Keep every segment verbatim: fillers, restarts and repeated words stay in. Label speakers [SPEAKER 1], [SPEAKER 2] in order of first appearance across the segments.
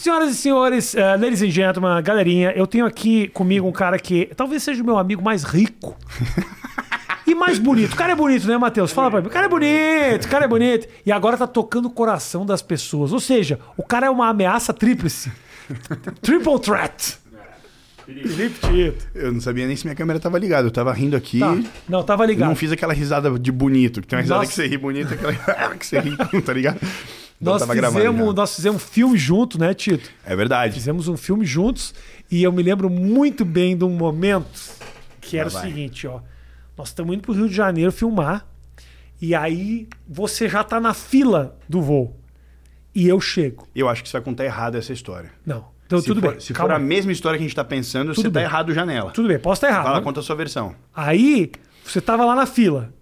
[SPEAKER 1] Senhoras e senhores, uh, ladies and gentlemen, galerinha, eu tenho aqui comigo um cara que talvez seja o meu amigo mais rico e mais bonito. O cara é bonito, né, Matheus? Fala pra mim. O cara é bonito, o cara é bonito. E agora tá tocando o coração das pessoas. Ou seja, o cara é uma ameaça tríplice. Triple threat. Felipe Tito.
[SPEAKER 2] Eu não sabia nem se minha câmera tava ligada. Eu tava rindo aqui.
[SPEAKER 1] Tá. Não, tava ligado.
[SPEAKER 2] Não fiz aquela risada de bonito. Que tem uma risada
[SPEAKER 1] Nossa.
[SPEAKER 2] que você ri bonito, aquela que você ri, tá ligado? Não
[SPEAKER 1] Nós
[SPEAKER 2] tava gravando,
[SPEAKER 1] fizemos, nós fizemos um filme junto, né, Tito?
[SPEAKER 2] É verdade.
[SPEAKER 1] Fizemos um filme juntos e eu me lembro muito bem de um momento que era
[SPEAKER 2] Ah,
[SPEAKER 1] o
[SPEAKER 2] vai.
[SPEAKER 1] seguinte, ó. Nós estamos indo pro Rio de Janeiro filmar e aí você já tá na fila do voo e eu chego.
[SPEAKER 2] Eu acho que você vai contar errado essa história.
[SPEAKER 1] Não, então
[SPEAKER 2] se
[SPEAKER 1] tudo
[SPEAKER 2] for,
[SPEAKER 1] bem.
[SPEAKER 2] Se
[SPEAKER 1] calma.
[SPEAKER 2] for a mesma história que a gente tá pensando,
[SPEAKER 1] Tudo
[SPEAKER 2] você
[SPEAKER 1] bem.
[SPEAKER 2] tá errado já nela.
[SPEAKER 1] Tudo bem, posso estar errado.
[SPEAKER 2] Fala,
[SPEAKER 1] né?
[SPEAKER 2] conta a sua versão.
[SPEAKER 1] Aí você tava lá na fila.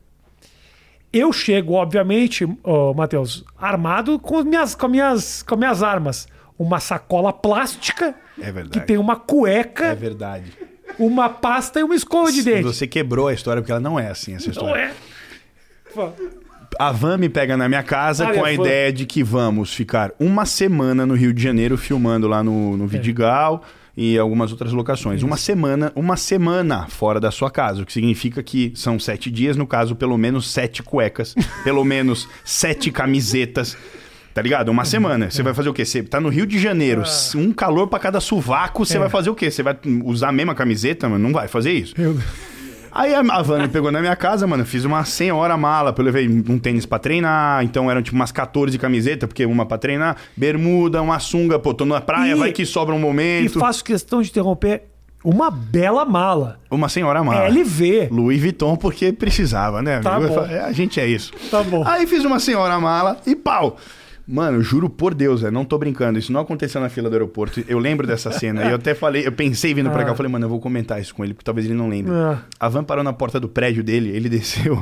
[SPEAKER 1] Eu chego, obviamente, ó, Matheus, armado com minhas, com, minhas, com minhas armas. Uma sacola plástica
[SPEAKER 2] É verdade.
[SPEAKER 1] que tem uma cueca,
[SPEAKER 2] É verdade.
[SPEAKER 1] uma pasta e uma escova de dente.
[SPEAKER 2] Você quebrou a história, porque ela não é assim, essa
[SPEAKER 1] Não
[SPEAKER 2] história.
[SPEAKER 1] é? Fala.
[SPEAKER 2] A van me pega na minha casa
[SPEAKER 1] Ah,
[SPEAKER 2] com
[SPEAKER 1] é,
[SPEAKER 2] a
[SPEAKER 1] foi.
[SPEAKER 2] ideia de que vamos ficar uma semana no Rio de Janeiro filmando lá no, no Vidigal e algumas outras locações. Uma semana, uma semana fora da sua casa, o que significa que são sete dias, no caso, pelo menos sete cuecas, pelo menos sete camisetas. Tá ligado? Uma semana. Você vai fazer o quê? Você tá no Rio de Janeiro, um calor pra cada sovaco, você
[SPEAKER 1] É.
[SPEAKER 2] vai fazer o quê? Você vai usar a mesma camiseta, mano? Não vai fazer isso.
[SPEAKER 1] Eu-
[SPEAKER 2] Aí a a van me pegou na minha casa, mano. Eu fiz uma senhora mala. Eu levei um tênis pra treinar. Então eram tipo umas quatorze camisetas, porque uma pra treinar. Bermuda, uma sunga. Pô, tô na praia,
[SPEAKER 1] E-
[SPEAKER 2] vai que sobra um
[SPEAKER 1] E
[SPEAKER 2] momento.
[SPEAKER 1] faço questão de interromper uma bela mala.
[SPEAKER 2] Uma senhora mala.
[SPEAKER 1] L V.
[SPEAKER 2] Louis Vuitton, porque precisava, né?
[SPEAKER 1] Tá
[SPEAKER 2] amigo?
[SPEAKER 1] bom.
[SPEAKER 2] Eu falei, a gente é isso.
[SPEAKER 1] Tá bom.
[SPEAKER 2] Aí fiz uma senhora mala e pau. Mano, juro por Deus, velho, não tô brincando. Isso não aconteceu na fila do aeroporto. Eu lembro dessa cena. E eu até falei, eu pensei vindo pra cá, eu falei, mano, eu vou comentar isso com ele, porque talvez ele não lembre.
[SPEAKER 1] Ah.
[SPEAKER 2] A van parou na porta do prédio dele, ele desceu.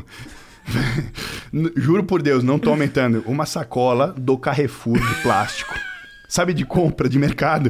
[SPEAKER 2] Juro por Deus, não tô aumentando. Uma sacola do Carrefour de plástico. Sabe, de compra, de mercado.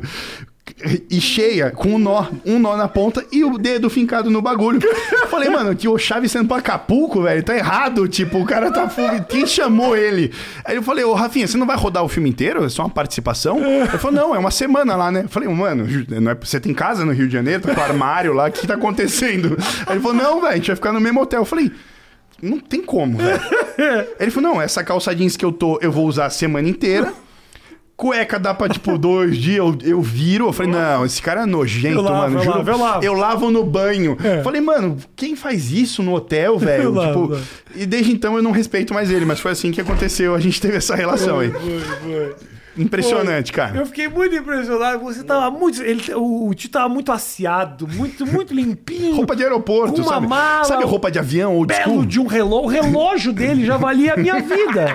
[SPEAKER 2] E cheia, com um nó, um nó na ponta e o dedo fincado no bagulho. Eu falei, mano, que o Chaves sendo pra Acapulco, velho, tá errado. Tipo, o cara tá... Quem chamou ele? Aí eu falei, ô, Rafinha, você não vai rodar o filme inteiro? É só uma participação? Ele falou, não, é uma semana lá, né? Eu falei, mano, não é... você tem casa no Rio de Janeiro? Tá com o armário lá? O que tá acontecendo? Aí ele falou, não, velho, a gente vai ficar no mesmo hotel. Eu falei... Não tem como, velho. Ele falou, não, essa calça jeans que eu tô, eu vou usar a semana inteira. Cueca dá pra, tipo, dois dias, eu, eu viro. Eu falei, não, esse cara é nojento,
[SPEAKER 1] Eu lavo,
[SPEAKER 2] mano.
[SPEAKER 1] eu
[SPEAKER 2] Juro,
[SPEAKER 1] lavo, eu lavo.
[SPEAKER 2] eu lavo no banho.
[SPEAKER 1] É.
[SPEAKER 2] Falei, mano, quem faz isso no hotel, velho?
[SPEAKER 1] Eu lavo,
[SPEAKER 2] Tipo,
[SPEAKER 1] lavo.
[SPEAKER 2] e desde então eu não respeito mais ele, mas foi assim que aconteceu. A gente teve essa relação aí.
[SPEAKER 1] Foi, foi.
[SPEAKER 2] Impressionante, cara.
[SPEAKER 1] Eu fiquei muito impressionado. Você tava muito. Ele, o, o Tito tava muito aciado, muito, muito limpinho.
[SPEAKER 2] Roupa de aeroporto,
[SPEAKER 1] com uma
[SPEAKER 2] sabe?
[SPEAKER 1] mala,
[SPEAKER 2] Sabe roupa de avião ou
[SPEAKER 1] belo de um relógio. O relógio dele já valia a minha vida.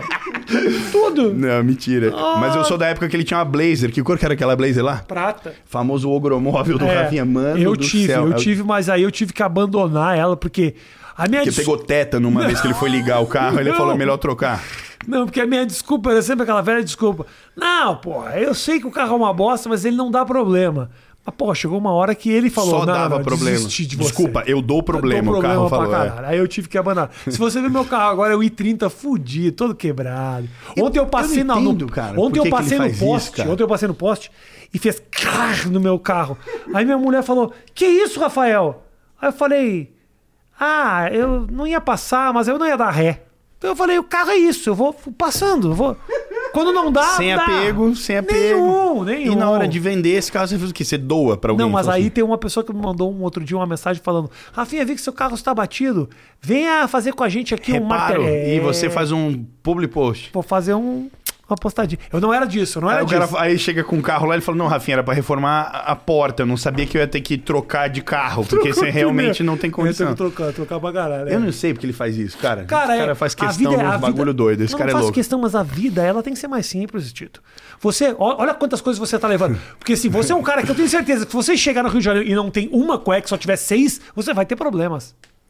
[SPEAKER 1] Tudo.
[SPEAKER 2] Não, mentira.
[SPEAKER 1] Ah.
[SPEAKER 2] Mas eu sou da época que ele tinha uma blazer. Que cor que era aquela blazer lá?
[SPEAKER 1] Prata.
[SPEAKER 2] Famoso ogromóvel do
[SPEAKER 1] É,
[SPEAKER 2] Rafinha. Mano
[SPEAKER 1] eu
[SPEAKER 2] do
[SPEAKER 1] tive,
[SPEAKER 2] céu.
[SPEAKER 1] eu tive, mas aí eu tive que abandonar ela, porque a minha
[SPEAKER 2] Porque
[SPEAKER 1] des-
[SPEAKER 2] pegou tétano uma vez que ele foi ligar o carro. Ele
[SPEAKER 1] Não.
[SPEAKER 2] falou, melhor trocar.
[SPEAKER 1] Não, porque a minha desculpa era sempre aquela velha desculpa. Não, porra, eu sei que o carro é uma bosta, mas ele não dá problema. Mas, porra, chegou uma hora que ele falou,
[SPEAKER 2] Só
[SPEAKER 1] não,
[SPEAKER 2] dava
[SPEAKER 1] não,
[SPEAKER 2] problema.
[SPEAKER 1] desisti de você.
[SPEAKER 2] Desculpa, eu dou problema,
[SPEAKER 1] Eu dou
[SPEAKER 2] o carro
[SPEAKER 1] problema pra
[SPEAKER 2] falou. é.
[SPEAKER 1] caralho. Aí eu tive que abandonar. Se você ver meu carro agora, é o i trinta fudido, todo quebrado. Ontem eu,
[SPEAKER 2] Eu-
[SPEAKER 1] passei
[SPEAKER 2] eu não
[SPEAKER 1] na no-
[SPEAKER 2] entendo, cara, por
[SPEAKER 1] Ontem eu
[SPEAKER 2] que que
[SPEAKER 1] passei
[SPEAKER 2] ele
[SPEAKER 1] no
[SPEAKER 2] faz isso,
[SPEAKER 1] poste.
[SPEAKER 2] cara?
[SPEAKER 1] Ontem eu passei no poste e fez crrr no meu carro. Aí minha mulher falou: "Que isso, Rafael?" Aí eu falei: "Ah, eu não ia passar, mas eu não ia dar ré." Então eu falei: "O carro é isso, eu vou passando, eu vou quando não dá,
[SPEAKER 2] Sem
[SPEAKER 1] dá."
[SPEAKER 2] apego, sem apego.
[SPEAKER 1] Nenhum, nenhum.
[SPEAKER 2] E na hora de vender esse carro, você faz o quê? Você doa pra alguém?
[SPEAKER 1] Não, mas
[SPEAKER 2] Fala
[SPEAKER 1] aí
[SPEAKER 2] assim,
[SPEAKER 1] tem uma pessoa que me mandou um outro dia uma mensagem falando: "Rafinha, vi que seu carro está batido. Venha fazer com a gente aqui um
[SPEAKER 2] reparo,
[SPEAKER 1] martelo."
[SPEAKER 2] e você faz um public post.
[SPEAKER 1] Vou fazer um uma postadinha. Eu não era disso, eu não era
[SPEAKER 2] Aí, o
[SPEAKER 1] disso.
[SPEAKER 2] cara, aí chega com o carro lá e ele fala, não, Rafinha, era pra reformar a a porta. Eu não sabia que eu ia ter que trocar de carro, porque você realmente não tem condição.
[SPEAKER 1] Eu tenho que trocar, trocar pra caralho.
[SPEAKER 2] Eu
[SPEAKER 1] é.
[SPEAKER 2] não sei porque ele faz isso, cara.
[SPEAKER 1] Cara,
[SPEAKER 2] Esse cara
[SPEAKER 1] é-
[SPEAKER 2] faz
[SPEAKER 1] a
[SPEAKER 2] questão
[SPEAKER 1] vida é-
[SPEAKER 2] dos
[SPEAKER 1] a
[SPEAKER 2] bagulho
[SPEAKER 1] vida-
[SPEAKER 2] doido. Esse
[SPEAKER 1] não,
[SPEAKER 2] cara
[SPEAKER 1] não
[SPEAKER 2] é
[SPEAKER 1] faço
[SPEAKER 2] louco.
[SPEAKER 1] questão, mas a vida, ela tem que ser mais simples, Tito. Você, ó- olha quantas coisas você tá levando. Porque se você é um cara que eu tenho certeza que se você chegar no Rio de Janeiro e não tem uma cueca, só tiver seis, você vai ter problemas.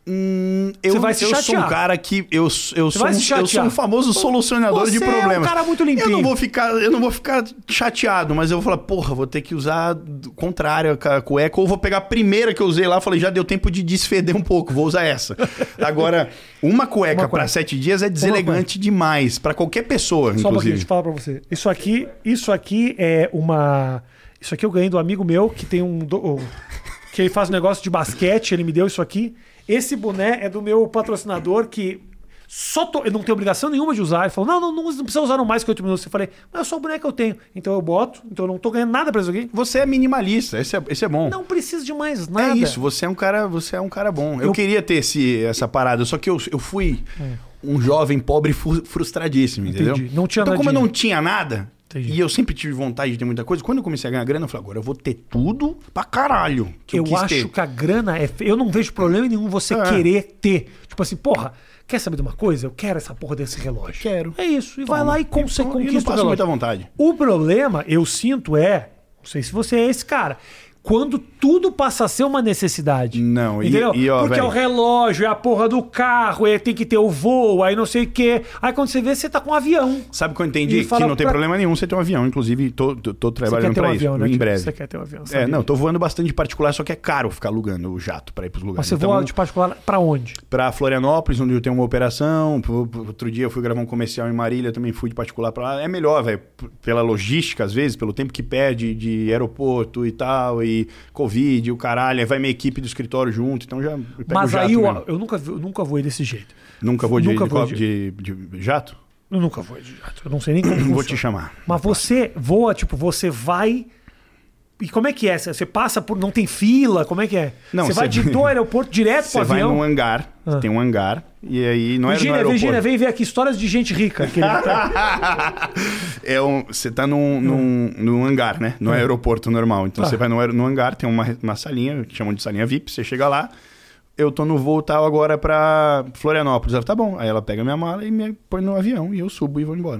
[SPEAKER 2] Hum, eu,
[SPEAKER 1] Você vai se
[SPEAKER 2] eu sou
[SPEAKER 1] chatear.
[SPEAKER 2] um cara que eu, eu, sou,
[SPEAKER 1] vai
[SPEAKER 2] um,
[SPEAKER 1] se chatear.
[SPEAKER 2] eu sou um famoso solucionador
[SPEAKER 1] Você
[SPEAKER 2] de problemas.
[SPEAKER 1] é um cara muito limpinho.
[SPEAKER 2] Eu não vou ficar, eu não vou ficar chateado, mas eu vou falar, porra, vou ter que usar o contrário a cueca, ou vou pegar a primeira que eu usei lá, falei, já deu tempo de desfeder um pouco, vou usar essa. Agora, uma cueca para sete dias é deselegante demais para qualquer pessoa,
[SPEAKER 1] Só um pouquinho,
[SPEAKER 2] inclusive.
[SPEAKER 1] deixa eu falar pra você. Isso aqui, isso aqui é uma... Isso aqui eu ganhei do amigo meu, que tem um... do- que ele faz um negócio de basquete, ele me deu isso aqui. Esse boné é do meu patrocinador que só tô, eu não tenho obrigação nenhuma de usar. Ele falou, não, não, não, não precisa usar no mais que oito minutos. Eu falei, mas é só o boné que eu tenho. Então eu boto, então eu não tô ganhando nada pra isso aqui.
[SPEAKER 2] Você é minimalista, esse é, esse é bom.
[SPEAKER 1] Não preciso de mais nada.
[SPEAKER 2] É isso, você é um cara, você é um cara bom. Eu,
[SPEAKER 1] Eu-
[SPEAKER 2] queria ter esse, essa parada, só que eu, eu fui um jovem pobre fu- frustradíssimo, entendeu?
[SPEAKER 1] Entendi. Não tinha
[SPEAKER 2] então, como eu
[SPEAKER 1] nadinha.
[SPEAKER 2] não tinha nada,
[SPEAKER 1] Entendi.
[SPEAKER 2] e eu sempre tive vontade de ter muita coisa, quando eu comecei a ganhar grana, eu falei, agora eu vou ter tudo pra caralho que eu,
[SPEAKER 1] Eu
[SPEAKER 2] quis
[SPEAKER 1] acho
[SPEAKER 2] ter.
[SPEAKER 1] que a grana é. fe- Eu não vejo problema nenhum você
[SPEAKER 2] É.
[SPEAKER 1] querer ter. Tipo assim, porra, quer saber de uma coisa? Eu quero essa porra desse relógio.
[SPEAKER 2] Quero.
[SPEAKER 1] É isso. E vai lá e, con- você
[SPEAKER 2] E não
[SPEAKER 1] conquista o
[SPEAKER 2] passo
[SPEAKER 1] relógio.
[SPEAKER 2] muita vontade.
[SPEAKER 1] O problema, eu sinto, é. Não sei se você é esse cara. Quando tudo passa a ser uma necessidade.
[SPEAKER 2] Não, e-
[SPEAKER 1] entendeu?
[SPEAKER 2] e, ó,
[SPEAKER 1] Porque
[SPEAKER 2] velho.
[SPEAKER 1] é o relógio, é a porra do carro, é, tem que ter o voo, aí não sei o quê. Aí quando você vê, você tá com um avião.
[SPEAKER 2] Sabe o que eu entendi?
[SPEAKER 1] E fala
[SPEAKER 2] Que não tem
[SPEAKER 1] pra-
[SPEAKER 2] problema nenhum você ter um avião, inclusive tô, tô, tô
[SPEAKER 1] Você
[SPEAKER 2] trabalhando
[SPEAKER 1] quer ter um
[SPEAKER 2] pra isso,
[SPEAKER 1] avião, né?
[SPEAKER 2] em
[SPEAKER 1] Tipo,
[SPEAKER 2] breve.
[SPEAKER 1] Você quer ter um avião.
[SPEAKER 2] É,
[SPEAKER 1] sabia?
[SPEAKER 2] não, tô voando bastante de particular, só que é caro ficar alugando o jato pra ir pros lugares.
[SPEAKER 1] Mas você
[SPEAKER 2] Então,
[SPEAKER 1] voa de particular pra onde?
[SPEAKER 2] Pra Florianópolis, onde eu tenho uma operação. Pro- pro- Outro dia eu fui gravar um comercial em Marília, também fui de particular pra lá. É melhor, velho, p- pela logística, às vezes, pelo tempo que perde de aeroporto e tal, e Covid, o caralho, aí vai minha equipe do escritório junto, então já eu pego
[SPEAKER 1] Mas
[SPEAKER 2] o jato
[SPEAKER 1] aí eu,
[SPEAKER 2] mesmo.
[SPEAKER 1] eu nunca, vi- eu nunca voei desse jeito.
[SPEAKER 2] Nunca vou de,
[SPEAKER 1] nunca
[SPEAKER 2] de,
[SPEAKER 1] vou
[SPEAKER 2] co-
[SPEAKER 1] de-
[SPEAKER 2] de- de jato?
[SPEAKER 1] Eu nunca voei de jato. Eu não sei nem como
[SPEAKER 2] Vou
[SPEAKER 1] funciona.
[SPEAKER 2] te chamar.
[SPEAKER 1] Mas você voa, tipo, você vai... E como é que é? Você passa por... Não tem fila? Como é que é?
[SPEAKER 2] Não,
[SPEAKER 1] você vai
[SPEAKER 2] você-
[SPEAKER 1] de do aeroporto direto pro
[SPEAKER 2] Você vai
[SPEAKER 1] avião?
[SPEAKER 2] num hangar,
[SPEAKER 1] Ah.
[SPEAKER 2] tem um hangar, e aí não é no
[SPEAKER 1] Virgínia,
[SPEAKER 2] aeroporto.
[SPEAKER 1] Virgínia, vem ver aqui histórias de gente rica. Que ele tá...
[SPEAKER 2] É um, você tá num, num, num hangar, né? No
[SPEAKER 1] Hum.
[SPEAKER 2] aeroporto normal. Então
[SPEAKER 1] Tá.
[SPEAKER 2] você vai no, aer- no hangar, tem uma, uma salinha, que chamam de salinha V I P, você chega lá, eu tô no voo tal agora pra Florianópolis. Ela, tá bom. Aí ela pega minha mala e me põe no avião, e eu subo e vou embora.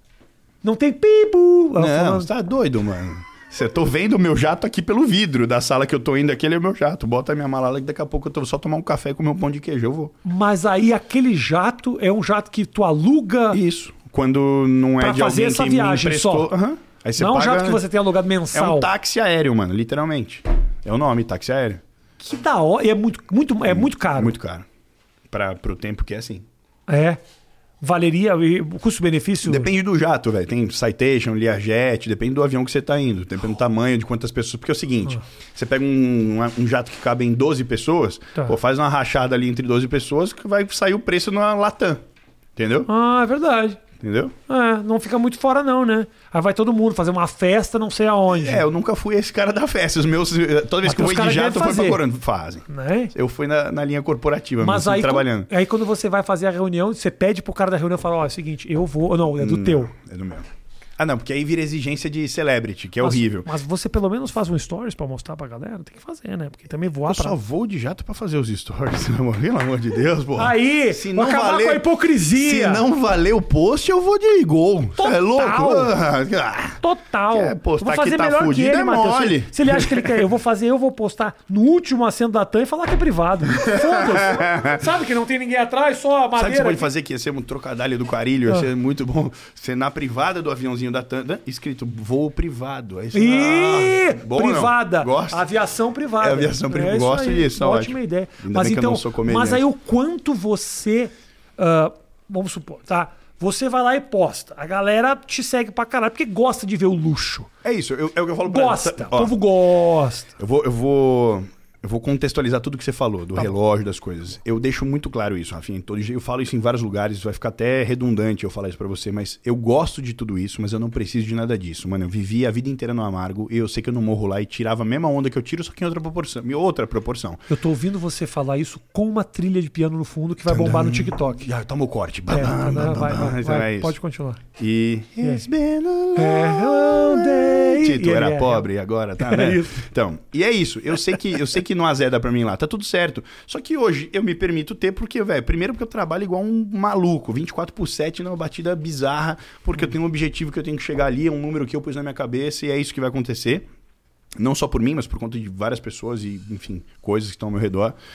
[SPEAKER 1] Não tem pipo. Ela
[SPEAKER 2] Não,
[SPEAKER 1] falando-
[SPEAKER 2] você tá doido, mano. Você tô vendo o meu jato aqui pelo vidro da sala que eu tô indo, aquele é o meu jato. Bota a minha mala lá que daqui a pouco eu tô só tomar um café e comer um pão de queijo, eu vou.
[SPEAKER 1] Mas aí aquele jato é um jato que tu aluga...
[SPEAKER 2] Isso. Quando não é
[SPEAKER 1] Pra
[SPEAKER 2] de
[SPEAKER 1] fazer
[SPEAKER 2] alguém
[SPEAKER 1] essa
[SPEAKER 2] que
[SPEAKER 1] viagem
[SPEAKER 2] me emprestou.
[SPEAKER 1] só.
[SPEAKER 2] Aham. Aí você
[SPEAKER 1] Não é um
[SPEAKER 2] paga...
[SPEAKER 1] jato que você tem alugado
[SPEAKER 2] É
[SPEAKER 1] mensal.
[SPEAKER 2] um táxi aéreo, mano, literalmente. É o nome, táxi aéreo.
[SPEAKER 1] Que da hora. E é muito, muito, é muito caro.
[SPEAKER 2] Muito caro. Pra, pro tempo que é assim.
[SPEAKER 1] É. Valeria... e o custo-benefício...
[SPEAKER 2] Depende do jato, velho. Tem Citation, Learjet, depende do avião que você tá indo. Depende do tamanho, de quantas pessoas. Porque é o seguinte, você pega um, um jato que cabe em doze pessoas,
[SPEAKER 1] Tá.
[SPEAKER 2] pô, faz uma rachada ali entre doze pessoas que vai sair o preço na Latam. Entendeu?
[SPEAKER 1] Ah, é verdade.
[SPEAKER 2] Entendeu?
[SPEAKER 1] É, não fica muito fora não, né? Aí vai todo mundo fazer uma festa, não sei aonde.
[SPEAKER 2] É, eu nunca fui esse cara da festa. Os meus, toda vez
[SPEAKER 1] Mas
[SPEAKER 2] que eu
[SPEAKER 1] os
[SPEAKER 2] vou de
[SPEAKER 1] caras
[SPEAKER 2] jato,
[SPEAKER 1] devem
[SPEAKER 2] eu fui pra
[SPEAKER 1] fazer.
[SPEAKER 2] Corando. Fazem.
[SPEAKER 1] Né?
[SPEAKER 2] Eu fui na, na linha corporativa,
[SPEAKER 1] Mas
[SPEAKER 2] mesmo,
[SPEAKER 1] aí,
[SPEAKER 2] trabalhando.
[SPEAKER 1] aí quando você vai fazer a reunião, você pede pro cara da reunião e fala, ó, é o seguinte, eu vou... Não, é do
[SPEAKER 2] Não,
[SPEAKER 1] teu.
[SPEAKER 2] É do meu. Ah, não, porque aí vira exigência de celebrity, que é
[SPEAKER 1] Mas-
[SPEAKER 2] horrível.
[SPEAKER 1] Mas você pelo menos faz um stories pra mostrar pra galera? Tem que fazer, né? Porque também voar
[SPEAKER 2] Eu
[SPEAKER 1] pra...
[SPEAKER 2] só vou de jato pra fazer os stories, pelo amor de Deus, pô.
[SPEAKER 1] Aí,
[SPEAKER 2] Se
[SPEAKER 1] vou
[SPEAKER 2] não
[SPEAKER 1] acabar
[SPEAKER 2] valer-
[SPEAKER 1] com a hipocrisia.
[SPEAKER 2] Se não valer o post, eu vou de gol. Cê
[SPEAKER 1] Total.
[SPEAKER 2] É louco? Ah,
[SPEAKER 1] Total.
[SPEAKER 2] Quer postar
[SPEAKER 1] Eu vou fazer
[SPEAKER 2] que tá
[SPEAKER 1] melhor que
[SPEAKER 2] fudido,
[SPEAKER 1] ele,
[SPEAKER 2] é
[SPEAKER 1] Matheus.
[SPEAKER 2] mole.
[SPEAKER 1] Se, se ele acha que ele quer, eu vou fazer, eu vou postar no último assento da TAM e falar que é privado. Foda-se. Sabe que não tem ninguém atrás, só a
[SPEAKER 2] Sabe o que
[SPEAKER 1] madeira.
[SPEAKER 2] você pode
[SPEAKER 1] aqui.
[SPEAKER 2] fazer que ia ser um trocadilho do carilho, ia
[SPEAKER 1] Ah.
[SPEAKER 2] ser muito bom. Você na privada do aviãozinho da TAM, né, escrito voo privado. Aí você,
[SPEAKER 1] Ih,
[SPEAKER 2] ah, bom, não?
[SPEAKER 1] privada.
[SPEAKER 2] Gosto.
[SPEAKER 1] Aviação privada.
[SPEAKER 2] É, aviação privada.
[SPEAKER 1] isso
[SPEAKER 2] Gosto
[SPEAKER 1] aí.
[SPEAKER 2] disso,
[SPEAKER 1] Ótima
[SPEAKER 2] ótimo.
[SPEAKER 1] ideia.
[SPEAKER 2] Ainda
[SPEAKER 1] Mas
[SPEAKER 2] bem que eu
[SPEAKER 1] então,
[SPEAKER 2] não sou comediante.
[SPEAKER 1] mas aí o quanto você, ah, vamos supor, tá? Você vai lá e posta. A galera te segue pra caralho porque gosta de ver o luxo.
[SPEAKER 2] É isso, eu- é o que eu falo pra
[SPEAKER 1] Gosta.
[SPEAKER 2] ela.
[SPEAKER 1] O
[SPEAKER 2] Ó,
[SPEAKER 1] povo gosta.
[SPEAKER 2] Eu vou, eu vou, eu vou contextualizar tudo que você falou, do
[SPEAKER 1] Tá bom.
[SPEAKER 2] relógio, das coisas. Eu deixo muito claro isso, Rafinha. em todo- Eu falo isso em vários lugares, vai ficar até redundante eu falar isso pra você, mas eu gosto de tudo isso, mas eu não preciso de nada disso. Mano, eu vivi a vida inteira no amargo e eu sei que eu não morro lá e tirava a mesma onda que eu tiro, só que em outra proporção. em Outra proporção.
[SPEAKER 1] Eu tô ouvindo você falar isso com uma trilha de piano no fundo que vai bombar no TikTok.
[SPEAKER 2] Já toma o corte.
[SPEAKER 1] É,
[SPEAKER 2] Bam, bam,
[SPEAKER 1] vai,
[SPEAKER 2] bam,
[SPEAKER 1] vai,
[SPEAKER 2] bam.
[SPEAKER 1] vai,
[SPEAKER 2] Então
[SPEAKER 1] vai,
[SPEAKER 2] é isso.
[SPEAKER 1] pode continuar.
[SPEAKER 2] E... It's been a long
[SPEAKER 1] É, hello day.
[SPEAKER 2] Tito
[SPEAKER 1] E
[SPEAKER 2] era
[SPEAKER 1] ele é-
[SPEAKER 2] pobre e agora tá,
[SPEAKER 1] É
[SPEAKER 2] né?
[SPEAKER 1] isso.
[SPEAKER 2] Então, e é isso. Eu sei que eu sei que não azeda pra mim lá, tá tudo certo. Só que hoje eu me permito ter porque, velho, primeiro porque eu trabalho igual um maluco, vinte e quatro por sete numa batida bizarra, porque eu tenho um objetivo que eu tenho que chegar ali, é um número que eu pus na minha cabeça e é isso que vai acontecer. Não só por mim, mas por conta de várias pessoas e, enfim, coisas que estão ao meu redor.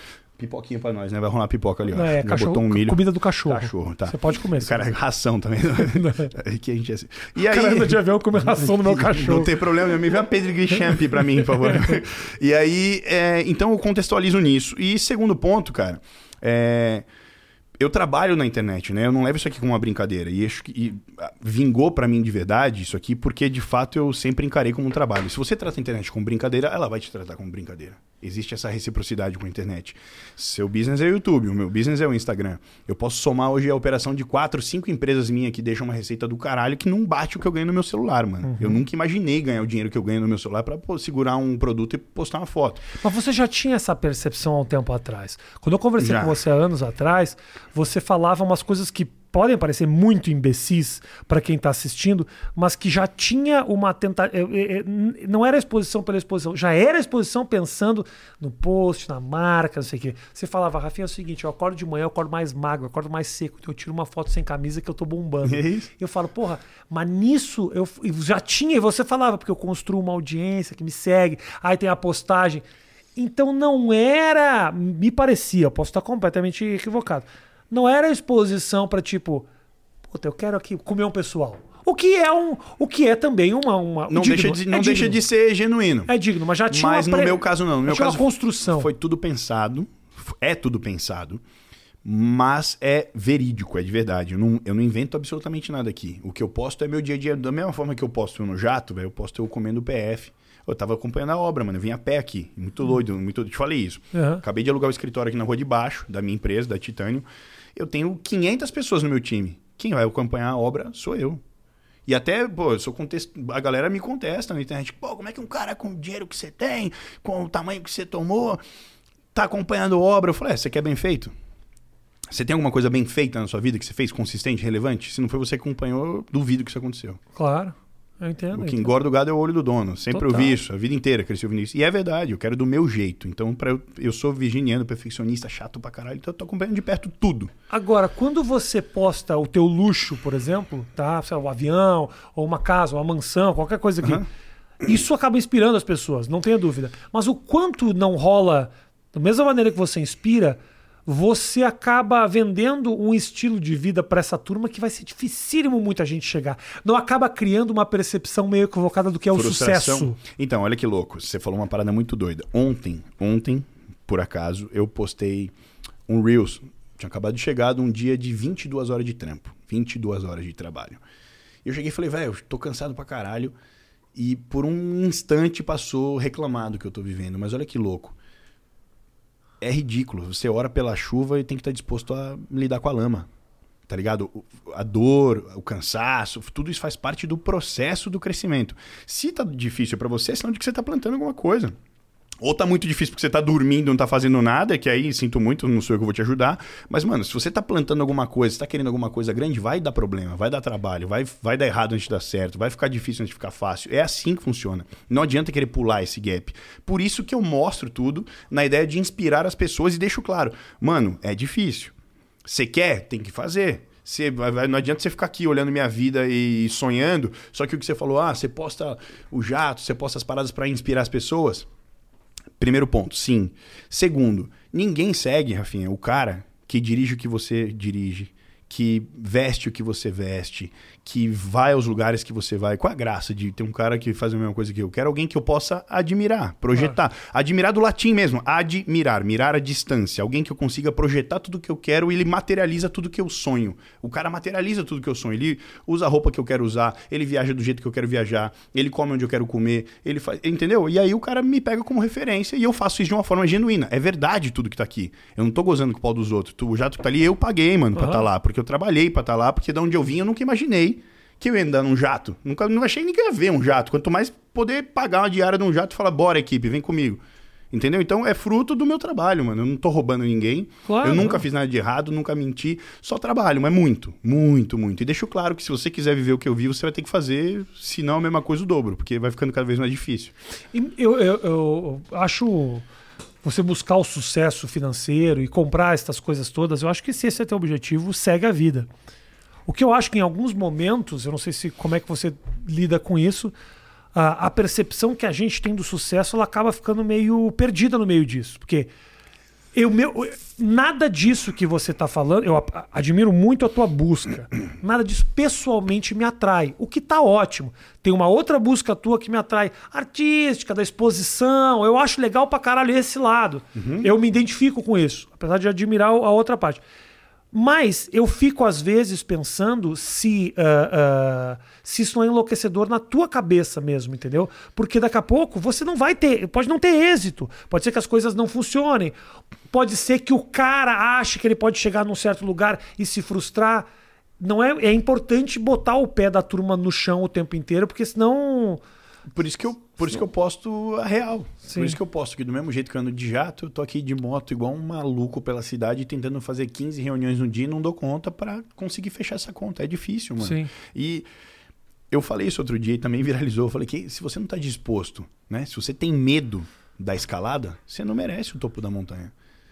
[SPEAKER 2] pipoquinha pra nós, né? Vai rolar pipoca ali, ó.
[SPEAKER 1] Não, é,
[SPEAKER 2] Já
[SPEAKER 1] cachorro,
[SPEAKER 2] botou um milho.
[SPEAKER 1] comida do cachorro.
[SPEAKER 2] Cachorro, tá.
[SPEAKER 1] Você pode comer.
[SPEAKER 2] Cara, ração também. que a gente é assim. E
[SPEAKER 1] O
[SPEAKER 2] aí...
[SPEAKER 1] cara anda de avião come ração no meu cachorro.
[SPEAKER 2] Não tem problema, me vê a Pedro Champ pra mim, por favor. E aí, é, então eu contextualizo nisso. E segundo ponto, cara, é... eu trabalho na internet, né? Eu não levo isso aqui como uma brincadeira. E acho que e vingou pra mim de verdade isso aqui, porque de fato eu sempre encarei como um trabalho. Se você trata a internet como brincadeira, ela vai te tratar como brincadeira. Existe essa reciprocidade com a internet. Seu business é o YouTube, o meu business é o Instagram. Eu posso somar hoje a operação de quatro, cinco empresas minhas que deixam uma receita do caralho que não bate o que eu ganho no meu celular, mano. Uhum. Eu nunca imaginei ganhar o dinheiro que eu ganho no meu celular pra pô, segurar um produto e postar uma foto.
[SPEAKER 1] Mas você já tinha essa percepção há um tempo atrás. Quando eu conversei
[SPEAKER 2] Já.
[SPEAKER 1] com você há anos atrás, você falava umas coisas que podem parecer muito imbecis para quem está assistindo, mas que já tinha uma tentativa. Não era exposição pela exposição, já era exposição pensando no post, na marca, não sei o quê. Você falava, Rafinha, é o seguinte, eu acordo de manhã, eu acordo mais magro, eu acordo mais seco, então eu tiro uma foto sem camisa que eu tô bombando.
[SPEAKER 2] É isso.
[SPEAKER 1] E eu falo, porra, mas nisso eu eu já tinha, e você falava, porque eu construo uma audiência que me segue, aí tem a postagem. Então não era, me parecia, eu posso estar completamente equivocado, não era exposição para tipo, puta, eu quero aqui comer um pessoal. O que é um, o que é também uma, uma
[SPEAKER 2] não
[SPEAKER 1] digno,
[SPEAKER 2] deixa de, não
[SPEAKER 1] é
[SPEAKER 2] deixa de ser genuíno.
[SPEAKER 1] É digno, mas já tinha
[SPEAKER 2] Mas
[SPEAKER 1] uma
[SPEAKER 2] no
[SPEAKER 1] pré...
[SPEAKER 2] meu caso não, no meu
[SPEAKER 1] tinha
[SPEAKER 2] caso
[SPEAKER 1] uma construção.
[SPEAKER 2] Foi tudo pensado, é tudo pensado, mas é verídico, é de verdade. Eu não, eu não invento absolutamente nada aqui. O que eu posto é meu dia a dia, da mesma forma que eu posto no jato, véio, eu posto eu comendo P F. Eu tava acompanhando a obra, mano. Eu vim a pé aqui. Muito doido, muito. Eu te falei isso.
[SPEAKER 1] Uhum.
[SPEAKER 2] Acabei de alugar o escritório aqui na rua de baixo, da minha empresa, da Titânio. Eu tenho quinhentas pessoas no meu time. Quem vai acompanhar a obra sou eu. E até, pô, eu sou contest... a galera me contesta na internet. Pô, como é que um cara com o dinheiro que você tem, com o tamanho que você tomou, tá acompanhando a obra? Eu falei, é, você quer bem feito? Você tem alguma coisa bem feita na sua vida que você fez, consistente, relevante? Se não foi você que acompanhou, eu duvido que isso aconteceu.
[SPEAKER 1] Claro. Eu entendo.
[SPEAKER 2] O que
[SPEAKER 1] entendo.
[SPEAKER 2] engorda o gado é o olho do dono. Sempre
[SPEAKER 1] Total.
[SPEAKER 2] ouvi isso, a vida inteira cresci ouvindo isso. E é verdade, eu quero do meu jeito. Então, pra eu, eu sou virginiano, perfeccionista, chato pra caralho, então eu tô acompanhando de perto tudo.
[SPEAKER 1] Agora, quando você posta o teu luxo, por exemplo, tá? Sei lá, um avião, ou uma casa, uma mansão, qualquer coisa aqui,
[SPEAKER 2] Uhum.
[SPEAKER 1] isso acaba inspirando as pessoas, não tenha dúvida. Mas o quanto não rola, da mesma maneira que você inspira, você acaba vendendo um estilo de vida para essa turma que vai ser dificílimo muita gente chegar. Não acaba criando uma percepção meio equivocada do que é o
[SPEAKER 2] Frustração.
[SPEAKER 1] sucesso.
[SPEAKER 2] Então, olha que louco. Você falou uma parada muito doida. Ontem, ontem, por acaso, eu postei um Reels. Tinha acabado de chegar de um dia de vinte e duas horas de trampo. vinte e duas horas de trabalho. E eu cheguei e falei, velho, eu tô cansado pra caralho. E por um instante passou reclamado que eu tô vivendo. Mas olha que louco. É ridículo. Você ora pela chuva e tem que estar disposto a lidar com a lama. Tá ligado? A dor, o cansaço, tudo isso faz parte do processo do crescimento. Se tá difícil pra você, é sinal de que você tá plantando alguma coisa. Ou tá muito difícil porque você tá dormindo, não tá fazendo nada, que aí sinto muito, não sou eu que vou te ajudar. Mas, mano, se você tá plantando alguma coisa, se tá querendo alguma coisa grande, vai dar problema, vai dar trabalho, vai, vai dar errado antes de dar certo, vai ficar difícil antes de ficar fácil. É assim que funciona. Não adianta querer pular esse gap. Por isso que eu mostro tudo na ideia de inspirar as pessoas e deixo claro, mano, é difícil. Você quer? Tem que fazer. Você, não adianta você ficar aqui olhando minha vida e sonhando, só que o que você falou, ah, você posta o jato, você posta as paradas pra inspirar as pessoas. Primeiro ponto, sim. Segundo, ninguém segue, Rafinha, o cara que dirige o que você dirige, que veste o que você veste, que vai aos lugares que você vai. Qual a graça de ter um cara que faz a mesma coisa que eu? Quero alguém que eu possa admirar, projetar. Ah. Admirar do latim mesmo, admirar, mirar a distância. Alguém que eu consiga projetar tudo que eu quero e ele materializa tudo que eu sonho. O cara materializa tudo que eu sonho. Ele usa a roupa que eu quero usar, ele viaja do jeito que eu quero viajar, ele come onde eu quero comer, ele faz... Entendeu? E aí o cara me pega como referência e eu faço isso de uma forma genuína. É verdade tudo que tá aqui. Eu não tô gozando com o pau dos outros. Tu, já tu tá ali, eu paguei, mano, pra estar uhum. tá lá. Porque eu trabalhei pra estar tá lá, porque de onde eu vim eu nunca imaginei que eu ia andar num jato. Nunca, não achei nem que ia ver um jato. Quanto mais poder pagar uma diária de um jato e falar, bora equipe, vem comigo. Entendeu? Então é fruto do meu trabalho, mano. Eu não tô roubando ninguém.
[SPEAKER 1] Claro,
[SPEAKER 2] eu nunca
[SPEAKER 1] não.
[SPEAKER 2] fiz nada de errado, nunca menti. Só trabalho, mas muito, muito, muito. E deixo claro que se você quiser viver o que eu vivo, você vai ter que fazer, se não a mesma coisa, o dobro. Porque vai ficando cada vez mais difícil.
[SPEAKER 1] E eu, eu, eu acho... Você buscar o sucesso financeiro e comprar essas coisas todas, eu acho que se esse é teu objetivo, segue a vida. O que eu acho que em alguns momentos, eu não sei se como é que você lida com isso, a, a percepção que a gente tem do sucesso, ela acaba ficando meio perdida no meio disso. Porque Eu, meu, nada disso que você tá falando, eu a- admiro muito a tua busca. Nada disso pessoalmente me atrai. O que tá ótimo. Tem uma outra busca tua que me atrai. Artística, da exposição. Eu acho legal pra caralho esse lado. Eu me identifico com isso. Apesar de admirar a outra parte. Mas eu fico, às vezes, pensando se, ah, ah, se isso não é enlouquecedor na tua cabeça mesmo, entendeu? Porque daqui a pouco você não vai ter, pode não ter êxito, pode ser que as coisas não funcionem, pode ser que o cara ache que ele pode chegar num certo lugar e se frustrar. Não é, é importante botar o pé da turma no chão o tempo inteiro, porque senão...
[SPEAKER 2] Por isso que eu, por isso que eu posto a real.
[SPEAKER 1] Sim.
[SPEAKER 2] Por isso que eu posto que do mesmo jeito que eu ando de jato, eu tô aqui de moto igual um maluco pela cidade, tentando fazer quinze reuniões no dia e não dou conta pra conseguir fechar essa conta. É difícil, mano.
[SPEAKER 1] Sim.
[SPEAKER 2] E eu falei isso outro dia e também viralizou. Eu falei que se você não tá disposto, né? Se você tem medo da escalada, você não merece o topo da montanha.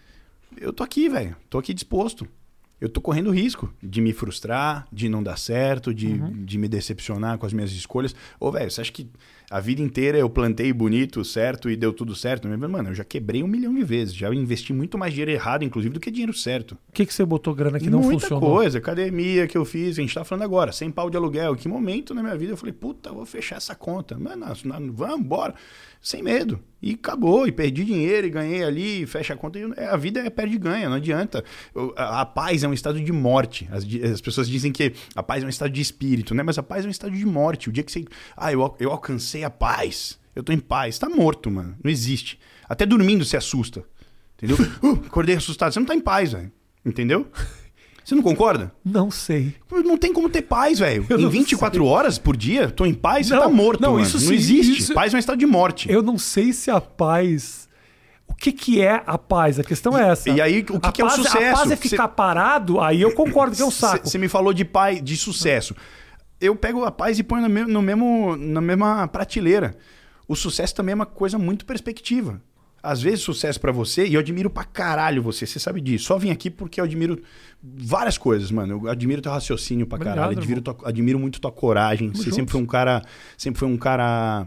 [SPEAKER 2] Eu tô aqui, velho. Tô aqui disposto. Eu tô correndo risco de me frustrar, de não dar certo, de, uhum. de me decepcionar com as minhas escolhas. Ô, velho, você acha que a vida inteira eu plantei bonito, certo, e deu tudo certo? Mano, eu já quebrei um milhão de vezes. Já investi muito mais dinheiro errado, inclusive, do que dinheiro certo.
[SPEAKER 1] O que, que você botou grana que não
[SPEAKER 2] Muita
[SPEAKER 1] funcionou?
[SPEAKER 2] Muita coisa. Academia que eu fiz, a gente tá falando agora. Sem pau de aluguel. Que momento na minha vida eu falei, puta, vou fechar essa conta. Mano, vamos, bora. Sem medo. E acabou. E perdi dinheiro e ganhei ali, fecha a conta. E a vida é perde e ganha, não adianta. A, a paz é um estado de morte. As, as pessoas dizem que a paz é um estado de espírito, né? Mas a paz é um estado de morte. O dia que você... Ah, eu, eu alcancei a paz. Eu tô em paz. Tá morto, mano. Não existe. Até dormindo se assusta. Entendeu? uh, acordei assustado. Você não tá em paz, velho. Entendeu? Você não concorda?
[SPEAKER 1] Não sei.
[SPEAKER 2] Não tem como ter paz, velho. Em vinte e quatro horas por dia, tô em paz,
[SPEAKER 1] não,
[SPEAKER 2] você tá morto,
[SPEAKER 1] não,
[SPEAKER 2] mano.
[SPEAKER 1] Isso
[SPEAKER 2] não
[SPEAKER 1] sim,
[SPEAKER 2] existe.
[SPEAKER 1] Isso...
[SPEAKER 2] Paz é um estado de morte.
[SPEAKER 1] Eu não sei se a paz... O que, que é a paz? A questão é essa.
[SPEAKER 2] E aí, o que, que é o
[SPEAKER 1] paz,
[SPEAKER 2] sucesso?
[SPEAKER 1] A paz é ficar Cê... parado, aí eu concordo que é um saco.
[SPEAKER 2] Você me falou de paz, de sucesso. Eu pego a paz e ponho no mesmo, no mesmo, na mesma prateleira. O sucesso também é uma coisa muito perspectiva. Às vezes, sucesso pra você, e eu admiro pra caralho você, você sabe disso. Só vim aqui porque eu admiro várias coisas, mano. Eu admiro teu raciocínio pra
[SPEAKER 1] Obrigado,
[SPEAKER 2] caralho. Admiro, tua, admiro muito tua coragem.
[SPEAKER 1] Tamo
[SPEAKER 2] você
[SPEAKER 1] junto.
[SPEAKER 2] sempre foi um cara. Sempre foi um cara.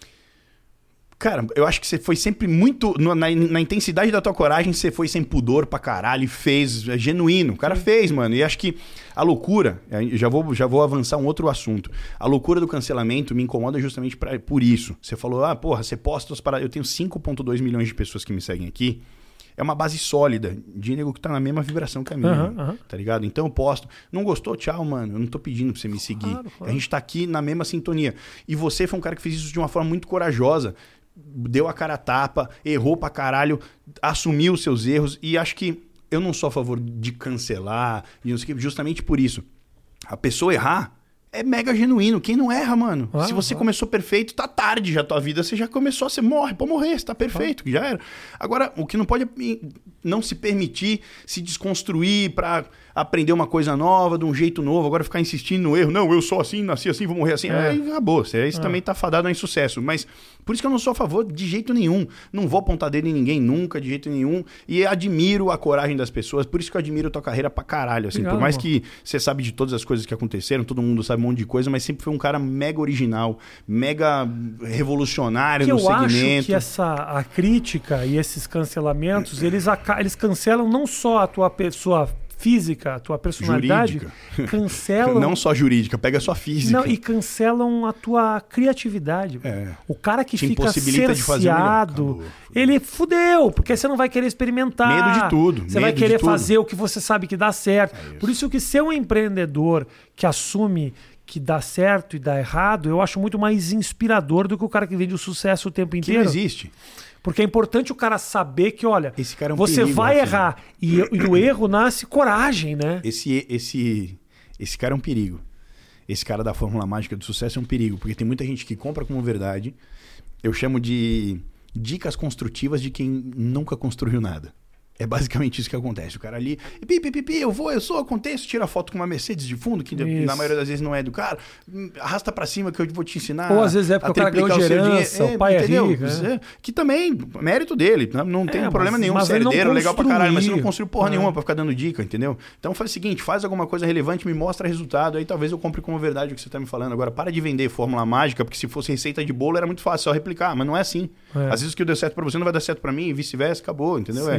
[SPEAKER 2] Cara, eu acho que você foi sempre muito... No, na, na intensidade da tua coragem, você foi sem pudor pra caralho e fez. É genuíno. O cara Sim. fez, mano. E acho que a loucura... Já vou, já vou avançar um outro assunto. A loucura do cancelamento me incomoda justamente pra, por isso. Você falou, ah, porra, você posta as paradas... Eu tenho cinco vírgula dois milhões de pessoas que me seguem aqui. É uma base sólida de nego que tá na mesma vibração que a minha,
[SPEAKER 1] uhum, uhum.
[SPEAKER 2] tá ligado? Então eu posto. Não gostou? Tchau, mano. Eu não tô pedindo pra você me seguir.
[SPEAKER 1] Claro, claro.
[SPEAKER 2] A gente tá aqui na mesma sintonia. E você foi um cara que fez isso de uma forma muito corajosa. Deu a cara a tapa, errou pra caralho, assumiu os seus erros. E acho que eu não sou a favor de cancelar, e não sei o que, justamente por isso. A pessoa errar é mega genuíno. Quem não erra, mano? Ah, Se você ah. começou perfeito, tá tarde já a tua vida. Você já começou, você morre, pode morrer, você tá perfeito, ah. já era. Agora, o que não pode é não se permitir se desconstruir pra aprender uma coisa nova, de um jeito novo, agora ficar insistindo no erro. Não, eu sou assim, nasci assim, vou morrer assim. É. Aí acabou. Isso é. também tá fadado a insucesso. Mas por isso que eu não sou a favor de jeito nenhum. Não vou apontar dedo em ninguém nunca, de jeito nenhum. E admiro a coragem das pessoas. Por isso que eu admiro a tua carreira pra caralho. Assim.
[SPEAKER 1] Obrigado,
[SPEAKER 2] por mais
[SPEAKER 1] mano.
[SPEAKER 2] que você sabe de todas as coisas que aconteceram, todo mundo sabe um monte de coisa, mas sempre foi um cara mega original, mega revolucionário
[SPEAKER 1] que
[SPEAKER 2] no
[SPEAKER 1] eu
[SPEAKER 2] segmento.
[SPEAKER 1] Acho que essa, a crítica e esses cancelamentos, eles, eles cancelam não só a tua pessoa física, a tua personalidade,
[SPEAKER 2] jurídica.
[SPEAKER 1] Cancelam...
[SPEAKER 2] Não só jurídica, pega a sua física.
[SPEAKER 1] Não, e cancelam a tua criatividade.
[SPEAKER 2] É.
[SPEAKER 1] O cara que
[SPEAKER 2] Te
[SPEAKER 1] fica cerceado, ele fudeu, porque você não vai querer experimentar.
[SPEAKER 2] Medo de tudo.
[SPEAKER 1] Você
[SPEAKER 2] medo
[SPEAKER 1] vai querer
[SPEAKER 2] de tudo.
[SPEAKER 1] fazer o que você sabe que dá certo.
[SPEAKER 2] É isso.
[SPEAKER 1] Por isso que ser um empreendedor que assume que dá certo e dá errado, eu acho muito mais inspirador do que o cara que vende o sucesso o tempo inteiro.
[SPEAKER 2] Que não existe.
[SPEAKER 1] Porque é importante o cara saber que, olha,
[SPEAKER 2] esse cara é um
[SPEAKER 1] você
[SPEAKER 2] perigo,
[SPEAKER 1] vai
[SPEAKER 2] assim.
[SPEAKER 1] errar. E, e do erro nasce coragem, né?
[SPEAKER 2] Esse, esse, esse cara é um perigo. Esse cara da fórmula mágica do sucesso é um perigo. Porque tem muita gente que compra como verdade. Eu chamo de dicas construtivas de quem nunca construiu nada. É basicamente isso que acontece. O cara ali, pi, pi, pi, pi, eu vou, eu sou, aconteço, tira foto com uma Mercedes de fundo, que isso. na maioria das vezes não é do cara, arrasta pra cima que eu vou te ensinar.
[SPEAKER 1] Ou às vezes é porque o cara ganhou de herança, o, é, o pai entendeu? é rico. É.
[SPEAKER 2] Que também, mérito dele, não tem é, problema
[SPEAKER 1] mas,
[SPEAKER 2] nenhum,
[SPEAKER 1] mas
[SPEAKER 2] ser herdeiro, legal pra caralho, mas você não construiu porra
[SPEAKER 1] é.
[SPEAKER 2] nenhuma pra ficar dando dica, entendeu? Então faz o seguinte, faz alguma coisa relevante, me mostra resultado, aí talvez eu compre como verdade o que você tá me falando. Agora, para de vender fórmula mágica, porque se fosse receita de bolo era muito fácil, só replicar, mas não é assim. É. Às vezes o que deu certo pra você não vai dar certo pra mim e vice-versa, acabou, entendeu? É, é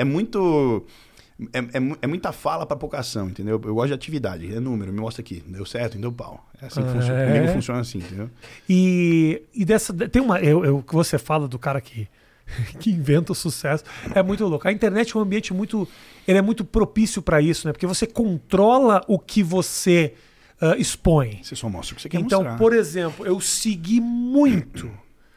[SPEAKER 2] muito... É, é, é muita fala pra pouca ação, entendeu? Eu gosto de atividade, é número, me mostra aqui. Deu certo, então pau. É assim que
[SPEAKER 1] É.
[SPEAKER 2] funciona. Comigo funciona assim, entendeu?
[SPEAKER 1] E, e dessa. Tem uma. Eu, eu, que você fala do cara que, que inventa o sucesso. É muito louco. A internet é um ambiente muito. Ele é muito propício pra isso, né? Porque você controla o que você uh, expõe.
[SPEAKER 2] Você só mostra o que você quer
[SPEAKER 1] Então,
[SPEAKER 2] mostrar.
[SPEAKER 1] por exemplo, eu segui muito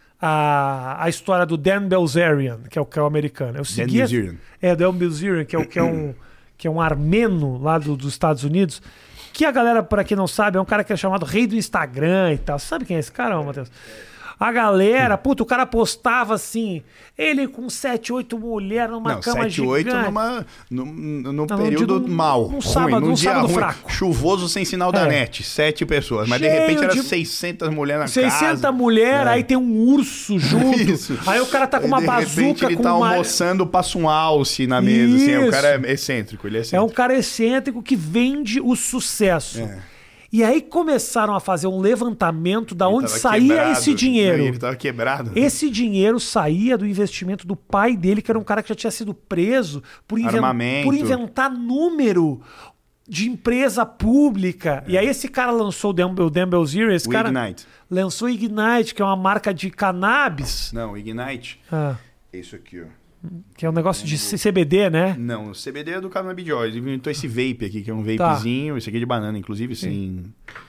[SPEAKER 1] a, a história do Dan Bilzerian, que é o, que é o americano. Eu segui
[SPEAKER 2] Dan
[SPEAKER 1] a-
[SPEAKER 2] Bilzerian.
[SPEAKER 1] É, Dan Bilzerian, que é, o, que é, um, que é um armeno lá do- dos Estados Unidos. Que a galera, para quem não sabe, é um cara que é chamado rei do Instagram e tal. Você sabe quem é esse cara, ô, Matheus? A galera, puta, o cara postava assim, ele com sete, oito mulheres numa
[SPEAKER 2] Não,
[SPEAKER 1] cama
[SPEAKER 2] sete,
[SPEAKER 1] gigante.
[SPEAKER 2] oito numa, no, no
[SPEAKER 1] num
[SPEAKER 2] período
[SPEAKER 1] dia- num-
[SPEAKER 2] mal,
[SPEAKER 1] num
[SPEAKER 2] ruim,
[SPEAKER 1] sábado-
[SPEAKER 2] num
[SPEAKER 1] num
[SPEAKER 2] dia
[SPEAKER 1] sábado
[SPEAKER 2] ruim,
[SPEAKER 1] fraco.
[SPEAKER 2] chuvoso sem sinal da
[SPEAKER 1] É.
[SPEAKER 2] net, sete pessoas, mas de
[SPEAKER 1] Cheio
[SPEAKER 2] repente era
[SPEAKER 1] de-
[SPEAKER 2] seiscentas mulheres na
[SPEAKER 1] seiscentas
[SPEAKER 2] casa.
[SPEAKER 1] mulheres,
[SPEAKER 2] É.
[SPEAKER 1] aí tem um urso junto.
[SPEAKER 2] Isso.
[SPEAKER 1] Aí o cara tá com uma
[SPEAKER 2] de repente
[SPEAKER 1] bazuca
[SPEAKER 2] ele
[SPEAKER 1] com
[SPEAKER 2] tá
[SPEAKER 1] uma...
[SPEAKER 2] almoçando, passa um alce na mesa, assim,
[SPEAKER 1] Isso.
[SPEAKER 2] o cara é excêntrico, ele é
[SPEAKER 1] É um
[SPEAKER 2] excêntrico.
[SPEAKER 1] cara excêntrico que vende o sucesso.
[SPEAKER 2] É.
[SPEAKER 1] E aí começaram a fazer um levantamento da
[SPEAKER 2] Ele
[SPEAKER 1] onde
[SPEAKER 2] tava
[SPEAKER 1] saía
[SPEAKER 2] quebrado,
[SPEAKER 1] esse dinheiro.
[SPEAKER 2] Ele tava quebrado.
[SPEAKER 1] Esse dinheiro saía do investimento do pai dele, que era um cara que já tinha sido preso por, inven-
[SPEAKER 2] Armamento.
[SPEAKER 1] por inventar número de empresa pública. E aí esse cara lançou o Dan, o Dan Bilzerian, esse
[SPEAKER 2] O
[SPEAKER 1] cara
[SPEAKER 2] Ignite.
[SPEAKER 1] lançou o Ignite, que é uma marca de cannabis,
[SPEAKER 2] Não, o Ignite
[SPEAKER 1] ah,
[SPEAKER 2] é isso aqui, ó.
[SPEAKER 1] que é um negócio de C B D, né?
[SPEAKER 2] Não, o C B D é do Cannabidiol. Ele inventou esse vape aqui, que é um
[SPEAKER 1] Tá.
[SPEAKER 2] vapezinho. Esse aqui é de banana, inclusive, sem...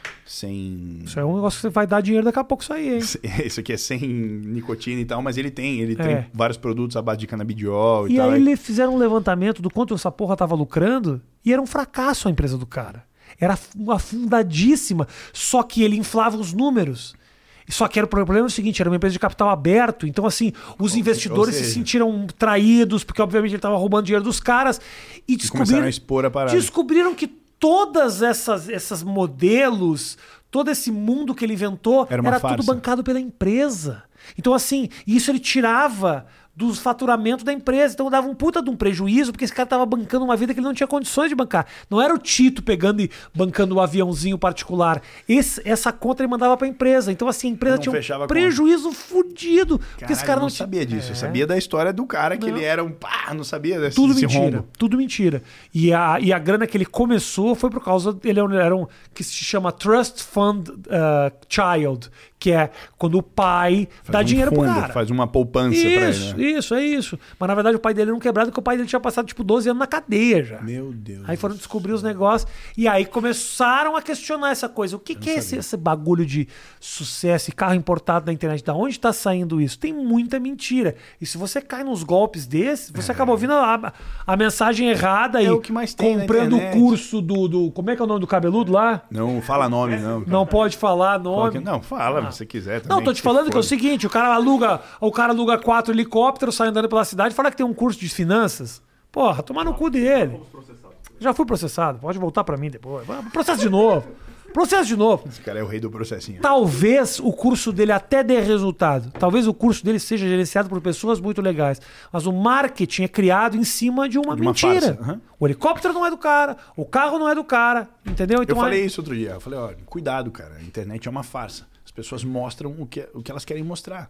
[SPEAKER 2] Sem...
[SPEAKER 1] Isso é um negócio que você vai dar dinheiro daqui a pouco, isso aí, hein?
[SPEAKER 2] Isso aqui é sem nicotina e tal, mas ele tem. Ele
[SPEAKER 1] É.
[SPEAKER 2] tem vários produtos à base de canabidiol e,
[SPEAKER 1] E
[SPEAKER 2] tal.
[SPEAKER 1] aí eles fizeram um levantamento do quanto essa porra tava lucrando e era um fracasso a empresa do cara. Era afundadíssima, só que ele inflava os números. Só que era o problema é o seguinte, era uma empresa de capital aberto, então assim, os investidores
[SPEAKER 2] ou seja-
[SPEAKER 1] se sentiram traídos, porque obviamente ele estava roubando dinheiro dos caras e
[SPEAKER 2] E começaram
[SPEAKER 1] descobriram,
[SPEAKER 2] a expor a parada.
[SPEAKER 1] descobriram que todas essas essas modelos, todo esse mundo que ele inventou
[SPEAKER 2] Era
[SPEAKER 1] era,
[SPEAKER 2] uma
[SPEAKER 1] tudo
[SPEAKER 2] farsa.
[SPEAKER 1] bancado pela empresa. Então assim, isso ele tirava do faturamento da empresa. Então dava um puta de um prejuízo, porque esse cara tava bancando uma vida que ele não tinha condições de bancar. Não era o Tito pegando e bancando o aviãozinho particular. Esse- essa conta ele mandava pra empresa. Então assim, a empresa
[SPEAKER 2] Não
[SPEAKER 1] tinha
[SPEAKER 2] fechava
[SPEAKER 1] um
[SPEAKER 2] a
[SPEAKER 1] prejuízo fudido. Porque
[SPEAKER 2] Caralho,
[SPEAKER 1] esse cara
[SPEAKER 2] eu
[SPEAKER 1] não,
[SPEAKER 2] não
[SPEAKER 1] tinha-
[SPEAKER 2] sabia disso. Eu
[SPEAKER 1] É.
[SPEAKER 2] sabia da história do cara, que
[SPEAKER 1] Não.
[SPEAKER 2] ele era um... Pá, não sabia desse,
[SPEAKER 1] Tudo
[SPEAKER 2] desse
[SPEAKER 1] mentira,
[SPEAKER 2] rombo.
[SPEAKER 1] tudo mentira. E a, e a grana que ele começou foi por causa ele era um, era um que se chama Trust Fund uh, Child, que é quando o pai dá
[SPEAKER 2] um
[SPEAKER 1] dinheiro
[SPEAKER 2] fundo,
[SPEAKER 1] pro cara.
[SPEAKER 2] Faz uma poupança pra ele,
[SPEAKER 1] Isso,
[SPEAKER 2] né?
[SPEAKER 1] isso, é isso. Mas na verdade o pai dele era um quebrado, porque o pai dele tinha passado tipo doze anos na cadeia já.
[SPEAKER 2] Meu Deus.
[SPEAKER 1] Aí foram descobrir os negócios e aí começaram a questionar essa coisa. O que, que é esse, esse bagulho de sucesso e carro importado na internet? Da onde está saindo isso? Tem muita mentira. E se você cai nos golpes desses, você acaba ouvindo a, a mensagem errada
[SPEAKER 2] É
[SPEAKER 1] e
[SPEAKER 2] o que mais tem na
[SPEAKER 1] comprando o
[SPEAKER 2] internet.
[SPEAKER 1] curso do, do... Como é que é o nome do cabeludo lá?
[SPEAKER 2] Não fala nome, não. cara.
[SPEAKER 1] Não pode falar
[SPEAKER 2] Fala
[SPEAKER 1] nome.
[SPEAKER 2] que- Não, fala se você quiser também.
[SPEAKER 1] Não, tô te
[SPEAKER 2] se
[SPEAKER 1] falando que é o
[SPEAKER 2] foda.
[SPEAKER 1] seguinte, o cara aluga, o cara aluga quatro helicópteros, sai andando pela cidade, fala que tem um curso de finanças. Porra, tomar no cu dele. Já fui processado, pode voltar pra mim depois. Processo de novo. Processo de novo.
[SPEAKER 2] Esse cara é o rei do processinho.
[SPEAKER 1] Talvez o curso dele até dê resultado. Talvez o curso dele seja gerenciado por pessoas muito legais. Mas o marketing é criado em cima de uma,
[SPEAKER 2] De uma
[SPEAKER 1] mentira.
[SPEAKER 2] farsa, aham.
[SPEAKER 1] O helicóptero não é do cara, o carro não é do cara, entendeu?
[SPEAKER 2] Eu
[SPEAKER 1] Então
[SPEAKER 2] falei
[SPEAKER 1] é-
[SPEAKER 2] isso outro dia. Eu falei, ó, cuidado, cara. A internet é uma farsa. As pessoas mostram o que, o que elas querem mostrar.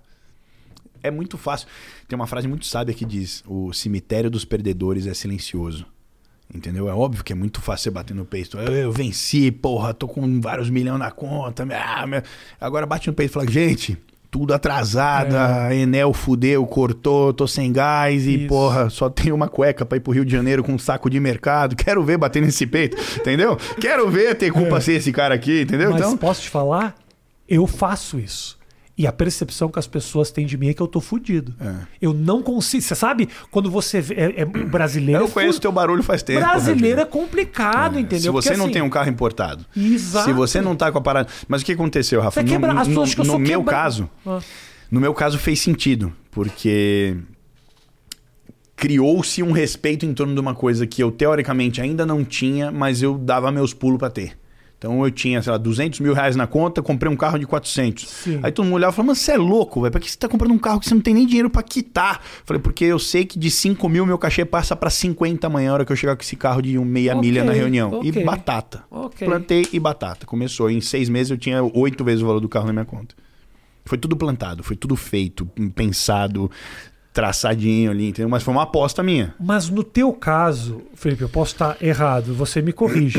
[SPEAKER 2] É muito fácil. Tem uma frase muito sábia que diz: o cemitério dos perdedores é silencioso. Entendeu? É óbvio que é muito fácil você bater no peito. Eu, eu venci, porra, tô com vários milhões na conta. Ah, meu... Agora bate no peito e fala, gente, tudo atrasado, a Enel fudeu, cortou, tô sem gás e,
[SPEAKER 1] Isso.
[SPEAKER 2] porra, só tenho uma cueca pra ir pro Rio de Janeiro com um saco de mercado. Quero ver bater nesse peito, entendeu? Quero ver ter culpa ser esse cara aqui, entendeu?
[SPEAKER 1] Mas
[SPEAKER 2] Então,
[SPEAKER 1] posso te falar? Eu faço isso. E a percepção que as pessoas têm de mim é que eu tô fudido.
[SPEAKER 2] É.
[SPEAKER 1] Eu não consigo. Você sabe, quando você vê. É, é, o brasileiro.
[SPEAKER 2] eu
[SPEAKER 1] é
[SPEAKER 2] conheço
[SPEAKER 1] fu-
[SPEAKER 2] teu barulho faz tempo.
[SPEAKER 1] Brasileiro é
[SPEAKER 2] Rafinha.
[SPEAKER 1] complicado,
[SPEAKER 2] É,
[SPEAKER 1] entendeu?
[SPEAKER 2] Se você
[SPEAKER 1] Porque,
[SPEAKER 2] não
[SPEAKER 1] assim,
[SPEAKER 2] tem um carro importado,
[SPEAKER 1] Exato.
[SPEAKER 2] se você não tá com a parada... Mas o que aconteceu, Rafa?
[SPEAKER 1] Você quebra-
[SPEAKER 2] No,
[SPEAKER 1] as pessoas
[SPEAKER 2] no-
[SPEAKER 1] acham que eu
[SPEAKER 2] no
[SPEAKER 1] sou
[SPEAKER 2] meu
[SPEAKER 1] quebra-
[SPEAKER 2] caso,
[SPEAKER 1] Ah.
[SPEAKER 2] no meu caso fez sentido, porque criou-se um respeito em torno de uma coisa que eu teoricamente ainda não tinha, mas eu dava meus pulos pra ter. Então eu tinha, sei lá, duzentos mil reais na conta, comprei um carro de quatrocentos.
[SPEAKER 1] Sim.
[SPEAKER 2] Aí todo mundo olhava e falava, mas você é louco, velho? Pra que você tá comprando um carro que você não tem nem dinheiro pra quitar? Falei, porque eu sei que de cinco mil meu cachê passa pra cinquenta amanhã, a hora que eu chegar com esse carro de um meia
[SPEAKER 1] Ok,
[SPEAKER 2] milha na reunião.
[SPEAKER 1] ok.
[SPEAKER 2] E batata.
[SPEAKER 1] Ok.
[SPEAKER 2] Plantei e batata. Começou. Em seis meses eu tinha oito vezes o valor do carro na minha conta. Foi tudo plantado, foi tudo feito, pensado. traçadinho ali, entendeu? Mas foi uma aposta minha.
[SPEAKER 1] Mas no teu caso, Felipe, eu posso estar errado, você me corrige.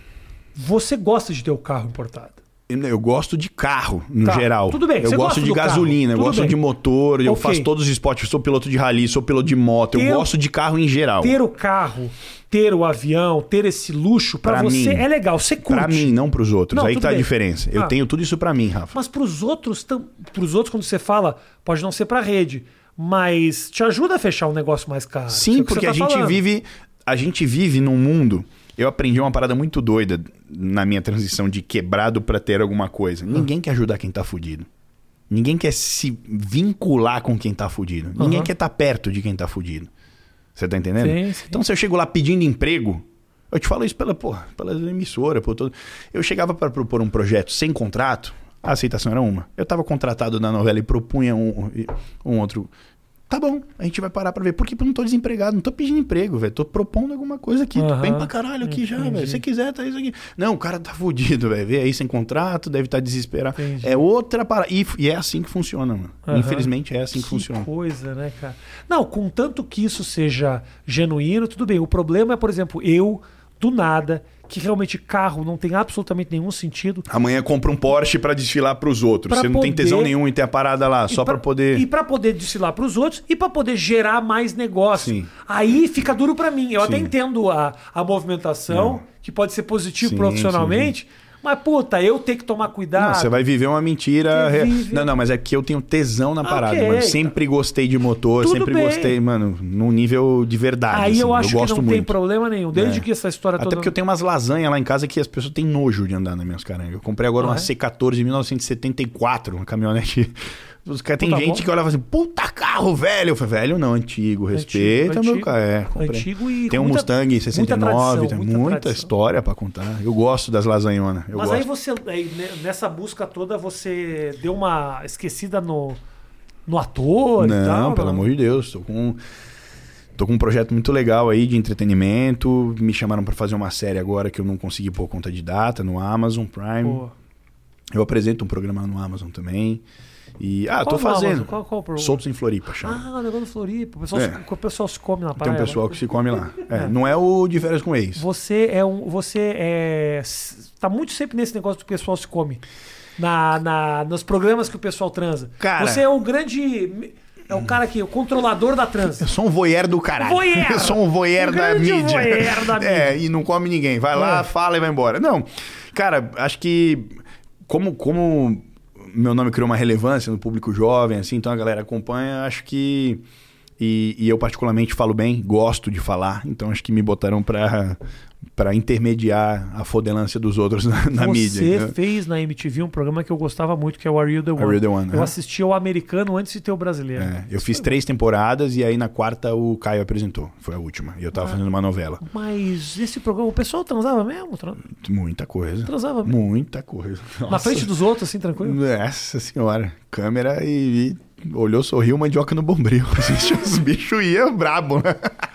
[SPEAKER 1] Você gosta de ter o carro importado?
[SPEAKER 2] Eu gosto de carro, no
[SPEAKER 1] Tá,
[SPEAKER 2] geral.
[SPEAKER 1] tudo bem,
[SPEAKER 2] Eu
[SPEAKER 1] você
[SPEAKER 2] gosto
[SPEAKER 1] gosta
[SPEAKER 2] de
[SPEAKER 1] do
[SPEAKER 2] gasolina,
[SPEAKER 1] carro,
[SPEAKER 2] eu gosto
[SPEAKER 1] tudo
[SPEAKER 2] de
[SPEAKER 1] bem.
[SPEAKER 2] motor, eu
[SPEAKER 1] Ok.
[SPEAKER 2] faço todos os esportes. Eu sou piloto de rally, sou piloto de moto.
[SPEAKER 1] Ter-
[SPEAKER 2] Eu gosto de carro em geral.
[SPEAKER 1] Ter o carro, ter o avião, ter esse luxo, pra,
[SPEAKER 2] Pra
[SPEAKER 1] você
[SPEAKER 2] mim.
[SPEAKER 1] é legal, você curte.
[SPEAKER 2] Pra mim, não pros outros.
[SPEAKER 1] Não,
[SPEAKER 2] Aí
[SPEAKER 1] tudo
[SPEAKER 2] tá
[SPEAKER 1] bem.
[SPEAKER 2] a diferença. Eu
[SPEAKER 1] Ah.
[SPEAKER 2] tenho tudo isso pra mim, Rafa.
[SPEAKER 1] Mas pros outros, tam- pros outros, quando você fala, pode não ser pra rede, mas te ajuda a fechar um negócio mais caro. Isso é
[SPEAKER 2] Sim,
[SPEAKER 1] o que
[SPEAKER 2] porque
[SPEAKER 1] você
[SPEAKER 2] a
[SPEAKER 1] tá
[SPEAKER 2] gente
[SPEAKER 1] falando.
[SPEAKER 2] vive, a gente vive num mundo. Eu aprendi uma parada muito doida na minha transição de quebrado pra ter alguma coisa. Ninguém quer ajudar quem tá fudido. Ninguém quer se vincular com quem tá fudido. Ninguém
[SPEAKER 1] Aham.
[SPEAKER 2] quer estar perto de quem tá fudido. Você tá entendendo?
[SPEAKER 1] Sim, sim.
[SPEAKER 2] Então, se eu chego lá pedindo emprego, eu te falo isso pela, porra, pela emissora. Por todo... Eu chegava para propor um projeto sem contrato, a aceitação era uma. Eu estava contratado na novela e propunha um, um outro. Tá bom, a gente vai parar pra ver. Por que eu não tô desempregado? Não tô pedindo emprego, velho. Tô propondo alguma coisa aqui. Tô
[SPEAKER 1] Aham,
[SPEAKER 2] bem pra caralho aqui já,
[SPEAKER 1] entendi.
[SPEAKER 2] velho. Se quiser, tá isso aqui. Não, o cara tá fudido, velho. Vê aí sem contrato, deve estar desesperado.
[SPEAKER 1] Entendi.
[SPEAKER 2] É outra parada. E, e é assim que funciona, mano.
[SPEAKER 1] Aham.
[SPEAKER 2] Infelizmente é assim que,
[SPEAKER 1] Que
[SPEAKER 2] funciona.
[SPEAKER 1] coisa, né, cara? Não, contanto que isso seja genuíno, tudo bem. O problema é, por exemplo, eu, do nada, que realmente carro não tem absolutamente nenhum sentido.
[SPEAKER 2] Amanhã compra um Porsche pra desfilar pros outros.
[SPEAKER 1] Pra
[SPEAKER 2] Você não tem
[SPEAKER 1] poder-
[SPEAKER 2] tesão nenhum em ter a parada lá, só
[SPEAKER 1] E
[SPEAKER 2] pra poder...
[SPEAKER 1] E pra poder desfilar pros outros e pra poder gerar mais negócio.
[SPEAKER 2] Sim.
[SPEAKER 1] Aí fica duro pra mim. Eu até
[SPEAKER 2] Sim.
[SPEAKER 1] entendo a, a movimentação, que pode ser positivo
[SPEAKER 2] Sim,
[SPEAKER 1] profissionalmente, mas puta, eu tenho que tomar cuidado.
[SPEAKER 2] Não, você vai viver uma mentira.
[SPEAKER 1] Você
[SPEAKER 2] re-
[SPEAKER 1] vive-
[SPEAKER 2] Não, não, mas é que eu tenho tesão na
[SPEAKER 1] Ah,
[SPEAKER 2] parada,
[SPEAKER 1] ok.
[SPEAKER 2] mano. Sempre gostei de motor,
[SPEAKER 1] Tudo
[SPEAKER 2] sempre
[SPEAKER 1] bem.
[SPEAKER 2] gostei, mano, num nível de verdade.
[SPEAKER 1] Aí
[SPEAKER 2] assim,
[SPEAKER 1] eu acho que
[SPEAKER 2] gosto
[SPEAKER 1] não
[SPEAKER 2] muito.
[SPEAKER 1] tem problema nenhum. Desde
[SPEAKER 2] É.
[SPEAKER 1] que essa história
[SPEAKER 2] Até
[SPEAKER 1] toda.
[SPEAKER 2] porque eu tenho umas lasanhas lá em casa que as pessoas têm nojo de andar nas minhas carangas. Eu comprei agora
[SPEAKER 1] Ah,
[SPEAKER 2] uma
[SPEAKER 1] é?
[SPEAKER 2] C quatorze mil novecentos e setenta e quatro, uma caminhonete. Os caras, tem
[SPEAKER 1] Puta,
[SPEAKER 2] gente
[SPEAKER 1] bom.
[SPEAKER 2] que olha e fala assim, puta carro velho. Eu falei, velho não, antigo, respeita
[SPEAKER 1] Antigo,
[SPEAKER 2] meu carro. É, comprei.
[SPEAKER 1] Antigo e
[SPEAKER 2] Tem
[SPEAKER 1] com
[SPEAKER 2] um
[SPEAKER 1] muita-
[SPEAKER 2] Mustang sessenta e nove,
[SPEAKER 1] muita
[SPEAKER 2] tem
[SPEAKER 1] tradição,
[SPEAKER 2] muita,
[SPEAKER 1] muita tradição.
[SPEAKER 2] história pra contar. Eu gosto das lasanhonas. Eu
[SPEAKER 1] Mas
[SPEAKER 2] gosto.
[SPEAKER 1] aí você, aí, né, nessa busca toda, você deu uma esquecida no, no ator e
[SPEAKER 2] Não,
[SPEAKER 1] tal?
[SPEAKER 2] pelo amor de Deus. Tô com, tô com um projeto muito legal aí de entretenimento. Me chamaram pra fazer uma série agora que eu não consegui por conta de data no Amazon Prime.
[SPEAKER 1] Pô.
[SPEAKER 2] Eu apresento um programa no Amazon também. E, ah,
[SPEAKER 1] Qual
[SPEAKER 2] tô
[SPEAKER 1] o nome?
[SPEAKER 2] fazendo.
[SPEAKER 1] Qual, qual o programa?
[SPEAKER 2] Soltos em Floripa, chama.
[SPEAKER 1] Ah, o negócio do Floripa. O pessoal,
[SPEAKER 2] É.
[SPEAKER 1] se, o pessoal se come na
[SPEAKER 2] Tem
[SPEAKER 1] praia.
[SPEAKER 2] um pessoal
[SPEAKER 1] né?
[SPEAKER 2] que se come lá. É,
[SPEAKER 1] É.
[SPEAKER 2] Não é o de férias com ex.
[SPEAKER 1] Você é um. Você é. Tá muito sempre nesse negócio do pessoal se come. Na, na, nos programas que o pessoal transa.
[SPEAKER 2] Cara-
[SPEAKER 1] Você é o grande. É o cara que. O controlador da transa.
[SPEAKER 2] Eu sou um voyeur do caralho.
[SPEAKER 1] Voyeur!
[SPEAKER 2] Eu sou um voyeur
[SPEAKER 1] Um
[SPEAKER 2] da
[SPEAKER 1] grande
[SPEAKER 2] mídia.
[SPEAKER 1] voyeur da
[SPEAKER 2] É,
[SPEAKER 1] mídia.
[SPEAKER 2] e não come ninguém. Vai lá,
[SPEAKER 1] É.
[SPEAKER 2] fala e vai embora. Não, cara, acho que como, como meu nome criou uma relevância no público jovem, assim, então a galera acompanha, acho que... E, e eu particularmente falo bem, gosto de falar, então acho que me botaram pra, pra intermediar a fodelância dos outros na, na
[SPEAKER 1] Você
[SPEAKER 2] mídia. né?
[SPEAKER 1] fez na M T V um programa que eu gostava muito, que é o Are You The One?
[SPEAKER 2] Are You The One,
[SPEAKER 1] Eu
[SPEAKER 2] né?
[SPEAKER 1] assisti ao americano antes de ter o brasileiro.
[SPEAKER 2] É, eu fiz três temporadas e aí na quarta o Caio apresentou. Foi a última. E eu tava
[SPEAKER 1] Ah.
[SPEAKER 2] fazendo uma novela.
[SPEAKER 1] Mas esse programa, o pessoal transava mesmo? Tran-
[SPEAKER 2] Muita coisa.
[SPEAKER 1] Transava mesmo?
[SPEAKER 2] Muita coisa.
[SPEAKER 1] Na
[SPEAKER 2] Nossa.
[SPEAKER 1] frente dos outros, assim, tranquilo?
[SPEAKER 2] Nossa senhora. Câmera e, e olhou, sorriu, mandioca no bombril. Os bichos iam brabo, né?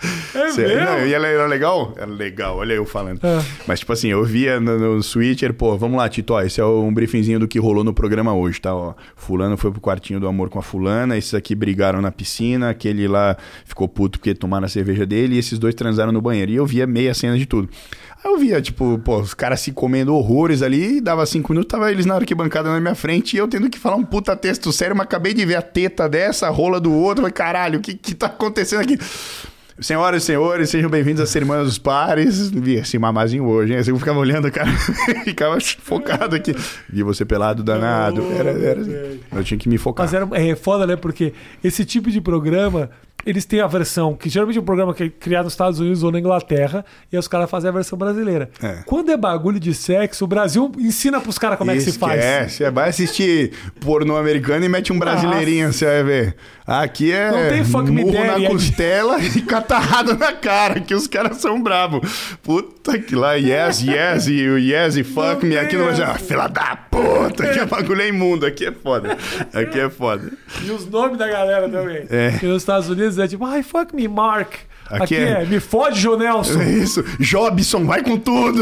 [SPEAKER 1] É
[SPEAKER 2] Cê-
[SPEAKER 1] mesmo?
[SPEAKER 2] não, e ela era legal? Era legal, olha eu falando.
[SPEAKER 1] É.
[SPEAKER 2] Mas, tipo assim, eu via no, no Switcher, pô, vamos lá, Tito, ó, esse é um briefingzinho do que rolou no programa hoje, tá? Ó, fulano foi pro quartinho do amor com a fulana, esses aqui brigaram na piscina, aquele lá ficou puto porque tomaram a cerveja dele e esses dois transaram no banheiro. E eu via meia cena de tudo. Aí eu via, tipo, pô, os caras se comendo horrores ali, dava cinco minutos, tava eles na arquibancada na minha frente e eu tendo que falar um puta texto sério, mas acabei de ver a teta dessa, a rola do outro, falei, caralho, o que que tá acontecendo aqui? Senhoras e senhores, sejam bem-vindos à Semana dos Pares. Vi esse mamazinho hoje, hein? Eu ficava olhando, cara, ficava focado aqui. Vi você pelado danado. Era, era assim. Eu tinha que me focar.
[SPEAKER 1] Mas era, é foda, né? Porque esse tipo de programa, eles têm a versão, que geralmente é um programa que é criado nos Estados Unidos ou na Inglaterra, e aí os caras fazem a versão brasileira.
[SPEAKER 2] É.
[SPEAKER 1] Quando é bagulho de sexo, o Brasil ensina pros caras como é que se faz.
[SPEAKER 2] Esquece, vai assistir pornô americano e mete um brasileirinho, você vai ver. Aqui é
[SPEAKER 1] Não tem fuck me
[SPEAKER 2] murro
[SPEAKER 1] daddy,
[SPEAKER 2] na
[SPEAKER 1] é-
[SPEAKER 2] costela e catarrada na cara, que os caras são bravos. Puta que lá, yes, yes, e o yes e fuck
[SPEAKER 1] Não
[SPEAKER 2] me.
[SPEAKER 1] tem
[SPEAKER 2] Aqui no Brasil,
[SPEAKER 1] essa.
[SPEAKER 2] ah, fila da puta, que é bagulho é imundo, aqui é foda. Aqui é foda.
[SPEAKER 1] E os nomes da galera também.
[SPEAKER 2] É.
[SPEAKER 1] Porque nos Estados Unidos é tipo, ai, fuck me, Mark. Aqui,
[SPEAKER 2] Aqui
[SPEAKER 1] é...
[SPEAKER 2] é-
[SPEAKER 1] me fode, João Nelson.
[SPEAKER 2] É isso, Jobson, vai com tudo.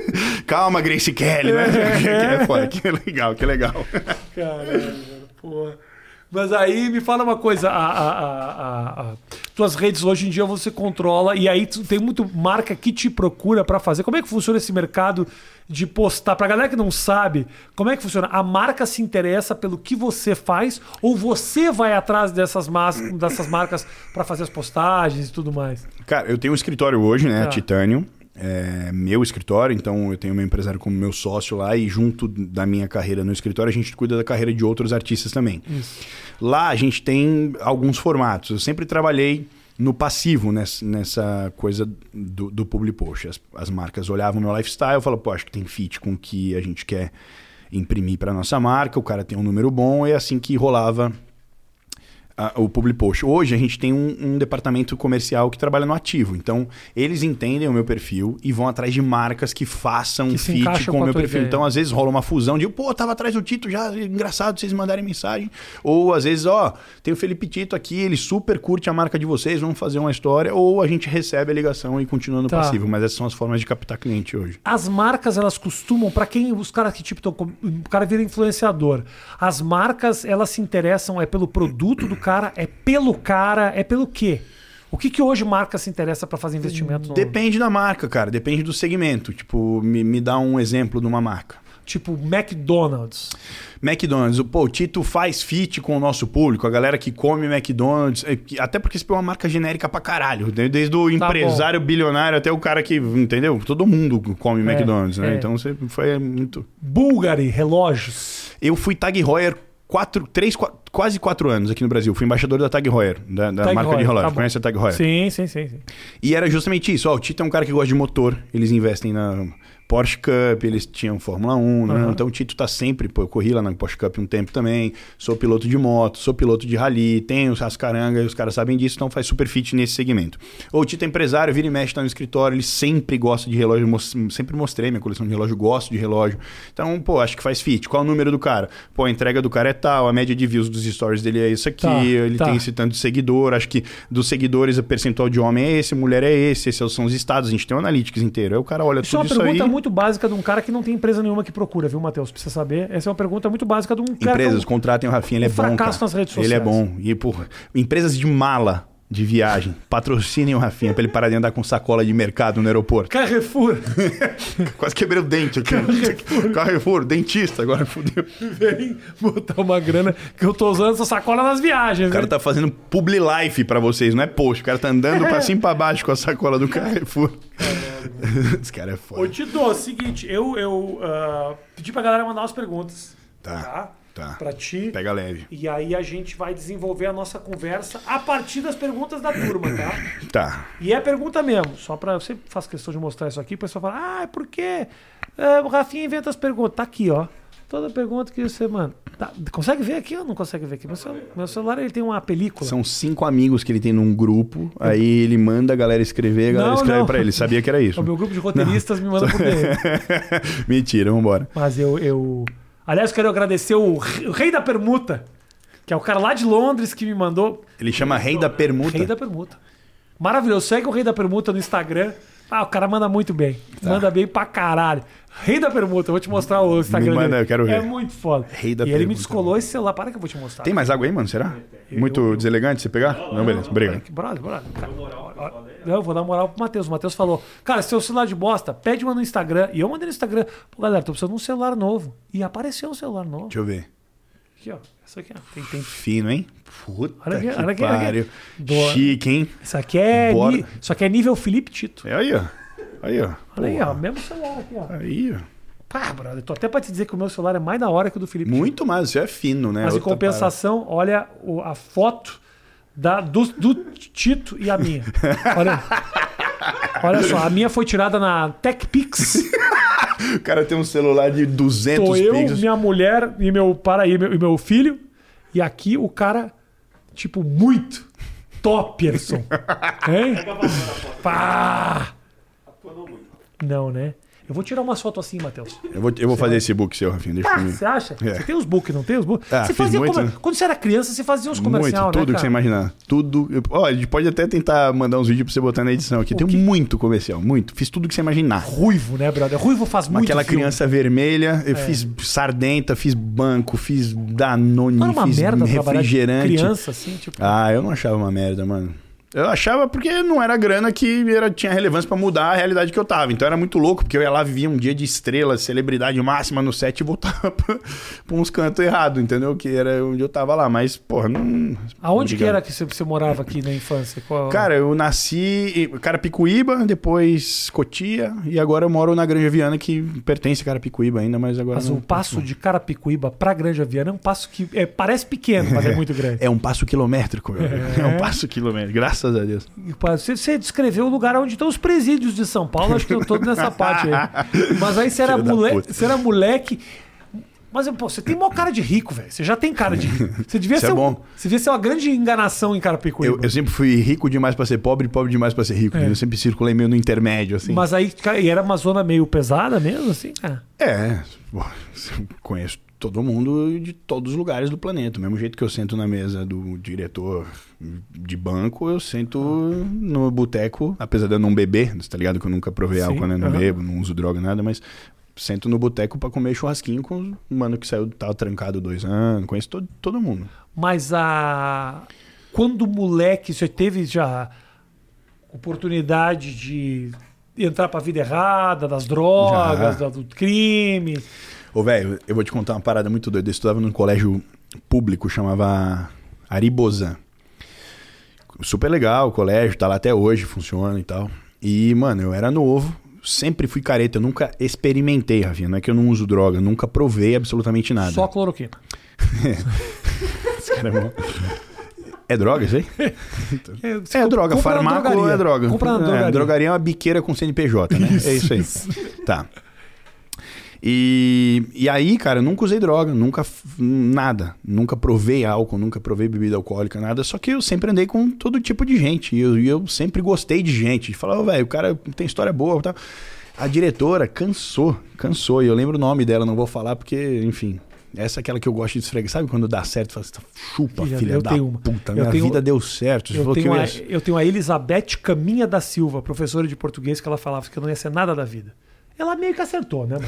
[SPEAKER 2] Calma, Grace Kelly, né?
[SPEAKER 1] É.
[SPEAKER 2] Que é foda, que é legal, que é legal.
[SPEAKER 1] Caralho, porra. Mas aí me fala uma coisa, a, a, a, a, a, tuas redes hoje em dia você controla e aí tu, tem muito marca que te procura pra fazer. Como é que funciona esse mercado de postar? Pra galera que não sabe, como é que funciona? A marca se interessa pelo que você faz ou você vai atrás dessas, mas, dessas marcas pra fazer as postagens e tudo mais?
[SPEAKER 2] Cara, eu tenho um escritório hoje, né?
[SPEAKER 1] Tá.
[SPEAKER 2] Titânio. É meu escritório, então eu tenho meu empresário como meu sócio lá e junto da minha carreira no escritório a gente cuida da carreira de outros artistas também.
[SPEAKER 1] Isso.
[SPEAKER 2] Lá a gente tem alguns formatos. Eu sempre trabalhei no passivo nessa, nessa coisa do, do public post. As, as marcas olhavam meu lifestyle e falavam, pô, acho que tem fit com o que a gente quer imprimir para nossa marca, o cara tem um número bom, e é assim que rolava o public post. Hoje a gente tem um, um departamento comercial que trabalha no ativo. Então, eles entendem o meu perfil e vão atrás de marcas que façam
[SPEAKER 1] que
[SPEAKER 2] um fit com,
[SPEAKER 1] com
[SPEAKER 2] o meu
[SPEAKER 1] tua
[SPEAKER 2] perfil.
[SPEAKER 1] ideia.
[SPEAKER 2] Então, às vezes rola uma fusão de, pô, tava atrás do Tito já, engraçado vocês mandarem mensagem. Ou às vezes, ó, tem o Felipe Tito aqui, ele super curte a marca de vocês, vamos fazer uma história. Ou a gente recebe a ligação e continua no
[SPEAKER 1] Tá.
[SPEAKER 2] passivo. Mas essas são as formas de captar cliente hoje.
[SPEAKER 1] As marcas, elas costumam, pra quem, os caras que tipo, tão, com- o cara vira influenciador, as marcas, elas se interessam, é pelo produto do cara, é pelo cara, é pelo quê? O que que hoje marca se interessa pra fazer investimento? No,
[SPEAKER 2] Depende da marca, cara. Depende do segmento. Tipo, me, me dá um exemplo de uma marca.
[SPEAKER 1] tipo, McDonald's.
[SPEAKER 2] McDonald's, pô, o Tito faz fit com o nosso público, a galera que come McDonald's, é que- até porque isso é uma marca genérica pra caralho, né? Desde o
[SPEAKER 1] Tá
[SPEAKER 2] empresário bilionário até o cara que, entendeu? Todo mundo come
[SPEAKER 1] É,
[SPEAKER 2] McDonald's, né?
[SPEAKER 1] é.
[SPEAKER 2] Então você foi muito...
[SPEAKER 1] Bulgari, relógios.
[SPEAKER 2] Eu fui Tag Heuer quatro, três, quatro, quase quatro anos aqui no Brasil. Fui embaixador da Tag Heuer, da, da
[SPEAKER 1] Tag
[SPEAKER 2] marca de
[SPEAKER 1] Heuer,
[SPEAKER 2] relógio.
[SPEAKER 1] tá bom.
[SPEAKER 2] Conhece a Tag Heuer?
[SPEAKER 1] Sim, sim, sim, sim.
[SPEAKER 2] E era justamente isso. Ó, o Tito é um cara que gosta de motor. Eles investem na Porsche Cup, eles tinham Fórmula um, né?
[SPEAKER 1] Aham.
[SPEAKER 2] Então o Tito tá sempre... Pô, eu corri lá na Porsche Cup um tempo também. Sou piloto de moto, sou piloto de rally, tenho as carangas, os caras sabem disso, então faz super fit nesse segmento. Ou o Tito é empresário, vira e mexe, tá no escritório, ele sempre gosta de relógio, mos- sempre mostrei minha coleção de relógio, gosto de relógio. Então, pô, acho que faz fit. Qual é o número do cara? Pô, a entrega do cara é tal, a média de views dos stories dele é isso aqui,
[SPEAKER 1] Tá,
[SPEAKER 2] ele
[SPEAKER 1] tá.
[SPEAKER 2] tem esse tanto de seguidor, acho que dos seguidores o percentual de homem é esse, mulher é esse, esses são os estados, a gente tem um analytics inteiro. Aí o cara olha
[SPEAKER 1] Isso é
[SPEAKER 2] tudo
[SPEAKER 1] uma
[SPEAKER 2] isso
[SPEAKER 1] pergunta
[SPEAKER 2] aí...
[SPEAKER 1] muito básica de um cara que não tem empresa nenhuma que procura, viu, Matheus? Precisa saber. Essa é uma pergunta muito básica de um cara.
[SPEAKER 2] Empresas,
[SPEAKER 1] que-
[SPEAKER 2] contratem o Rafinha, ele
[SPEAKER 1] um
[SPEAKER 2] é bom,
[SPEAKER 1] fracasso
[SPEAKER 2] cara.
[SPEAKER 1] nas redes
[SPEAKER 2] Ele é
[SPEAKER 1] sociais.
[SPEAKER 2] bom. E, porra, empresas de mala de viagem, patrocinem o Rafinha pra ele parar de andar com sacola de mercado no aeroporto.
[SPEAKER 1] Carrefour.
[SPEAKER 2] Quase quebrei o dente aqui. Carrefour, dentista, agora fodeu.
[SPEAKER 1] Vem botar uma grana que eu tô usando essa sacola nas viagens.
[SPEAKER 2] O cara
[SPEAKER 1] né?
[SPEAKER 2] tá fazendo publi life pra vocês, não é post. O cara tá andando pra cima e pra baixo com a sacola do Carrefour. Esse cara é
[SPEAKER 1] Ô,
[SPEAKER 2] foda.
[SPEAKER 1] Tito, é o seguinte, eu, eu ah, pedi pra galera mandar umas perguntas.
[SPEAKER 2] Tá,
[SPEAKER 1] Tá?
[SPEAKER 2] tá.
[SPEAKER 1] Pra ti.
[SPEAKER 2] Pega leve.
[SPEAKER 1] E aí a gente vai desenvolver a nossa conversa a partir das perguntas da turma, tá?
[SPEAKER 2] Tá.
[SPEAKER 1] E é pergunta mesmo, só pra... Eu sempre faço questão de mostrar isso aqui, o pessoal fala, ah, é porque é, o Rafinha inventa as perguntas. Tá aqui, ó. Toda pergunta que você, mano... Tá, consegue ver aqui ou não consegue ver aqui? Meu celular, meu celular ele tem uma película.
[SPEAKER 2] São cinco amigos que ele tem num grupo, aí ele manda a galera escrever, a galera
[SPEAKER 1] Não,
[SPEAKER 2] escreve
[SPEAKER 1] não.
[SPEAKER 2] pra ele. Sabia que era isso.
[SPEAKER 1] O meu grupo de roteiristas me manda por D M.
[SPEAKER 2] Mentira, vambora.
[SPEAKER 1] Mas eu, eu... Aliás, quero agradecer o, re- o Rei da Permuta, que é o cara lá de Londres que me mandou...
[SPEAKER 2] Ele chama Rei da Permuta.
[SPEAKER 1] Rei da Permuta. Maravilhoso. Segue o Rei da Permuta no Instagram. Ah, o cara manda muito bem.
[SPEAKER 2] Tá.
[SPEAKER 1] Manda bem pra caralho. Rei da Permuta. Eu vou te mostrar o Instagram
[SPEAKER 2] Me manda,
[SPEAKER 1] dele.
[SPEAKER 2] eu quero ver.
[SPEAKER 1] É muito foda.
[SPEAKER 2] Rei da
[SPEAKER 1] e ele me
[SPEAKER 2] Permuta.
[SPEAKER 1] descolou esse celular. Para que eu vou te mostrar.
[SPEAKER 2] Tem mais água aí, mano? Será? Muito deselegante você pegar? Não, beleza. Obrigado.
[SPEAKER 1] Que brother, brother. Cara, ó, não, eu vou dar moral pro Matheus. O Matheus falou, cara, seu celular de bosta, pede uma no Instagram. E eu mandei no Instagram. Pô, galera, tô precisando de um celular novo. E apareceu um celular novo.
[SPEAKER 2] Deixa eu ver.
[SPEAKER 1] Aqui, ó. Isso aqui, ó. Tem, tem...
[SPEAKER 2] Fino, hein? Puta
[SPEAKER 1] Olha aqui,
[SPEAKER 2] que
[SPEAKER 1] olha aqui, olha aqui.
[SPEAKER 2] pariu.
[SPEAKER 1] Boa.
[SPEAKER 2] Chique, hein?
[SPEAKER 1] Isso aqui é,
[SPEAKER 2] Bora.
[SPEAKER 1] ni... Isso aqui é nível Felipe Tito.
[SPEAKER 2] É aí, ó. Aí, ó.
[SPEAKER 1] Olha aí,
[SPEAKER 2] Porra.
[SPEAKER 1] ó. Mesmo celular aqui, ó.
[SPEAKER 2] Aí, ó.
[SPEAKER 1] Pá, brother, tô até pra te dizer que o meu celular é mais da hora que o do Felipe Tito.
[SPEAKER 2] Muito mais, isso é fino, né?
[SPEAKER 1] Mas em
[SPEAKER 2] Outra
[SPEAKER 1] compensação, olha o- a foto da, do, do Tito e a minha. Olha, olha só, a minha foi tirada na TechPix.
[SPEAKER 2] parada. O cara tem um celular de duzentos
[SPEAKER 1] Tô eu,
[SPEAKER 2] pixels.
[SPEAKER 1] minha mulher e meu para e meu, e meu filho. E aqui o cara, tipo, muito Topperson. Hein? Pá! Não, né? Eu vou tirar umas fotos assim, Matheus.
[SPEAKER 2] Eu vou, eu vou fazer esse book seu, Rafinha. Deixa
[SPEAKER 1] Ah,
[SPEAKER 2] comigo.
[SPEAKER 1] você acha?
[SPEAKER 2] É.
[SPEAKER 1] Você tem os book, não tem os book?
[SPEAKER 2] Ah,
[SPEAKER 1] você
[SPEAKER 2] fiz
[SPEAKER 1] fazia
[SPEAKER 2] muito,
[SPEAKER 1] comer-
[SPEAKER 2] né?
[SPEAKER 1] Quando você era criança, você fazia uns
[SPEAKER 2] Muito,
[SPEAKER 1] comerciais, né,
[SPEAKER 2] tudo que
[SPEAKER 1] cara?
[SPEAKER 2] você imaginar. Tudo. Eu- Ó, a gente pode até tentar mandar uns vídeos pra você botar na edição aqui.
[SPEAKER 1] O
[SPEAKER 2] Tem
[SPEAKER 1] que-
[SPEAKER 2] muito comercial, muito. Fiz tudo que você imaginar.
[SPEAKER 1] Ruivo, né, brother? Ruivo faz muito
[SPEAKER 2] Aquela
[SPEAKER 1] filme.
[SPEAKER 2] criança vermelha, eu
[SPEAKER 1] É.
[SPEAKER 2] fiz Sardenta, fiz banco, fiz Danone,
[SPEAKER 1] Não era uma
[SPEAKER 2] fiz
[SPEAKER 1] merda trabalhar de
[SPEAKER 2] refrigerante.
[SPEAKER 1] criança, assim, tipo...
[SPEAKER 2] Ah, eu não achava uma merda, mano. Eu achava porque não era grana que era, tinha relevância pra mudar a realidade que eu tava. Então era muito louco, porque eu ia lá, vivia um dia de estrela, celebridade máxima no set e voltava pra, pra uns cantos errados, entendeu? Que era onde eu tava lá. Mas, porra, não...
[SPEAKER 1] Aonde que
[SPEAKER 2] Obrigado.
[SPEAKER 1] era que você, você morava aqui na infância? Qual...
[SPEAKER 2] Cara, eu nasci em Carapicuíba, depois Cotia, e agora eu moro na Granja Viana, que pertence a Carapicuíba ainda, mas agora
[SPEAKER 1] Mas
[SPEAKER 2] não...
[SPEAKER 1] o passo de Carapicuíba pra Granja Viana é um passo que é, parece pequeno, mas é muito grande.
[SPEAKER 2] É um passo quilométrico, meu. É, um passo quilométrico, graças a Deus.
[SPEAKER 1] E, pá, Você, você descreveu o lugar onde estão os presídios de São Paulo, acho que eu tô nessa parte aí. Mas aí você era,
[SPEAKER 2] Filho da
[SPEAKER 1] mole...
[SPEAKER 2] puta.
[SPEAKER 1] você era moleque. Mas pô, você tem maior cara de rico, velho. Você já tem cara de rico. Você devia
[SPEAKER 2] Isso
[SPEAKER 1] ser
[SPEAKER 2] é
[SPEAKER 1] um-
[SPEAKER 2] bom.
[SPEAKER 1] Você devia ser uma grande enganação em Carapicuíba.
[SPEAKER 2] Eu, eu sempre fui rico demais pra ser pobre e pobre demais pra ser rico.
[SPEAKER 1] É.
[SPEAKER 2] Eu sempre circulei meio no intermédio, assim.
[SPEAKER 1] Mas aí cara, e era uma zona meio pesada mesmo, assim, cara.
[SPEAKER 2] É, pô, eu conheço todo mundo de todos os lugares do planeta. Do mesmo jeito que eu sento na mesa do diretor de banco, eu sento no boteco, apesar de eu não beber, você tá ligado que eu nunca provei
[SPEAKER 1] Sim,
[SPEAKER 2] álcool, né? Não
[SPEAKER 1] aham.
[SPEAKER 2] bebo, não uso droga, nada, mas sento no boteco pra comer churrasquinho com o mano que saiu, tava trancado dois anos, conheço todo, todo mundo.
[SPEAKER 1] Mas a. Quando moleque, você teve já oportunidade de entrar pra vida errada, das drogas,
[SPEAKER 2] Já.
[SPEAKER 1] da- do crime.
[SPEAKER 2] Ô, velho, eu vou te contar uma parada muito doida. Eu estudava num colégio público, chamava Aribozan. Super legal o colégio, tá lá até hoje, funciona e tal. E, mano, eu era novo, sempre fui careta, eu nunca experimentei, Rafinha. Não é que eu não uso droga, eu nunca provei absolutamente nada.
[SPEAKER 1] Só cloroquina.
[SPEAKER 2] Esse cara é bom. É droga isso aí?
[SPEAKER 1] você
[SPEAKER 2] É
[SPEAKER 1] comp-
[SPEAKER 2] droga,
[SPEAKER 1] compra na
[SPEAKER 2] farmaco
[SPEAKER 1] drogaria.
[SPEAKER 2] é droga.
[SPEAKER 1] Compra na
[SPEAKER 2] É,
[SPEAKER 1] drogaria.
[SPEAKER 2] drogaria é uma biqueira com C N P J, né? É isso aí. Tá. E, e aí, cara, eu nunca usei droga, nunca f- nada. Nunca provei álcool, nunca provei bebida alcoólica, nada. Só que eu sempre andei com todo tipo de gente. E eu, e eu sempre gostei de gente. Falava, velho, o cara tem história boa. Tá? A diretora cansou, cansou. E eu lembro o nome dela, não vou falar porque, enfim. Essa é aquela que eu gosto de esfregar. Sabe quando dá certo? Fala, chupa,
[SPEAKER 1] Filha,
[SPEAKER 2] filha
[SPEAKER 1] eu
[SPEAKER 2] da
[SPEAKER 1] tenho uma.
[SPEAKER 2] puta.
[SPEAKER 1] Eu
[SPEAKER 2] Minha
[SPEAKER 1] tenho-
[SPEAKER 2] vida deu certo. Você
[SPEAKER 1] Eu
[SPEAKER 2] falou que
[SPEAKER 1] tenho,
[SPEAKER 2] eu
[SPEAKER 1] a,
[SPEAKER 2] ia...
[SPEAKER 1] eu tenho a Elizabeth Caminha da Silva, professora de português, que ela falava que eu não ia ser nada da vida. Ela meio que acertou, né, mano?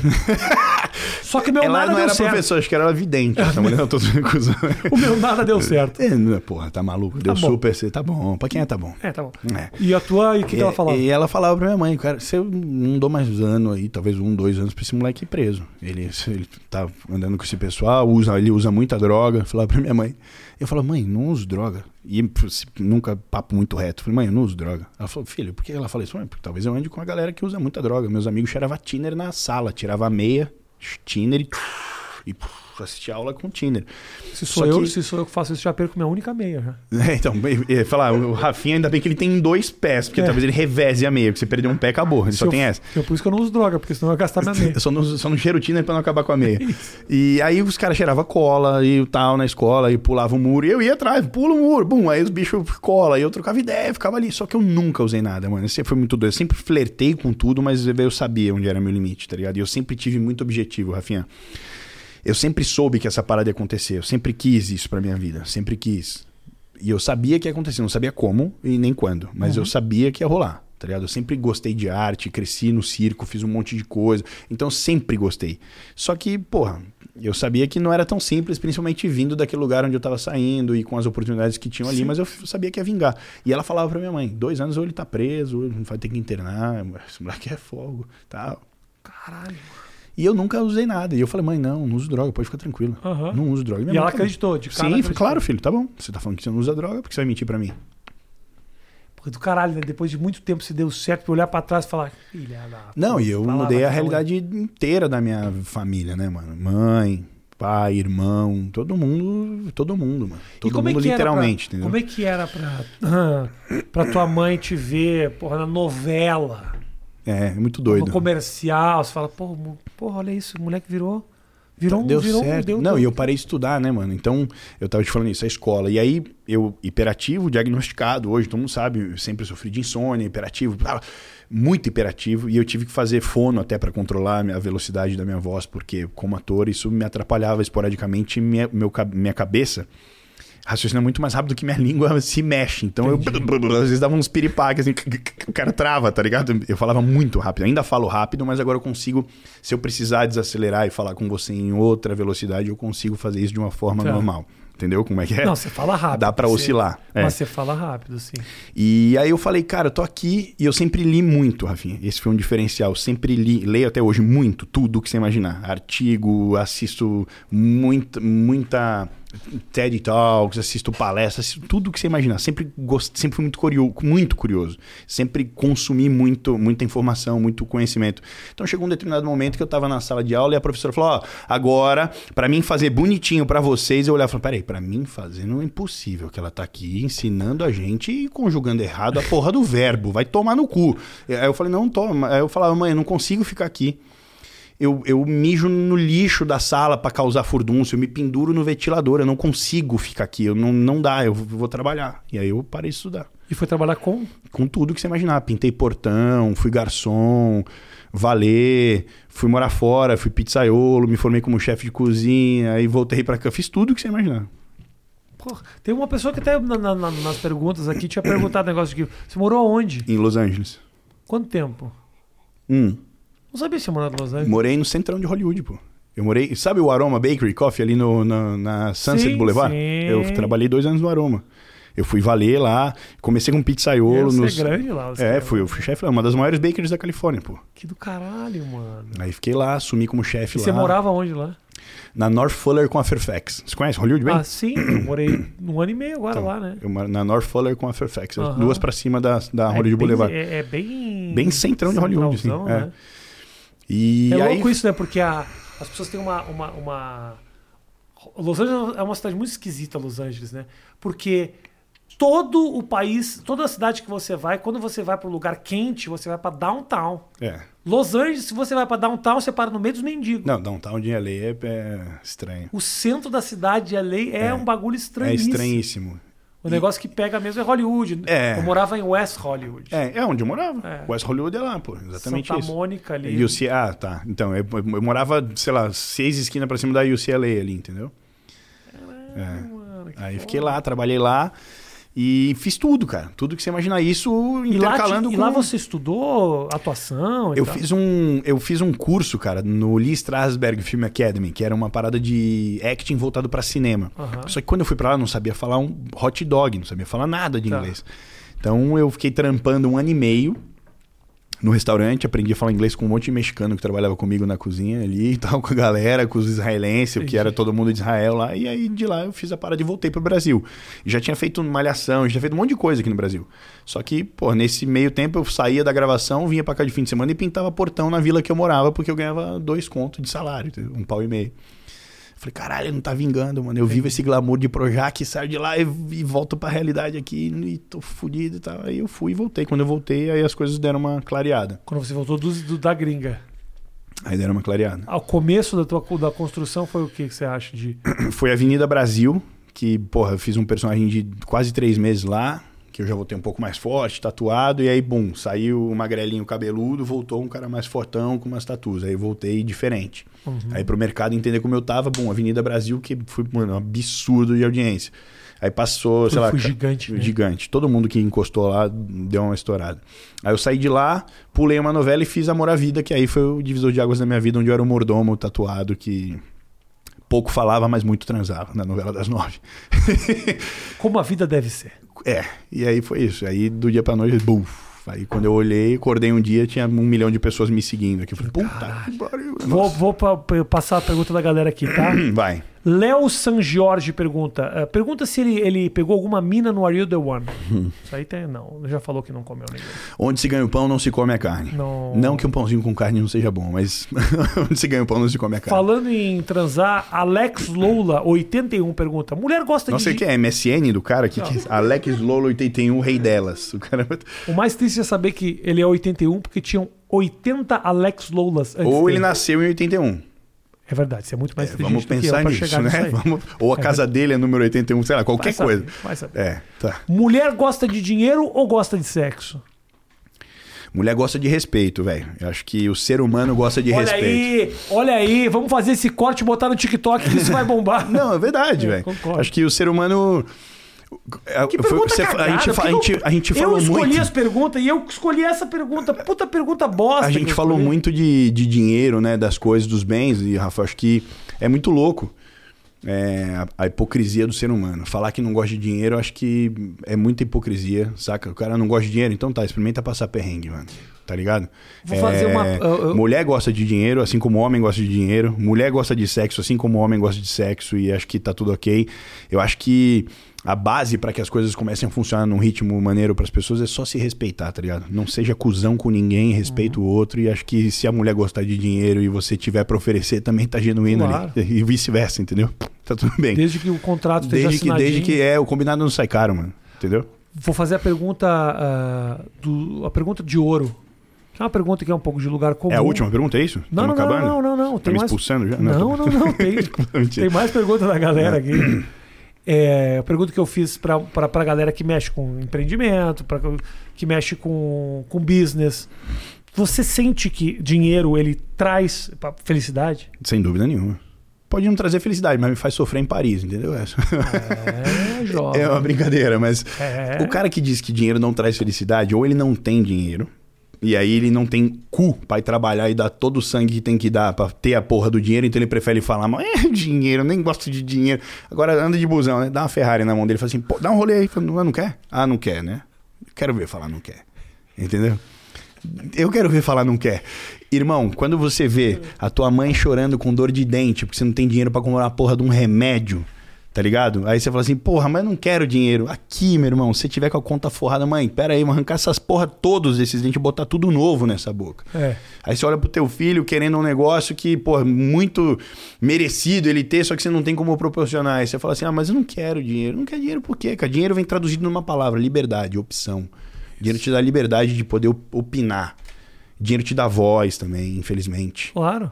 [SPEAKER 1] Só que meu
[SPEAKER 2] Ela
[SPEAKER 1] nada
[SPEAKER 2] não
[SPEAKER 1] deu
[SPEAKER 2] era
[SPEAKER 1] certo.
[SPEAKER 2] professora, acho que ela era vidente. Essa mulher não tô recusando.
[SPEAKER 1] O meu nada deu certo.
[SPEAKER 2] É, não, porra, tá maluco. Deu
[SPEAKER 1] Tá bom.
[SPEAKER 2] super. Você tá bom. Pra quem é, tá bom.
[SPEAKER 1] É, tá bom.
[SPEAKER 2] É.
[SPEAKER 1] E a tua, e o que, que ela falava?
[SPEAKER 2] E ela falava pra minha mãe, cara, se eu não dou mais ano aí, talvez um, dois anos pra esse moleque ir preso. Ele, ele tá andando com esse pessoal, usa, ele usa muita droga. Falava pra minha mãe. Eu falava, mãe, não uso droga. E nunca papo muito reto. Eu falei, mãe, eu não uso droga. Ela falou, filho, por que ela falou isso? Mãe, porque talvez eu ande com a galera que usa muita droga. Meus amigos cheiravam tiner na sala, tirava a meia, tiner e, e assistia aula com tiner.
[SPEAKER 1] Se sou,
[SPEAKER 2] Só
[SPEAKER 1] eu,
[SPEAKER 2] que-
[SPEAKER 1] se sou eu que faço isso, já perco minha única meia. Já.
[SPEAKER 2] É, então, eu ia falar, o Rafinha ainda bem que ele tem dois pés, porque
[SPEAKER 1] É.
[SPEAKER 2] talvez ele reveze a meia, porque você perdeu um pé, acabou, ele
[SPEAKER 1] Se
[SPEAKER 2] só
[SPEAKER 1] eu-
[SPEAKER 2] tem essa.
[SPEAKER 1] Eu, por isso que eu não uso droga, porque senão eu ia gastar minha meia.
[SPEAKER 2] Eu só não, só não cheiro tiner pra não acabar com a meia.
[SPEAKER 1] Isso.
[SPEAKER 2] E aí os caras cheiravam cola e tal na escola, e pulavam o muro, e eu ia atrás, pula o muro, bum, aí os bichos cola, e eu trocava ideia, ficava ali, só que eu nunca usei nada, mano, isso foi muito doido, eu sempre flertei com tudo, mas eu sabia onde era meu limite, tá ligado? E eu sempre tive muito objetivo, Rafinha. Eu sempre soube que essa parada ia acontecer. Eu sempre quis isso pra minha vida. Sempre quis. E eu sabia que ia acontecer. Não sabia como e nem quando. Mas
[SPEAKER 1] Uhum.
[SPEAKER 2] eu sabia que ia rolar. Tá ligado? Eu sempre gostei de arte. Cresci no circo. Fiz um monte de coisa. Então eu sempre gostei. Só que, porra, eu sabia que não era tão simples. Principalmente vindo daquele lugar onde eu tava saindo. E com as oportunidades que tinham ali.
[SPEAKER 1] Sim.
[SPEAKER 2] Mas eu sabia que ia vingar. E ela falava pra minha mãe. Dois anos ou ele tá preso. Ou ele vai ter que internar. Esse moleque é fogo. Tal.
[SPEAKER 1] Caralho.
[SPEAKER 2] E eu nunca usei nada. E eu falei, mãe, não, não uso droga, pode ficar tranquilo.
[SPEAKER 1] Aham.
[SPEAKER 2] Não uso droga.
[SPEAKER 1] E
[SPEAKER 2] minha
[SPEAKER 1] ela
[SPEAKER 2] mãe também.
[SPEAKER 1] acreditou, de cara
[SPEAKER 2] Sim,
[SPEAKER 1] acreditou.
[SPEAKER 2] claro, filho, tá bom. Você tá falando que você não usa droga, por que você vai mentir pra mim?
[SPEAKER 1] Porque do caralho, né? Depois de muito tempo se deu certo pra olhar pra trás e falar, filha da...
[SPEAKER 2] Não, e eu
[SPEAKER 1] vai lá,
[SPEAKER 2] mudei
[SPEAKER 1] vai
[SPEAKER 2] a
[SPEAKER 1] lá,
[SPEAKER 2] realidade inteira da minha família, né, mano? Mãe, pai, irmão, todo mundo, todo mundo, mano.
[SPEAKER 1] E
[SPEAKER 2] Todo
[SPEAKER 1] como é
[SPEAKER 2] mundo
[SPEAKER 1] que era
[SPEAKER 2] literalmente,
[SPEAKER 1] pra,
[SPEAKER 2] entendeu?
[SPEAKER 1] Como é que era pra, pra tua mãe te ver, porra, na novela,
[SPEAKER 2] É, é muito doido.
[SPEAKER 1] no comercial, você fala, porra, mo- porra, olha isso, o moleque virou Virou um...
[SPEAKER 2] Deu
[SPEAKER 1] virou um-
[SPEAKER 2] certo.
[SPEAKER 1] deu-
[SPEAKER 2] Não,
[SPEAKER 1] deu-
[SPEAKER 2] e eu parei de estudar, né, mano? Então, eu tava te falando isso, a escola. E aí, eu, hiperativo, diagnosticado. Hoje, todo mundo sabe, eu sempre sofri de insônia, hiperativo, tava muito hiperativo. E eu tive que fazer fono até pra controlar a minha- a velocidade da minha voz, porque, como ator, isso me atrapalhava esporadicamente. Minha, meu, ca- minha cabeça raciocina muito mais rápido que minha língua se mexe. Então, eu, às vezes, dava uns piripaques, assim, o cara trava, tá ligado? Eu falava muito rápido. Ainda falo rápido, mas agora eu consigo, se eu precisar desacelerar e falar com você em outra velocidade, eu consigo fazer isso de uma forma
[SPEAKER 1] Tá.
[SPEAKER 2] normal. Entendeu como é que é?
[SPEAKER 1] Não, você fala rápido.
[SPEAKER 2] Dá pra
[SPEAKER 1] você-
[SPEAKER 2] oscilar. É.
[SPEAKER 1] Mas você fala rápido, sim.
[SPEAKER 2] E aí eu falei, cara, eu tô aqui e eu sempre li muito, Rafinha. Esse foi um diferencial. Eu sempre li, leio até hoje muito, tudo que você imaginar. Artigo, assisto muita, muita TED Talks, assisto palestras, assisto tudo que você imaginar. Sempre, gost... sempre fui muito curioso, muito curioso. Sempre consumi muito, muita informação, muito conhecimento. Então chegou um determinado momento que eu tava na sala de aula e a professora falou, ó, agora, pra mim fazer bonitinho pra vocês, eu olhava e falei, peraí, pra mim fazer não é impossível, que ela tá aqui ensinando a gente e conjugando errado a porra do verbo, vai tomar no cu. Aí eu falei, não, toma. Aí eu falava, mãe, eu não consigo ficar aqui. Eu, eu mijo no lixo da sala pra causar furdúncio, eu me penduro no ventilador, eu não consigo ficar aqui, eu não, não dá, eu vou trabalhar. E aí eu parei de estudar.
[SPEAKER 1] E foi trabalhar com...
[SPEAKER 2] Com tudo que você imaginar. Pintei portão, fui garçom, valet, fui morar fora, fui pizzaiolo, me formei como chefe de cozinha, aí voltei pra cá, fiz tudo que você imaginar.
[SPEAKER 1] Porra, tem uma pessoa que até na- na- na- nas perguntas aqui tinha perguntado um negócio de que você morou aonde?
[SPEAKER 2] Em Los Angeles.
[SPEAKER 1] Quanto tempo?
[SPEAKER 2] Hum.
[SPEAKER 1] Não sabia se você morava em Los Angeles.
[SPEAKER 2] Morei no centrão de Hollywood, pô. Eu morei... Sabe o Aroma Bakery Coffee ali no, na, na Sunset
[SPEAKER 1] Sim,
[SPEAKER 2] Boulevard?
[SPEAKER 1] sim.
[SPEAKER 2] Eu trabalhei dois anos no Aroma. Eu fui valer lá, comecei com pizzaiolo.
[SPEAKER 1] Você
[SPEAKER 2] nos...
[SPEAKER 1] é grande lá. Você
[SPEAKER 2] É, fui, eu fui chefe lá, uma das maiores bakeries da Califórnia, pô.
[SPEAKER 1] Que do caralho, mano.
[SPEAKER 2] Aí fiquei lá, assumi como chefe
[SPEAKER 1] E
[SPEAKER 2] lá.
[SPEAKER 1] você morava onde lá?
[SPEAKER 2] Na North Fuller com a Fairfax. Você conhece Hollywood bem?
[SPEAKER 1] Ah, sim. Eu morei um ano e meio agora
[SPEAKER 2] Então,
[SPEAKER 1] lá, né?
[SPEAKER 2] Eu moro na North Fuller com a Fairfax.
[SPEAKER 1] Aham.
[SPEAKER 2] Duas pra cima da, da
[SPEAKER 1] É
[SPEAKER 2] Hollywood
[SPEAKER 1] bem-
[SPEAKER 2] Boulevard.
[SPEAKER 1] É, é bem...
[SPEAKER 2] Bem centrão de Hollywood, assim.
[SPEAKER 1] centralzão,
[SPEAKER 2] É.
[SPEAKER 1] né?
[SPEAKER 2] E
[SPEAKER 1] É
[SPEAKER 2] aí...
[SPEAKER 1] louco isso, né? Porque a- as pessoas têm uma, uma, uma... Los Angeles é uma cidade muito esquisita, Los Angeles, né? Porque todo o país, toda a cidade que você vai, quando você vai para um lugar quente, você vai para downtown.
[SPEAKER 2] É.
[SPEAKER 1] Los Angeles, se você vai para downtown, você para no meio dos mendigos.
[SPEAKER 2] Não, downtown de L A é, é estranho.
[SPEAKER 1] O centro da cidade de L A é,
[SPEAKER 2] É.
[SPEAKER 1] um bagulho
[SPEAKER 2] É
[SPEAKER 1] estranhíssimo.
[SPEAKER 2] estranhíssimo.
[SPEAKER 1] O negócio que pega mesmo é Hollywood.
[SPEAKER 2] É.
[SPEAKER 1] Eu morava em West Hollywood.
[SPEAKER 2] É, é onde eu morava.
[SPEAKER 1] É.
[SPEAKER 2] West Hollywood é lá, pô. Exatamente
[SPEAKER 1] Santa
[SPEAKER 2] isso.
[SPEAKER 1] Mônica ali.
[SPEAKER 2] U C... Ah, tá. Então, eu, eu morava, sei lá, seis esquinas pra cima da U C L A ali, entendeu?
[SPEAKER 1] Caralho,
[SPEAKER 2] É.
[SPEAKER 1] mano, que
[SPEAKER 2] Aí
[SPEAKER 1] foda.
[SPEAKER 2] fiquei lá, trabalhei lá e fiz tudo, cara. Tudo que você imaginar. Isso
[SPEAKER 1] E lá,
[SPEAKER 2] intercalando
[SPEAKER 1] te- e
[SPEAKER 2] com...
[SPEAKER 1] lá você estudou atuação e
[SPEAKER 2] Eu
[SPEAKER 1] tal?
[SPEAKER 2] fiz, um, eu fiz um curso, cara, no Lee Strasberg Film Academy, que era uma parada de acting voltado pra cinema.
[SPEAKER 1] Aham.
[SPEAKER 2] Só que quando eu fui pra lá, eu não sabia falar um hot dog, não sabia falar nada de
[SPEAKER 1] Tá.
[SPEAKER 2] inglês. Então eu fiquei trampando um ano e meio no restaurante, aprendi a falar inglês com um monte de mexicano que trabalhava comigo na cozinha ali e tal, com a galera, com os israelenses, que
[SPEAKER 1] Entendi.
[SPEAKER 2] era todo mundo de Israel lá. E aí de lá eu fiz a parada e voltei pro Brasil. Já tinha feito malhação, já tinha feito um monte de coisa aqui no Brasil. Só que, pô, nesse meio tempo eu saía da gravação, vinha pra cá de fim de semana e pintava portão na vila que eu morava, porque eu ganhava dois contos de salário, entendeu? Um pau e meio. Falei, caralho, não tá vingando, mano. Eu vivo esse glamour de Projac, saio de lá e, e volto pra realidade aqui e tô fudido e tal. Aí eu fui e voltei. Quando eu voltei, aí as coisas deram uma clareada.
[SPEAKER 1] Quando você voltou do, do- da gringa.
[SPEAKER 2] Aí deram uma clareada.
[SPEAKER 1] Ao começo da tua da construção foi o que, que você acha de...
[SPEAKER 2] Foi Avenida Brasil, que, porra, eu fiz um personagem de quase três meses lá, que eu já voltei um pouco mais forte, tatuado, e aí, bum, saiu o magrelinho cabeludo, voltou um cara mais fortão com umas tatuas. Aí eu voltei diferente.
[SPEAKER 1] Uhum.
[SPEAKER 2] Aí pro mercado entender como eu tava, bom, Avenida Brasil, que foi, mano, um absurdo de audiência. Aí passou, sei
[SPEAKER 1] Foi-
[SPEAKER 2] lá...
[SPEAKER 1] foi
[SPEAKER 2] ca-
[SPEAKER 1] gigante, né?
[SPEAKER 2] Gigante. Todo mundo que encostou lá deu uma estourada. Aí eu saí de lá, pulei uma novela e fiz Amor à Vida, que aí foi o divisor de águas da minha vida, onde eu era o mordomo tatuado que pouco falava, mas muito transava, na novela das nove.
[SPEAKER 1] Como a vida deve ser.
[SPEAKER 2] É, e aí foi isso. Aí do dia pra noite, buf. Aí quando eu olhei, acordei um dia, tinha um milhão de pessoas me seguindo aqui. Eu falei, puta que pariu.
[SPEAKER 1] Vou, vou pa- pa- passar a pergunta da galera aqui, tá?
[SPEAKER 2] Vai.
[SPEAKER 1] Léo San Jorge pergunta. eh, pergunta se ele, ele pegou alguma mina no Are You The One? Isso aí tem... Não, já falou que não comeu ninguém.
[SPEAKER 2] Onde se ganha o pão, não se come a carne.
[SPEAKER 1] Não.
[SPEAKER 2] Não que um pãozinho com carne não seja bom, mas onde se ganha o pão, não se come a carne.
[SPEAKER 1] Falando em transar, Alex Loula, oitenta e um, pergunta. Mulher gosta
[SPEAKER 2] Não
[SPEAKER 1] de...
[SPEAKER 2] sei o que é, M S N do cara? Que, que é? Alex Lolo oitenta e um, rei delas. O cara...
[SPEAKER 1] O mais triste é saber que ele é oitenta e um porque tinham oitenta Alex Loulas antes
[SPEAKER 2] Ou ele
[SPEAKER 1] dele.
[SPEAKER 2] nasceu em oitenta e um.
[SPEAKER 1] É verdade, você é muito mais
[SPEAKER 2] É,
[SPEAKER 1] inteligente
[SPEAKER 2] vamos
[SPEAKER 1] do que eu
[SPEAKER 2] pensar
[SPEAKER 1] pra
[SPEAKER 2] nisso,
[SPEAKER 1] chegar nisso
[SPEAKER 2] né?
[SPEAKER 1] aí.
[SPEAKER 2] Vamos... Ou a
[SPEAKER 1] É
[SPEAKER 2] casa dele é número oitenta e um, sei lá, qualquer
[SPEAKER 1] Vai
[SPEAKER 2] coisa.
[SPEAKER 1] saber, vai saber.
[SPEAKER 2] É, tá.
[SPEAKER 1] Mulher gosta de dinheiro ou gosta de sexo?
[SPEAKER 2] Mulher gosta de respeito, velho. Eu acho que o ser humano gosta de
[SPEAKER 1] Olha
[SPEAKER 2] respeito.
[SPEAKER 1] aí, olha aí, vamos fazer esse corte e botar no TikTok que isso vai bombar.
[SPEAKER 2] Não, é verdade,
[SPEAKER 1] É,
[SPEAKER 2] velho.
[SPEAKER 1] concordo.
[SPEAKER 2] Acho que o ser humano...
[SPEAKER 1] Que
[SPEAKER 2] Foi-
[SPEAKER 1] pergunta
[SPEAKER 2] você-
[SPEAKER 1] cagada,
[SPEAKER 2] a gente, fa- a
[SPEAKER 1] porque
[SPEAKER 2] gente, a gente falou
[SPEAKER 1] eu escolhi
[SPEAKER 2] muito...
[SPEAKER 1] as perguntas e eu escolhi essa pergunta. Puta pergunta bosta.
[SPEAKER 2] A
[SPEAKER 1] que
[SPEAKER 2] gente
[SPEAKER 1] eu
[SPEAKER 2] falou
[SPEAKER 1] escolhi.
[SPEAKER 2] muito de, de dinheiro, né? Das coisas, dos bens. E, Rafa, acho que é muito louco é, a, a hipocrisia do ser humano. Falar que não gosta de dinheiro, acho que é muita hipocrisia, saca? O cara não gosta de dinheiro, então tá, experimenta passar perrengue, mano. Tá ligado?
[SPEAKER 1] Vou fazer uma- eu- eu-
[SPEAKER 2] Mulher gosta de dinheiro, assim como homem gosta de dinheiro. Mulher gosta de sexo, assim como homem gosta de sexo. E acho que tá tudo ok. Eu acho que a base para que as coisas comecem a funcionar num ritmo maneiro para as pessoas é só se respeitar, tá ligado? Não seja cuzão com ninguém, respeita
[SPEAKER 1] Uhum.
[SPEAKER 2] o outro. E acho que se a mulher gostar de dinheiro e você tiver para oferecer, também tá genuíno
[SPEAKER 1] Claro.
[SPEAKER 2] ali. E vice-versa, entendeu? Tá tudo bem.
[SPEAKER 1] Desde que o contrato esteja
[SPEAKER 2] Desde que,
[SPEAKER 1] assinadinho.
[SPEAKER 2] desde que é, o combinado não sai caro, mano. Entendeu?
[SPEAKER 1] Vou fazer a pergunta ah, do, a pergunta de ouro. Que é uma pergunta que é um pouco de lugar comum.
[SPEAKER 2] É a última pergunta, é isso?
[SPEAKER 1] Não, não,
[SPEAKER 2] Tamo
[SPEAKER 1] não,
[SPEAKER 2] acabando?
[SPEAKER 1] não, não, não.
[SPEAKER 2] Tá
[SPEAKER 1] Tem
[SPEAKER 2] me
[SPEAKER 1] mais...
[SPEAKER 2] expulsando já?
[SPEAKER 1] Não, não, não. Tem,
[SPEAKER 2] Mentira.
[SPEAKER 1] tem mais perguntas da galera aqui. É, a pergunta que eu fiz pra, pra, pra galera que mexe com empreendimento, pra, que mexe com, com business. Você sente que dinheiro ele traz pra felicidade?
[SPEAKER 2] Sem dúvida nenhuma. Pode não trazer felicidade, mas me faz sofrer em Paris, entendeu? Essa.
[SPEAKER 1] É, jovem.
[SPEAKER 2] É uma brincadeira, mas
[SPEAKER 1] É.
[SPEAKER 2] o cara que diz que dinheiro não traz felicidade, ou ele não tem dinheiro, e aí ele não tem cu pra ir trabalhar e dar todo o sangue que tem que dar pra ter a porra do dinheiro, então ele prefere falar, mas é dinheiro, eu nem gosto de dinheiro. Agora anda de busão, né? Dá uma Ferrari na mão dele e fala assim, pô, dá um rolê aí. Fala, não, não quer? Ah, não quer, né? Quero ver falar não quer. Entendeu? Eu quero ver falar não quer. Irmão, quando você vê a tua mãe chorando com dor de dente porque você não tem dinheiro pra comprar uma porra de um remédio, tá ligado? Aí você fala assim, porra, mas eu não quero dinheiro. Aqui, meu irmão, se você tiver com a conta forrada, mãe, pera aí, vamos arrancar essas porra todos desses dentes e botar tudo novo nessa boca.
[SPEAKER 1] É.
[SPEAKER 2] Aí você olha pro teu filho querendo um negócio que, porra, muito merecido ele ter, só que você não tem como proporcionar. Aí você fala assim, ah, mas eu não quero dinheiro. Não quer dinheiro por quê, cara? Dinheiro vem traduzido numa palavra, liberdade, opção. Dinheiro te dá liberdade de poder opinar. Dinheiro te dá voz também, infelizmente.
[SPEAKER 1] Claro.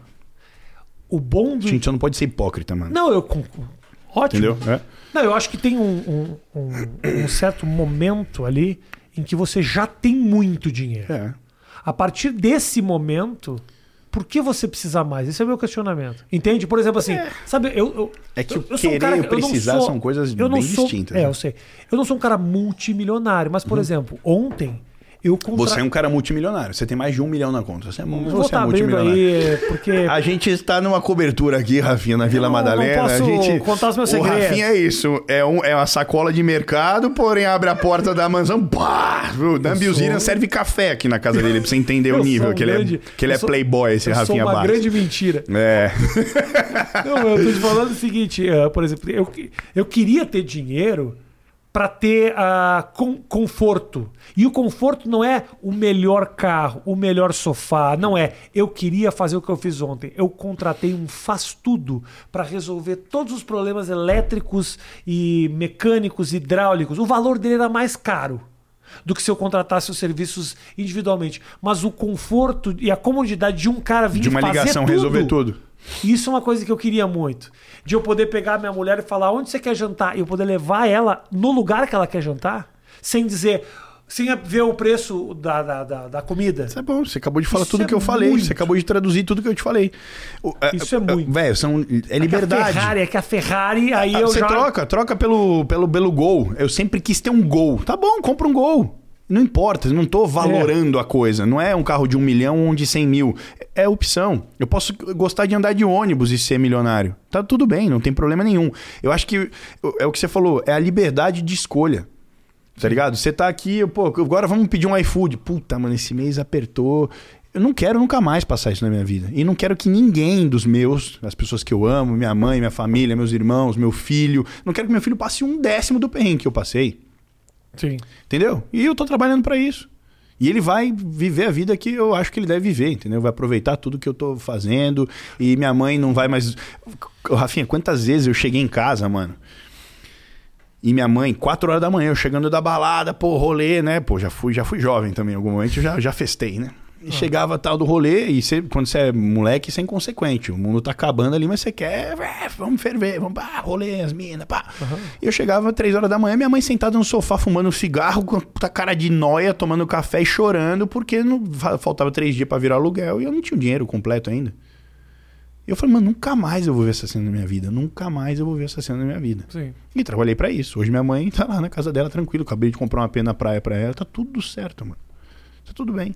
[SPEAKER 1] O bom do...
[SPEAKER 2] A gente só não pode ser hipócrita, mano.
[SPEAKER 1] Não, eu concordo. Ótimo.
[SPEAKER 2] Entendeu? É.
[SPEAKER 1] Não, eu acho que tem um, um, um, um certo momento ali em que você já tem muito dinheiro.
[SPEAKER 2] É.
[SPEAKER 1] A partir desse momento, por que você precisa mais? Esse é o meu questionamento. Entende? Por exemplo, assim, sabe, eu, eu.
[SPEAKER 2] É que
[SPEAKER 1] eu,
[SPEAKER 2] o
[SPEAKER 1] eu sou um
[SPEAKER 2] querer
[SPEAKER 1] cara,
[SPEAKER 2] e o
[SPEAKER 1] eu não
[SPEAKER 2] precisar
[SPEAKER 1] sou-
[SPEAKER 2] são coisas
[SPEAKER 1] eu não
[SPEAKER 2] bem
[SPEAKER 1] sou-
[SPEAKER 2] distintas,
[SPEAKER 1] É,
[SPEAKER 2] né?
[SPEAKER 1] eu sei. Eu não sou um cara multimilionário, mas, por exemplo, ontem eu contra...
[SPEAKER 2] Você é um cara multimilionário. Você tem mais de um milhão na conta. Você é,
[SPEAKER 1] Não
[SPEAKER 2] você
[SPEAKER 1] vou
[SPEAKER 2] é
[SPEAKER 1] estar abrindo
[SPEAKER 2] multimilionário.
[SPEAKER 1] aí, porque...
[SPEAKER 2] A gente está numa cobertura aqui, Rafinha, na Vila
[SPEAKER 1] não- não
[SPEAKER 2] Madalena.
[SPEAKER 1] posso
[SPEAKER 2] a gente...
[SPEAKER 1] contar os meus
[SPEAKER 2] o
[SPEAKER 1] segredos.
[SPEAKER 2] Rafinha é isso. É, um, é uma sacola de mercado, porém abre a porta da mansão. Pá! O Dan Bilzerian
[SPEAKER 1] sou-
[SPEAKER 2] serve café aqui na casa dele, pra você entender
[SPEAKER 1] Eu
[SPEAKER 2] o nível.
[SPEAKER 1] sou um
[SPEAKER 2] que ele
[SPEAKER 1] grande-
[SPEAKER 2] é, que ele
[SPEAKER 1] eu
[SPEAKER 2] é
[SPEAKER 1] sou-
[SPEAKER 2] playboy, esse
[SPEAKER 1] eu sou
[SPEAKER 2] Rafinha
[SPEAKER 1] uma
[SPEAKER 2] Bastos.
[SPEAKER 1] grande mentira.
[SPEAKER 2] É.
[SPEAKER 1] Não, eu tô te falando o seguinte, eh, por exemplo, eu, eu queria ter dinheiro para ter ah, com, conforto. E o conforto não é o melhor carro, o melhor sofá, não é. Eu queria fazer o que eu fiz ontem. Eu contratei um faz-tudo para resolver todos os problemas elétricos e mecânicos, hidráulicos. O valor dele era mais caro do que se eu contratasse os serviços individualmente. Mas o conforto e a comodidade de um cara vir
[SPEAKER 2] De uma
[SPEAKER 1] fazer
[SPEAKER 2] ligação
[SPEAKER 1] tudo,
[SPEAKER 2] resolver tudo.
[SPEAKER 1] isso é uma coisa que eu queria muito. De eu poder pegar minha mulher e falar onde você quer jantar e eu poder levar ela no lugar que ela quer jantar, sem dizer, sem ver o preço da, da, da, da comida.
[SPEAKER 2] Isso é bom, você acabou de falar
[SPEAKER 1] Isso
[SPEAKER 2] tudo
[SPEAKER 1] é
[SPEAKER 2] que eu falei.
[SPEAKER 1] muito.
[SPEAKER 2] Você acabou de traduzir tudo que eu te falei. O-
[SPEAKER 1] Isso é muito.
[SPEAKER 2] Velho, são... é liberdade.
[SPEAKER 1] É que a Ferrari, é que a Ferrari aí
[SPEAKER 2] Ah,
[SPEAKER 1] eu
[SPEAKER 2] você
[SPEAKER 1] já...
[SPEAKER 2] troca, troca pelo, pelo, pelo gol. Eu sempre quis ter um gol. Tá bom, compra um gol. Não importa, eu não tô valorando a coisa. Não é um carro de um milhão ou um de cem mil. É opção. Eu posso gostar de andar de ônibus e ser milionário. Tá tudo bem, não tem problema nenhum. Eu acho que é o que você falou, é a liberdade de escolha. Tá ligado? Você tá aqui, pô, agora vamos pedir um iFood. Puta, mano, esse mês apertou. Eu não quero nunca mais passar isso na minha vida. E não quero que ninguém dos meus, as pessoas que eu amo, minha mãe, minha família, meus irmãos, meu filho, não quero que meu filho passe um décimo do perrengue que eu passei.
[SPEAKER 1] Sim.
[SPEAKER 2] Entendeu? E eu tô trabalhando pra isso. E ele vai viver a vida que eu acho que ele deve viver, entendeu? Vai aproveitar tudo que eu tô fazendo. E minha mãe não vai mais... Ô, Rafinha, quantas vezes eu cheguei em casa, mano? E minha mãe, quatro horas da manhã, eu chegando da balada, pô, rolê, né? Pô, já fui, já fui jovem também em algum momento, eu já, já festei, né? E ah. chegava tal do rolê, e você, quando você é moleque, você é inconsequente. O mundo tá acabando ali, mas você quer, é, vamos ferver, vamos, pá, rolê, as minas, pá. Uhum. E eu chegava três horas da manhã, minha mãe sentada no sofá, fumando um cigarro, com a cara de nóia, tomando café e chorando, porque não, faltava três dias pra virar aluguel, e eu não tinha o dinheiro completo ainda. E eu falei, mano, nunca mais eu vou ver essa cena na minha vida. Nunca mais eu vou ver essa cena na minha vida.
[SPEAKER 1] Sim.
[SPEAKER 2] E trabalhei pra isso. Hoje minha mãe tá lá na casa dela, tranquilo. Acabei de comprar uma pena na praia pra ela. Tá tudo certo, mano. Tá tudo bem.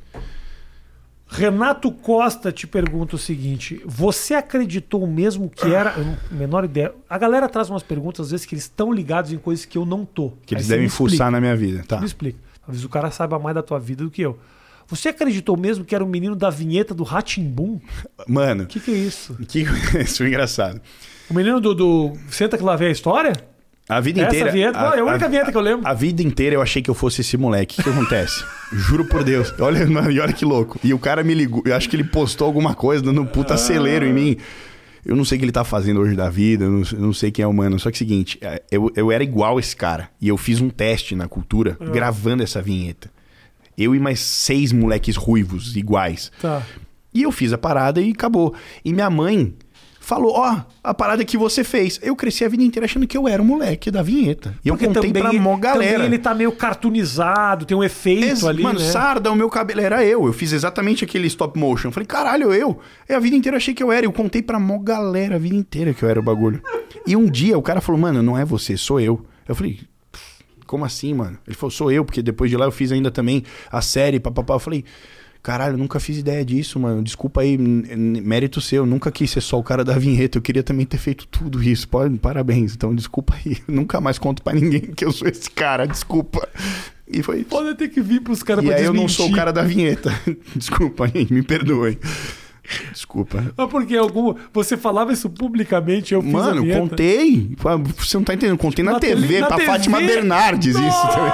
[SPEAKER 1] Renato Costa te pergunta o seguinte: você acreditou mesmo que era... Eu não, menor ideia. A galera traz umas perguntas, às vezes, que eles estão ligados em coisas que eu não tô.
[SPEAKER 2] Que eles devem fuçar na minha vida. Tá.
[SPEAKER 1] Me explica. Talvez o cara saiba mais da tua vida do que eu. Você acreditou mesmo que era o menino da vinheta do Rá-Tim-Bum?
[SPEAKER 2] Mano...
[SPEAKER 1] O que, que é isso?
[SPEAKER 2] Que... Isso é engraçado.
[SPEAKER 1] O menino do, do... Senta que lá vem a história?
[SPEAKER 2] A vida
[SPEAKER 1] Essa
[SPEAKER 2] inteira...
[SPEAKER 1] Vinheta, a, é a única a, vinheta que eu lembro.
[SPEAKER 2] A vida inteira eu achei que eu fosse esse moleque. O que acontece? Juro por Deus. Olha, mano, e olha que louco. E o cara me ligou. Eu acho que ele postou alguma coisa dando um puta acelero em mim. Eu não sei o que ele tá fazendo hoje da vida. Eu não, eu não sei quem é o mano. Só que é o seguinte. Eu, eu era igual esse cara. E eu fiz um teste na Cultura ah. gravando essa vinheta. Eu e mais seis moleques ruivos iguais.
[SPEAKER 1] Tá.
[SPEAKER 2] E eu fiz a parada e acabou. E minha mãe... falou, ó, oh, a parada que você fez. Eu cresci a vida inteira achando que eu era o moleque da vinheta. E
[SPEAKER 1] porque
[SPEAKER 2] eu contei
[SPEAKER 1] também,
[SPEAKER 2] pra mó galera.
[SPEAKER 1] Também ele tá meio cartoonizado, tem um efeito Ex ali,
[SPEAKER 2] mano,
[SPEAKER 1] né?
[SPEAKER 2] Sarda, o meu cabelo era eu. Eu fiz exatamente aquele stop motion. Eu falei, caralho, eu. Eu a vida inteira achei que eu era. Eu contei pra mó galera a vida inteira que eu era o bagulho. E um dia o cara falou, mano, não é você, sou eu. Eu falei, como assim, mano? Ele falou, sou eu, porque depois de lá eu fiz ainda também a série, papapá. Eu falei... caralho, eu nunca fiz ideia disso, mano. Desculpa aí, mérito seu. Eu nunca quis ser só o cara da vinheta. Eu queria também ter feito tudo isso. Pode, parabéns. Então, desculpa aí. Eu nunca mais conto pra ninguém que eu sou esse cara. Desculpa. E foi isso.
[SPEAKER 1] Pode ter que vir pros caras pra
[SPEAKER 2] desmentir. E aí
[SPEAKER 1] eu
[SPEAKER 2] não sou o cara da vinheta. Desculpa, gente. Me perdoem. Desculpa.
[SPEAKER 1] Mas porque algum... você falava isso publicamente, eu fiz
[SPEAKER 2] Mano,
[SPEAKER 1] a vinheta.
[SPEAKER 2] contei. Você não tá entendendo. Contei na, na T V, na pra T V? Fátima Bernardes. Nossa! Isso, tá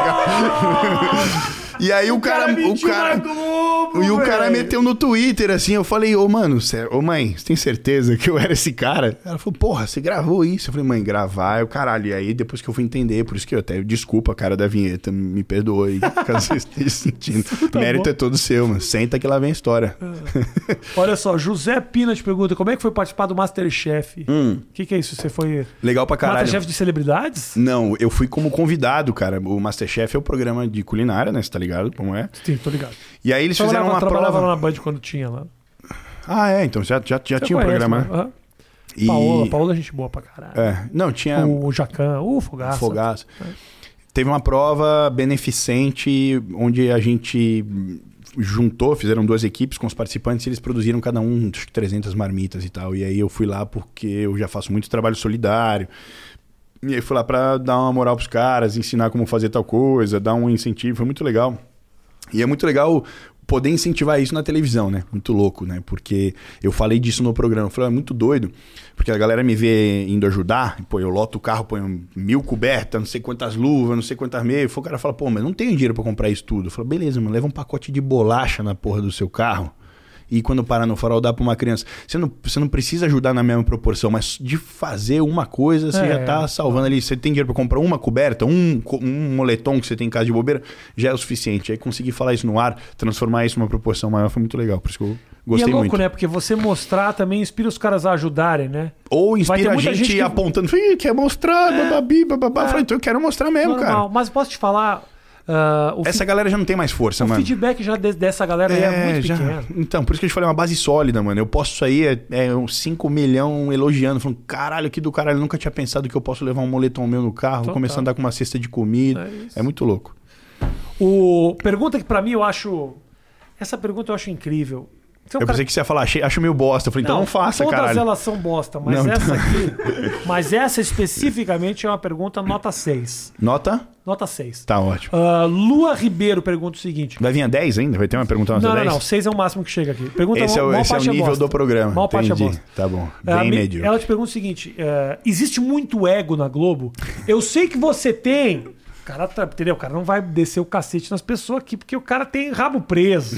[SPEAKER 2] ligado? E aí o, o cara... cara o cara Globo, e o cara véio. meteu no Twitter, assim, eu falei, ô, mano, sério, ô, mãe, você tem certeza que eu era esse cara? Ela falou, porra, você gravou isso? Eu falei, mãe, gravar é o caralho. E aí, depois que eu fui entender, por isso que eu até, desculpa, cara da vinheta, me perdoe, caso você esteja sentindo. Tá Mérito bom. É todo seu, mano. Senta que lá vem a história.
[SPEAKER 1] Ah. Olha só, José Pina te pergunta, como é que foi participar do Masterchef? O hum. que que é isso? Você foi...
[SPEAKER 2] Legal pra caralho.
[SPEAKER 1] Masterchef de celebridades?
[SPEAKER 2] Não, eu fui como convidado, cara. O Masterchef é o programa de culinária, né? Você tá ligado como é?
[SPEAKER 1] Sim, tô ligado.
[SPEAKER 2] E aí eles eu fizeram uma
[SPEAKER 1] trabalhava
[SPEAKER 2] prova...
[SPEAKER 1] lá na Band quando tinha lá.
[SPEAKER 2] Ah, é? Então já, já, já tinha o um programa, né?
[SPEAKER 1] Uhum. E... Paola, Paola é gente boa pra caralho.
[SPEAKER 2] É, não, tinha...
[SPEAKER 1] O Jacan, o Fogaça.
[SPEAKER 2] Fogaça. É. Teve uma prova beneficente onde a gente juntou, fizeram duas equipes com os participantes e eles produziram cada um trezentas marmitas e tal. E aí eu fui lá porque eu já faço muito trabalho solidário. E aí fui lá pra dar uma moral pros caras, ensinar como fazer tal coisa, dar um incentivo, foi muito legal. E é muito legal poder incentivar isso na televisão, né? Muito louco, né? Porque eu falei disso no programa. Eu falei, é muito doido. Porque a galera me vê indo ajudar. Pô, eu loto o carro, ponho mil cobertas, não sei quantas luvas, não sei quantas meias. O cara fala, pô, mas não tenho dinheiro pra comprar isso tudo. Eu falo, beleza, mano, leva um pacote de bolacha na porra do seu carro. E quando parar no farol, dá pra uma criança. Você não, você não precisa ajudar na mesma proporção, mas de fazer uma coisa, você é, já tá salvando ali. Você tem dinheiro pra comprar uma coberta, um, um moletom que você tem em casa de bobeira, já é o suficiente. Aí conseguir falar isso no ar, transformar isso numa proporção maior, foi muito legal. Por isso que eu gostei muito. E é louco, muito.
[SPEAKER 1] Né? Porque você mostrar também inspira os caras a ajudarem, né?
[SPEAKER 2] Ou inspira a gente, gente que... apontando, quer mostrar, é, bababi, bababá. É. Eu falei, então eu quero mostrar mesmo, normal. Cara.
[SPEAKER 1] Mas posso te falar... Uh,
[SPEAKER 2] Essa fi... galera já não tem mais força,
[SPEAKER 1] o
[SPEAKER 2] mano.
[SPEAKER 1] O feedback já de, dessa galera é, é muito já... pequeno.
[SPEAKER 2] Então, por isso que eu te falei, é uma base sólida, mano. Eu posto isso aí, é, é uns cinco milhões elogiando, falando, caralho, que do caralho, eu nunca tinha pensado que eu posso levar um moletom meu no carro, Total. começar a andar com uma cesta de comida. É, é muito louco.
[SPEAKER 1] O... Pergunta que pra mim eu acho... Essa pergunta eu acho incrível.
[SPEAKER 2] Então, eu cara... pensei que você ia falar, acho meio bosta. Eu falei, então não, não faça,
[SPEAKER 1] todas
[SPEAKER 2] caralho.
[SPEAKER 1] Todas elas são bosta, mas não, essa aqui... mas essa especificamente é uma pergunta nota seis.
[SPEAKER 2] Nota?
[SPEAKER 1] Nota seis.
[SPEAKER 2] Tá ótimo.
[SPEAKER 1] Uh, Lua Ribeiro pergunta o seguinte...
[SPEAKER 2] Vai vir a dez ainda? Vai ter uma pergunta nota
[SPEAKER 1] não,
[SPEAKER 2] dez?
[SPEAKER 1] Não, não, seis é o máximo que chega aqui. Pergunta
[SPEAKER 2] esse é o, esse é o nível é do programa.
[SPEAKER 1] Mal parte é bosta.
[SPEAKER 2] Tá bom, bem
[SPEAKER 1] uh,
[SPEAKER 2] medíocre.
[SPEAKER 1] Ela te pergunta o seguinte, uh, existe muito ego na Globo? Eu sei que você tem... O cara, tá, entendeu? O cara não vai descer o cacete nas pessoas aqui, porque o cara tem rabo preso.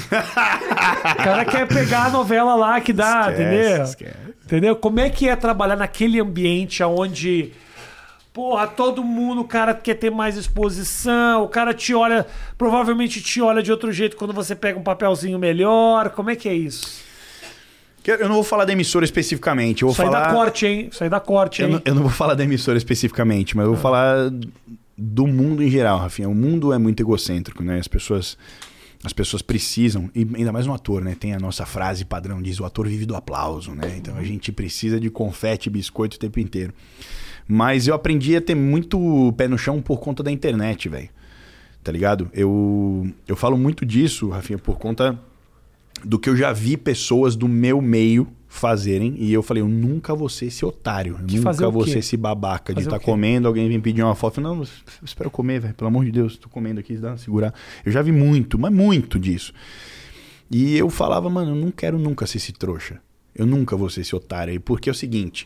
[SPEAKER 1] O cara quer pegar a novela lá que dá, esquece, entendeu? Esquece. Entendeu? Como é que é trabalhar naquele ambiente onde Porra, todo mundo, o cara quer ter mais exposição, o cara te olha, provavelmente te olha de outro jeito quando você pega um papelzinho melhor. Como é que é isso?
[SPEAKER 2] Eu não vou falar da emissora especificamente. Eu vou
[SPEAKER 1] Isso aí
[SPEAKER 2] falar...
[SPEAKER 1] dá corte, hein? Isso aí dá corte, hein?
[SPEAKER 2] Eu não, eu não vou falar da emissora especificamente, mas eu vou ah. falar do mundo em geral, Rafinha. O mundo é muito egocêntrico, né? As pessoas... As pessoas precisam, e ainda mais no ator, né? Tem a nossa frase padrão, diz o ator vive do aplauso, né? Então a gente precisa de confete e biscoito o tempo inteiro. Mas eu aprendi a ter muito pé no chão por conta da internet, velho. Tá ligado? Eu, eu falo muito disso, Rafinha, por conta do que eu já vi pessoas do meu meio fazerem. E eu falei, eu nunca vou ser esse otário. Eu nunca vou ser esse babaca fazer de estar tá comendo, alguém vem pedir uma foto. Não, eu espero comer, velho. Pelo amor de Deus, tô comendo aqui, dá uma segurar. Eu já vi muito, mas muito disso. E eu falava, mano, eu não quero nunca ser esse trouxa. Eu nunca vou ser esse otário aí. Porque é o seguinte...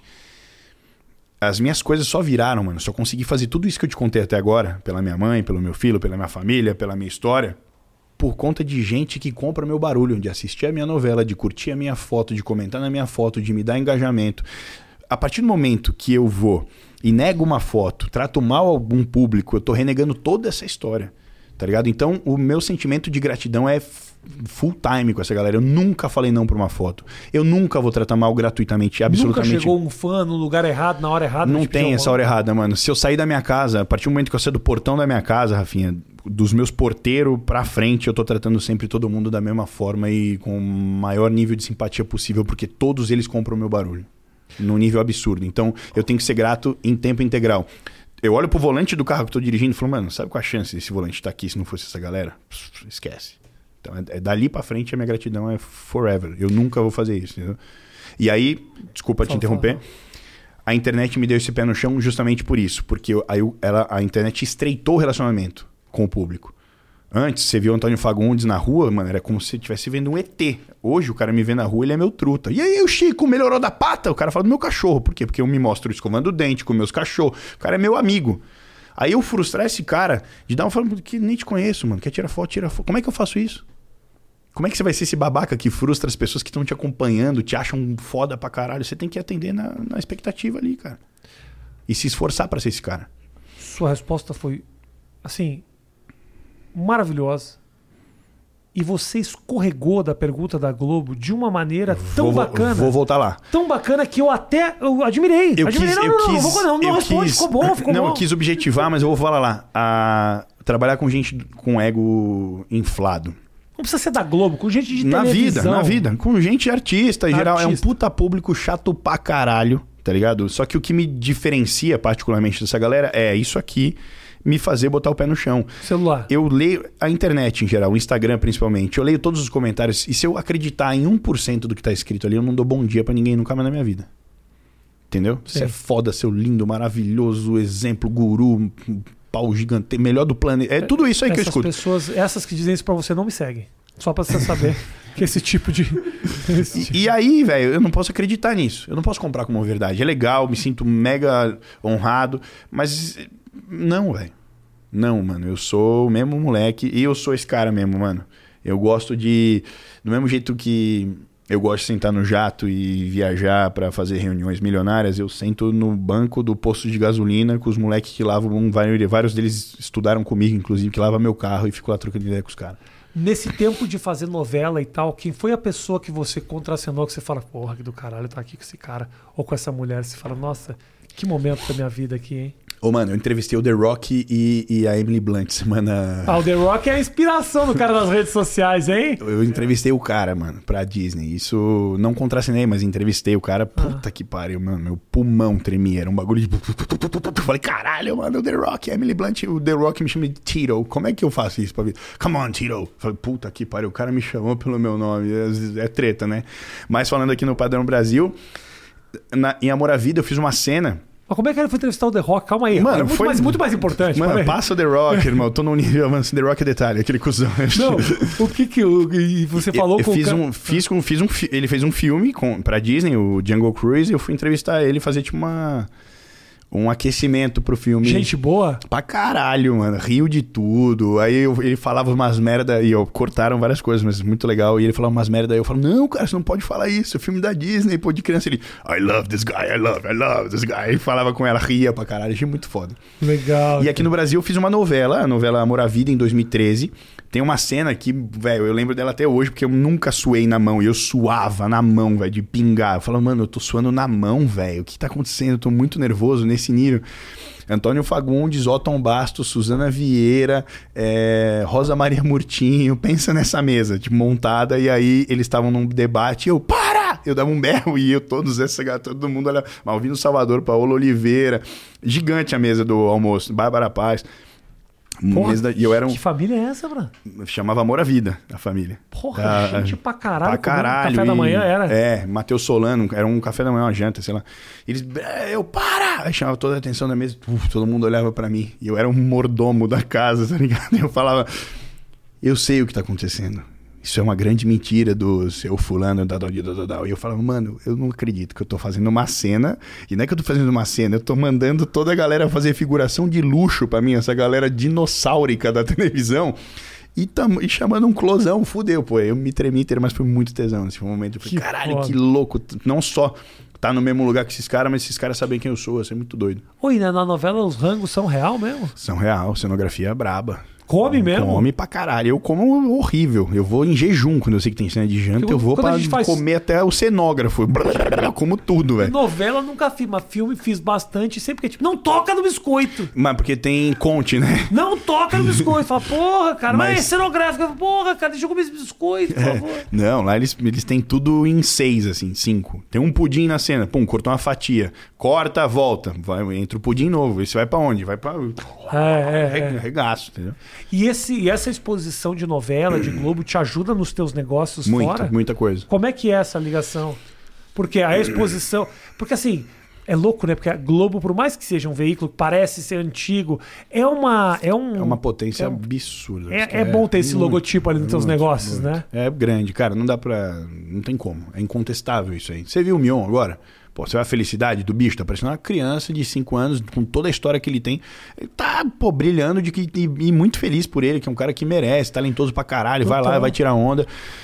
[SPEAKER 2] As minhas coisas só viraram, mano. Só consegui fazer tudo isso que eu te contei até agora. Pela minha mãe, pelo meu filho, pela minha família, pela minha história. Por conta de gente que compra meu barulho. De assistir a minha novela, de curtir a minha foto, de comentar na minha foto, de me dar engajamento. A partir do momento que eu vou e nego uma foto, trato mal algum público, eu tô renegando toda essa história. Tá ligado? Então, o meu sentimento de gratidão é full time com essa galera. Eu nunca falei não pra uma foto. Eu nunca vou tratar mal gratuitamente, absolutamente.
[SPEAKER 1] Nunca chegou um fã no lugar errado, na hora errada?
[SPEAKER 2] Não tem essa hora errada, mano. Se eu sair da minha casa, a partir do momento que eu sair do portão da minha casa, Rafinha, dos meus porteiros pra frente, eu tô tratando sempre todo mundo da mesma forma e com o maior nível de simpatia possível, porque todos eles compram o meu barulho. Num nível absurdo. Então, eu tenho que ser grato em tempo integral. Eu olho pro volante do carro que eu tô dirigindo e falo, mano, sabe qual a chance desse volante estar aqui se não fosse essa galera? Pff, esquece. Então, é, é dali pra frente a minha gratidão é forever. Eu nunca vou fazer isso, entendeu? E aí, desculpa te interromper, a internet me deu esse pé no chão justamente por isso. Porque eu, aí eu, ela, a internet estreitou o relacionamento com o público. Antes, você viu o Antônio Fagundes na rua, mano, era como se você estivesse vendo um E T. Hoje, o cara me vê na rua, ele é meu truta. E aí, o Chico melhorou da pata? O cara fala do meu cachorro. Por quê? Porque eu me mostro escovando o dente com meus cachorros. O cara é meu amigo. Aí eu frustrar esse cara de dar uma fala que nem te conheço, mano. Quer tirar foto, tira foto. Como é que eu faço isso? Como é que você vai ser esse babaca que frustra as pessoas que estão te acompanhando, te acham foda pra caralho? Você tem que atender na, na expectativa ali, cara. E se esforçar pra ser esse cara.
[SPEAKER 1] Sua resposta foi, assim, maravilhosa. E você escorregou da pergunta da Globo de uma maneira tão
[SPEAKER 2] vou,
[SPEAKER 1] bacana.
[SPEAKER 2] Vou voltar lá.
[SPEAKER 1] Tão bacana que eu até eu admirei.
[SPEAKER 2] Eu
[SPEAKER 1] admirei.
[SPEAKER 2] quis,
[SPEAKER 1] não,
[SPEAKER 2] eu
[SPEAKER 1] não,
[SPEAKER 2] quis,
[SPEAKER 1] não, não, vou, não, não responde,
[SPEAKER 2] quis,
[SPEAKER 1] ficou bom, ficou
[SPEAKER 2] não,
[SPEAKER 1] bom.
[SPEAKER 2] eu quis objetivar, mas eu vou falar lá. A, trabalhar com gente com ego inflado.
[SPEAKER 1] Não precisa ser da Globo, com gente de
[SPEAKER 2] na
[SPEAKER 1] televisão.
[SPEAKER 2] Na vida, na vida. Com gente artista, em
[SPEAKER 1] artista.
[SPEAKER 2] geral. É um puta público chato pra caralho, tá ligado? Só que o que me diferencia particularmente dessa galera é isso aqui, me fazer botar o pé no chão.
[SPEAKER 1] Celular.
[SPEAKER 2] Eu leio a internet em geral, o Instagram principalmente. Eu leio todos os comentários e se eu acreditar em um por cento do que tá escrito ali, eu não dou bom dia pra ninguém nunca mais na minha vida. Entendeu? Você é foda, seu lindo, maravilhoso, exemplo, guru, pau gigante, melhor do planeta. É tudo isso aí
[SPEAKER 1] essas
[SPEAKER 2] que eu escuto.
[SPEAKER 1] Pessoas, essas que dizem isso pra você não me seguem. Só pra você saber que esse tipo de... esse tipo...
[SPEAKER 2] E, e aí, velho, eu não posso acreditar nisso. Eu não posso comprar como verdade. É legal, me sinto mega honrado, mas não, velho. Não, mano. Eu sou o mesmo moleque e eu sou esse cara mesmo, mano. Eu gosto de... Do mesmo jeito que eu gosto de sentar no jato e viajar pra fazer reuniões milionárias, eu sento no banco do posto de gasolina com os moleques que lavam... Vários deles estudaram comigo, inclusive, que lavam meu carro e fico lá trocando ideia com os caras.
[SPEAKER 1] Nesse tempo de fazer novela e tal, quem foi a pessoa que você contracenou que você fala, porra, que do caralho tá aqui com esse cara ou com essa mulher? Você fala, nossa, que momento da minha vida aqui, hein?
[SPEAKER 2] Ô, mano, eu entrevistei o The Rock e, e a Emily Blunt semana...
[SPEAKER 1] Ah, o The Rock é a inspiração do cara das redes sociais, hein?
[SPEAKER 2] Eu entrevistei o cara, mano, pra Disney. Isso, não contracenei, mas entrevistei o cara. Puta ah. que pariu, mano. Meu pulmão tremia. Era um bagulho de... Falei, caralho, mano, o The Rock, a Emily Blunt. O The Rock me chama de Tito. Como é que eu faço isso pra ver? Come on, Tito. Falei, puta que pariu. O cara me chamou pelo meu nome. É, é treta, né? Mas falando aqui no Padrão Brasil, na, em Amor à Vida, eu fiz uma cena...
[SPEAKER 1] Mas como é que ele foi entrevistar o The Rock? Calma aí.
[SPEAKER 2] Mano,
[SPEAKER 1] é muito,
[SPEAKER 2] foi...
[SPEAKER 1] mais, muito mais importante.
[SPEAKER 2] Mano, passa o The Rock, irmão. Eu tô num nível avançado. The Rock é detalhe, aquele cuzão.
[SPEAKER 1] Não, o que que eu, e você falou
[SPEAKER 2] eu, eu
[SPEAKER 1] com
[SPEAKER 2] fiz
[SPEAKER 1] o cara...
[SPEAKER 2] um, fiz com, fiz um, Ele fez um filme com, pra Disney, o Jungle Cruise, e eu fui entrevistar ele e fazer tipo uma... um aquecimento pro filme.
[SPEAKER 1] Gente boa?
[SPEAKER 2] Pra caralho, mano. Riu de tudo. Aí eu, ele falava umas merda e eu cortaram várias coisas, mas muito legal. E ele falava umas merda e eu falo, não, cara, você não pode falar isso. É filme da Disney, pô, de criança. Ele, I love this guy, I love, I love this guy. E falava com ela, ria pra caralho. Achei muito foda.
[SPEAKER 1] Legal.
[SPEAKER 2] E aqui no Brasil eu fiz uma novela, a novela Amor à Vida, em dois mil e treze. Tem uma cena que, velho, eu lembro dela até hoje, porque eu nunca suei na mão. E eu suava na mão, velho, de pingar. Eu falava, mano, eu tô suando na mão, velho. O que tá acontecendo? Eu tô muito nervoso nesse nível. Antônio Fagundes, Otton Bastos, Suzana Vieira, é, Rosa Maria Murtinho. Pensa nessa mesa, tipo, montada. E aí eles estavam num debate e eu, para! Eu dava um berro e eu, todos essa, todo mundo olhava. Malvino Salvador, Paola Oliveira. Gigante a mesa do almoço. Bárbara Paz.
[SPEAKER 1] Porra,
[SPEAKER 2] da, e eu era um,
[SPEAKER 1] que família é essa, Bruno?
[SPEAKER 2] Chamava Amor à Vida, a família.
[SPEAKER 1] Porra,
[SPEAKER 2] a,
[SPEAKER 1] gente pra caralho.
[SPEAKER 2] Pra caralho.
[SPEAKER 1] Café
[SPEAKER 2] e,
[SPEAKER 1] da manhã era?
[SPEAKER 2] É, Matheus Solano, era um café da manhã, uma janta, sei lá. Eles, eu, para! Aí chamava toda a atenção da mesa, uf, todo mundo olhava pra mim. E eu era um mordomo da casa, tá ligado? E eu falava, eu sei o que tá acontecendo. Isso é uma grande mentira do seu fulano, da, da, da, da, da. E eu falava, mano, eu não acredito que eu tô fazendo uma cena. E não é que eu tô fazendo uma cena, eu tô mandando toda a galera fazer figuração de luxo pra mim, essa galera dinossáurica da televisão. E, tam, e chamando um closão, fudeu, pô. Eu me tremi inteiro, mas foi muito tesão nesse momento. Eu falei, que caralho, foda. Que louco. Não só tá no mesmo lugar que esses caras, mas esses caras sabem quem eu sou. Isso é muito doido.
[SPEAKER 1] Oi, né? Na novela os rangos são real mesmo?
[SPEAKER 2] São real, cenografia braba.
[SPEAKER 1] Come mesmo?
[SPEAKER 2] Come pra caralho. Eu como horrível. Eu vou em jejum quando eu sei que tem cena de janta. Eu, eu vou pra faz... comer até o cenógrafo. Eu como tudo, velho.
[SPEAKER 1] Novela nunca fiz, mas filme fiz bastante. Sempre que é tipo, não toca no biscoito.
[SPEAKER 2] Mas porque tem Conte, né?
[SPEAKER 1] Não toca no biscoito. Fala, porra, cara, mas, mas é cenográfico. Porra, cara, deixa eu comer esse biscoito, por favor. É.
[SPEAKER 2] Não, lá eles, eles têm tudo em seis, assim, cinco. Tem um pudim na cena. Pum, cortou uma fatia. Corta, volta. Vai, entra o pudim novo. Esse vai pra onde? Vai pra...
[SPEAKER 1] É, é, é.
[SPEAKER 2] Regaço, entendeu?
[SPEAKER 1] E, esse, e essa exposição de novela, de Globo, te ajuda nos teus negócios
[SPEAKER 2] Muito,
[SPEAKER 1] fora?
[SPEAKER 2] Muita coisa.
[SPEAKER 1] Como é que é essa ligação? Porque a exposição... Porque assim, é louco, né? Porque a Globo, por mais que seja um veículo que parece ser antigo, é uma... É, um,
[SPEAKER 2] é uma potência
[SPEAKER 1] é um,
[SPEAKER 2] absurda.
[SPEAKER 1] É, é, é bom ter esse muito, logotipo ali nos teus muito, negócios, muito. Né?
[SPEAKER 2] É grande, cara. Não dá pra... Não tem como. É incontestável isso aí. Você viu o Mion agora? Pô, você vê a felicidade do bicho, tá parecendo uma criança de cinco anos, com toda a história que ele tem. Ele tá, pô, brilhando de que, e, e muito feliz por ele, que é um cara que merece, talentoso pra caralho, Total. vai lá, vai tirar onda.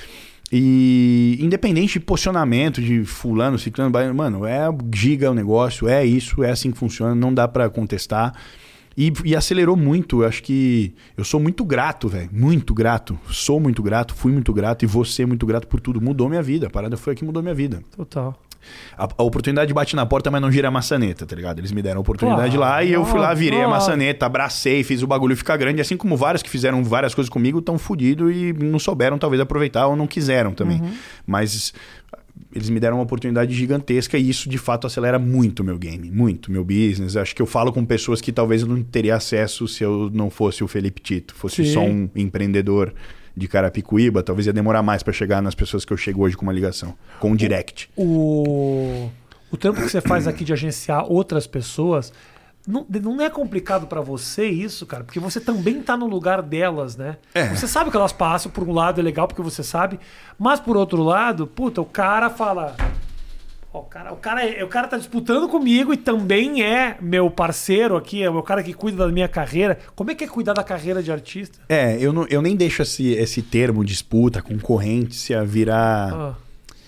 [SPEAKER 2] E independente de posicionamento de fulano, ciclano, mano, é giga o negócio, é isso, é assim que funciona, não dá pra contestar. E, e acelerou muito, eu acho que eu sou muito grato, velho, muito grato, sou muito grato, fui muito grato e vou ser muito grato por tudo, mudou minha vida, a parada foi a que mudou minha vida.
[SPEAKER 1] Total.
[SPEAKER 2] A, a oportunidade bate na porta, mas não gira a maçaneta, tá ligado? Eles me deram a oportunidade oh, lá e eu fui lá, virei oh. a maçaneta, abracei, fiz o bagulho ficar grande, assim como vários que fizeram várias coisas comigo estão fodidos e não souberam talvez aproveitar ou não quiseram também. Uhum. Mas eles me deram uma oportunidade gigantesca e isso de fato acelera muito o meu game, muito meu business. Acho que eu falo com pessoas que talvez eu não teria acesso se eu não fosse o Felipe Tito, fosse Sim. só um empreendedor de Carapicuíba, talvez ia demorar mais para chegar nas pessoas que eu chego hoje com uma ligação, com um direct.
[SPEAKER 1] O, o trampo que você faz aqui de agenciar outras pessoas, não, não é complicado para você isso, cara? Porque você também tá no lugar delas, né? É. Você sabe que elas passam, por um lado é legal porque você sabe, mas por outro lado, puta, o cara fala... O cara, o, cara é, o cara tá disputando comigo e também é meu parceiro aqui, é o cara que cuida da minha carreira. Como é que é cuidar da carreira de artista?
[SPEAKER 2] É, eu, não, eu nem deixo esse, esse termo disputa, concorrência virar, ah.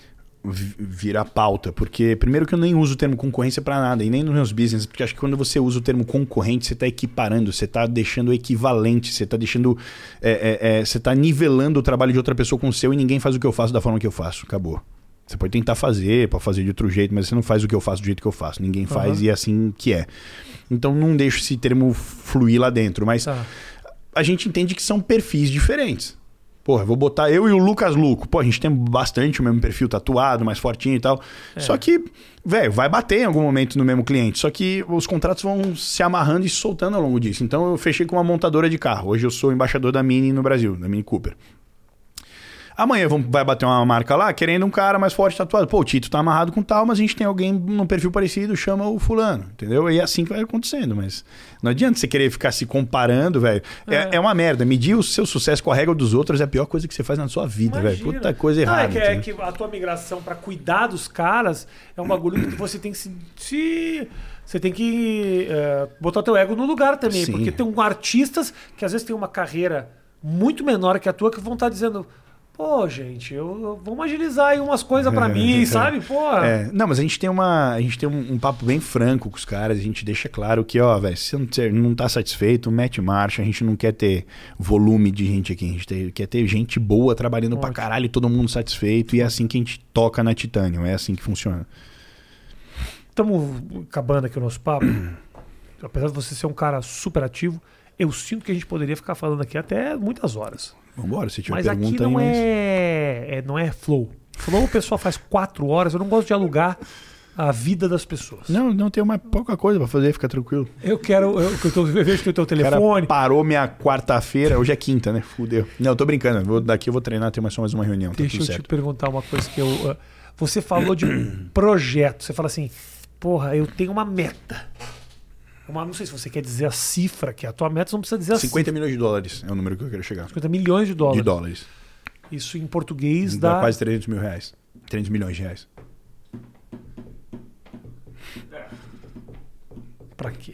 [SPEAKER 2] virar pauta. Porque, primeiro que eu nem uso o termo concorrência pra nada, e nem nos meus business, porque acho que quando você usa o termo concorrente, você tá equiparando, você tá deixando equivalente, você tá deixando... É, é, é, você tá nivelando o trabalho de outra pessoa com o seu e ninguém faz o que eu faço da forma que eu faço. Acabou. Você pode tentar fazer, pode fazer de outro jeito, mas você não faz o que eu faço do jeito que eu faço. Ninguém faz uhum. e é assim que é. Então não deixo esse termo fluir lá dentro. Mas tá. a gente entende que são perfis diferentes. Porra, vou botar eu e o Lucas Luco. Pô, a gente tem bastante o mesmo perfil tatuado, mais fortinho e tal. É. Só que, velho, vai bater em algum momento no mesmo cliente. Só que os contratos vão se amarrando e se soltando ao longo disso. Então eu fechei com uma montadora de carro. Hoje eu sou embaixador da Mini no Brasil, da Mini Cooper. Amanhã vai bater uma marca lá querendo um cara mais forte tatuado. Pô, o Tito tá amarrado com tal, mas a gente tem alguém num perfil parecido, chama o fulano, entendeu? E é assim que vai acontecendo, mas não adianta você querer ficar se comparando, velho. É. É, é uma merda. Medir o seu sucesso com a regra dos outros é a pior coisa que você faz na sua vida, velho. Puta coisa errada.
[SPEAKER 1] Não, é, que, é que a tua migração pra cuidar dos caras é um bagulho que você tem que se... se... você tem que uh, botar teu ego no lugar também.
[SPEAKER 2] Sim.
[SPEAKER 1] Porque tem um artistas que às vezes tem uma carreira muito menor que a tua que vão estar dizendo... Pô, gente, eu, eu, vamos agilizar aí umas coisas pra mim, sabe? Pô.
[SPEAKER 2] É, não, mas a gente tem, uma, a gente tem um, um papo bem franco com os caras. A gente deixa claro que, ó, velho, se você não, não tá satisfeito, mete marcha. A gente não quer ter volume de gente aqui. A gente tem, quer ter gente boa trabalhando Ótimo. pra caralho e todo mundo satisfeito. E é assim que a gente toca na Titanium. É assim que funciona.
[SPEAKER 1] Estamos acabando aqui o nosso papo. Apesar de você ser um cara super ativo, eu sinto que a gente poderia ficar falando aqui até muitas horas.
[SPEAKER 2] Vambora, se tiver
[SPEAKER 1] Mas
[SPEAKER 2] pergunta
[SPEAKER 1] aqui não
[SPEAKER 2] aí,
[SPEAKER 1] é, é, não é flow. Flow o pessoal faz quatro horas. Eu não gosto de alugar a vida das pessoas.
[SPEAKER 2] Não, não tem uma pouca coisa pra fazer, fica tranquilo.
[SPEAKER 1] Eu quero... Eu, eu, tô, eu vejo que o teu telefone...
[SPEAKER 2] O cara parou minha quarta-feira, hoje é quinta, né? Fudeu. Não, eu tô brincando. Vou, daqui eu vou treinar, tem mais só mais uma reunião. Tá
[SPEAKER 1] Deixa
[SPEAKER 2] tudo
[SPEAKER 1] eu
[SPEAKER 2] certo.
[SPEAKER 1] te perguntar uma coisa que eu... Uh, você falou de um projeto. Você fala assim... Porra, eu tenho uma meta. Uma, não sei se você quer dizer a cifra, que é a tua meta, você não precisa dizer a
[SPEAKER 2] cinquenta
[SPEAKER 1] cifra.
[SPEAKER 2] milhões de dólares é o número que eu quero chegar.
[SPEAKER 1] cinquenta milhões de dólares.
[SPEAKER 2] De dólares.
[SPEAKER 1] Isso em português
[SPEAKER 2] dá...
[SPEAKER 1] dá...
[SPEAKER 2] quase trezentos mil reais. trezentos milhões de reais.
[SPEAKER 1] Pra quê?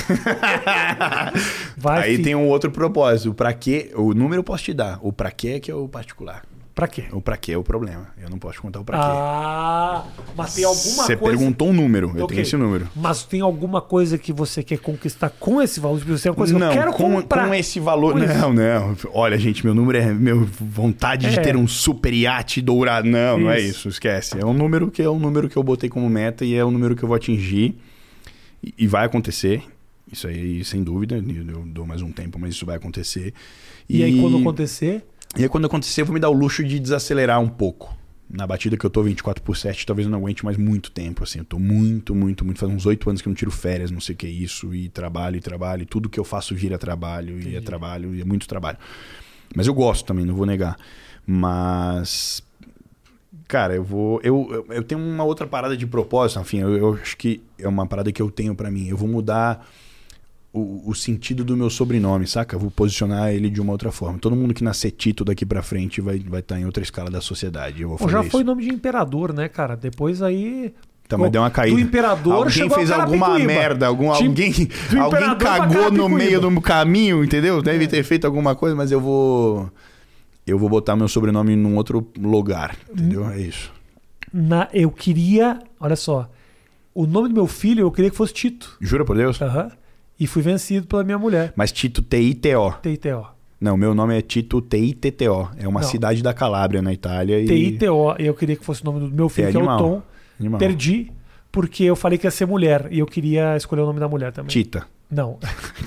[SPEAKER 1] Vai,
[SPEAKER 2] Aí
[SPEAKER 1] fi...
[SPEAKER 2] tem um outro propósito. O pra quê, o número eu posso te dar. O pra quê é que é o particular.
[SPEAKER 1] Pra quê?
[SPEAKER 2] O pra quê é o problema. Eu não posso te contar o pra quê.
[SPEAKER 1] Ah, mas tem alguma
[SPEAKER 2] Você
[SPEAKER 1] coisa...
[SPEAKER 2] perguntou um número, eu
[SPEAKER 1] Okay.
[SPEAKER 2] tenho esse número.
[SPEAKER 1] Mas tem alguma coisa que você quer conquistar com esse valor? Você é uma coisa que
[SPEAKER 2] não,
[SPEAKER 1] eu quero
[SPEAKER 2] com,
[SPEAKER 1] comprar.
[SPEAKER 2] com esse valor.
[SPEAKER 1] Com
[SPEAKER 2] não, não. Olha, gente, meu número é meu vontade de
[SPEAKER 1] É.
[SPEAKER 2] ter um super iate dourado. Não, não é
[SPEAKER 1] Isso.
[SPEAKER 2] isso, esquece. É um número que é um número que eu botei como meta e é um número que eu vou atingir. E, e vai acontecer. Isso aí, sem dúvida. Eu dou mais um tempo, mas isso vai acontecer.
[SPEAKER 1] E, e aí, quando acontecer...
[SPEAKER 2] E aí, quando acontecer, eu vou me dar o luxo de desacelerar um pouco. Na batida que eu tô vinte e quatro por sete, talvez eu não aguente mais muito tempo, assim. Eu tô muito, muito, muito... Faz uns oito anos que eu não tiro férias, não sei o que é isso. E trabalho, e trabalho. E tudo que eu faço vira trabalho. Entendi. E é trabalho, e é muito trabalho. Mas eu gosto também, não vou negar. Mas... Cara, eu vou... Eu, eu, eu tenho uma outra parada de propósito. Enfim, eu, eu acho que é uma parada que eu tenho pra mim. Eu vou mudar... O, o sentido do meu sobrenome, saca? Eu vou posicionar ele de uma outra forma. Todo mundo que nascer Tito daqui pra frente vai estar vai tá em outra escala da sociedade. Eu vou fazer
[SPEAKER 1] já
[SPEAKER 2] isso.
[SPEAKER 1] foi nome de imperador, né, cara? Depois aí...
[SPEAKER 2] Também deu uma caída.
[SPEAKER 1] Do imperador
[SPEAKER 2] alguém
[SPEAKER 1] chegou
[SPEAKER 2] fez alguma merda, algum,
[SPEAKER 1] Tim...
[SPEAKER 2] alguém, alguém cagou no meio do caminho, entendeu? Deve
[SPEAKER 1] é.
[SPEAKER 2] ter feito alguma coisa, mas eu vou... Eu vou botar meu sobrenome num outro lugar, entendeu? É isso.
[SPEAKER 1] Na, eu queria... Olha só. O nome do meu filho eu queria que fosse Tito.
[SPEAKER 2] Jura por Deus?
[SPEAKER 1] Aham. Uhum. E fui vencido pela minha mulher.
[SPEAKER 2] Mas Tito T I T O.
[SPEAKER 1] T I T O.
[SPEAKER 2] Não, meu nome é Tito T I T T O. É uma
[SPEAKER 1] Não.
[SPEAKER 2] cidade da Calábria, na Itália. E...
[SPEAKER 1] T I T O. E eu queria que fosse o nome do meu filho,
[SPEAKER 2] é
[SPEAKER 1] que
[SPEAKER 2] animal.
[SPEAKER 1] é o Tom.
[SPEAKER 2] Animal.
[SPEAKER 1] Perdi, porque eu falei que ia ser mulher. E eu queria escolher o nome da mulher também.
[SPEAKER 2] Tita.
[SPEAKER 1] Não.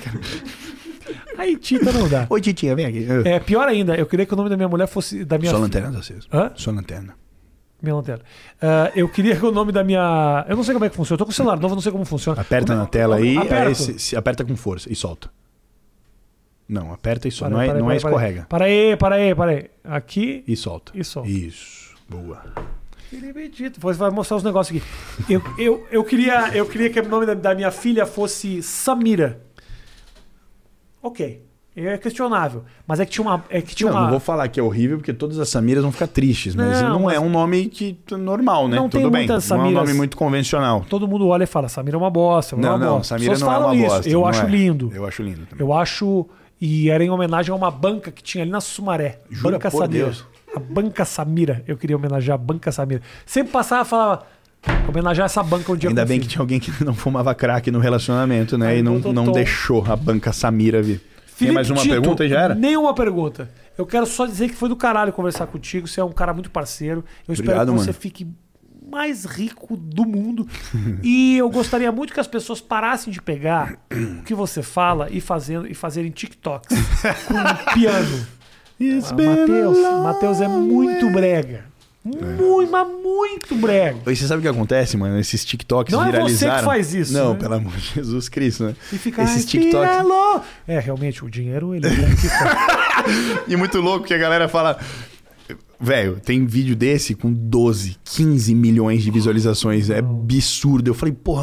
[SPEAKER 1] Aí Tita não dá.
[SPEAKER 2] Oi, Titinha, vem aqui.
[SPEAKER 1] É, pior ainda, eu queria que o nome da minha mulher fosse... da minha
[SPEAKER 2] Sua
[SPEAKER 1] fi-
[SPEAKER 2] lanterna tá acesa.
[SPEAKER 1] Hã?
[SPEAKER 2] Sua lanterna.
[SPEAKER 1] Minha lanterna. Uh, eu queria que o nome da minha... Eu não sei como é que funciona. Eu tô com o celular novo, não sei como funciona.
[SPEAKER 2] Aperta
[SPEAKER 1] como...
[SPEAKER 2] na tela aí,
[SPEAKER 1] Aperto.
[SPEAKER 2] aí se, se aperta com força e solta. Não, aperta e solta.
[SPEAKER 1] Para,
[SPEAKER 2] Não é,
[SPEAKER 1] para,
[SPEAKER 2] não
[SPEAKER 1] para,
[SPEAKER 2] é escorrega.
[SPEAKER 1] Para aí, para aí, para aí. Aqui
[SPEAKER 2] E solta.
[SPEAKER 1] e solta.
[SPEAKER 2] Isso. Boa.
[SPEAKER 1] Ele medita. Depois vai mostrar os negócios aqui. Eu, eu, eu, queria, eu queria que o nome da, da minha filha fosse Samira. Ok. É questionável. Mas é que tinha uma... É que tinha
[SPEAKER 2] Não,
[SPEAKER 1] uma...
[SPEAKER 2] não vou falar que é horrível, porque todas as Samiras vão ficar tristes. Mas
[SPEAKER 1] Não,
[SPEAKER 2] não,
[SPEAKER 1] mas-
[SPEAKER 2] é um nome que normal, né?
[SPEAKER 1] Não tem
[SPEAKER 2] Tudo bem.
[SPEAKER 1] muitas
[SPEAKER 2] Não é um
[SPEAKER 1] Samiras.
[SPEAKER 2] nome muito convencional.
[SPEAKER 1] Todo mundo olha e fala, Samira é uma bosta. É uma
[SPEAKER 2] Não, não,
[SPEAKER 1] bosta.
[SPEAKER 2] Samira
[SPEAKER 1] As
[SPEAKER 2] não
[SPEAKER 1] pessoas
[SPEAKER 2] é uma
[SPEAKER 1] falam isso.
[SPEAKER 2] bosta.
[SPEAKER 1] Eu
[SPEAKER 2] não
[SPEAKER 1] acho
[SPEAKER 2] é.
[SPEAKER 1] lindo.
[SPEAKER 2] Eu acho lindo também.
[SPEAKER 1] Eu acho... E era em homenagem a uma banca que tinha ali na Sumaré.
[SPEAKER 2] Jura
[SPEAKER 1] Banca
[SPEAKER 2] por
[SPEAKER 1] Samira.
[SPEAKER 2] Deus.
[SPEAKER 1] A Banca Samira. Eu queria homenagear a Banca Samira. Sempre passava e falava... Homenagear essa banca um dia.
[SPEAKER 2] Ainda
[SPEAKER 1] com
[SPEAKER 2] bem
[SPEAKER 1] o
[SPEAKER 2] que
[SPEAKER 1] filho.
[SPEAKER 2] tinha alguém que não fumava crack no relacionamento, né?
[SPEAKER 1] Aí
[SPEAKER 2] e não,
[SPEAKER 1] botou
[SPEAKER 2] não
[SPEAKER 1] tom.
[SPEAKER 2] deixou a banca Samira vir. Tem
[SPEAKER 1] Felipe
[SPEAKER 2] mais uma
[SPEAKER 1] Tito,
[SPEAKER 2] pergunta e já era?
[SPEAKER 1] Nenhuma pergunta. Eu quero só dizer que foi do caralho conversar contigo. Você é um cara muito parceiro. Eu espero
[SPEAKER 2] Obrigado,
[SPEAKER 1] que você
[SPEAKER 2] mano.
[SPEAKER 1] fique mais rico do mundo. E eu gostaria muito que as pessoas parassem de pegar o que você fala e, fazendo, e fazerem TikToks com piano.
[SPEAKER 2] It's
[SPEAKER 1] Ah,
[SPEAKER 2] been
[SPEAKER 1] Matheus,
[SPEAKER 2] a long
[SPEAKER 1] Matheus é muito brega. Muito, mas muito brega.
[SPEAKER 2] E você sabe o que acontece, mano? Esses TikToks
[SPEAKER 1] Não é você
[SPEAKER 2] viralizaram.
[SPEAKER 1] que faz isso,
[SPEAKER 2] Não,
[SPEAKER 1] né?
[SPEAKER 2] pelo amor de Jesus Cristo, né?
[SPEAKER 1] E fica
[SPEAKER 2] Esses
[SPEAKER 1] "Ai,
[SPEAKER 2] TikToks.
[SPEAKER 1] Pirelo!" É, realmente, o dinheiro ele conquista.
[SPEAKER 2] E muito louco que a galera fala... Velho, tem vídeo desse com doze, quinze milhões de visualizações. É absurdo. Eu falei, porra, mas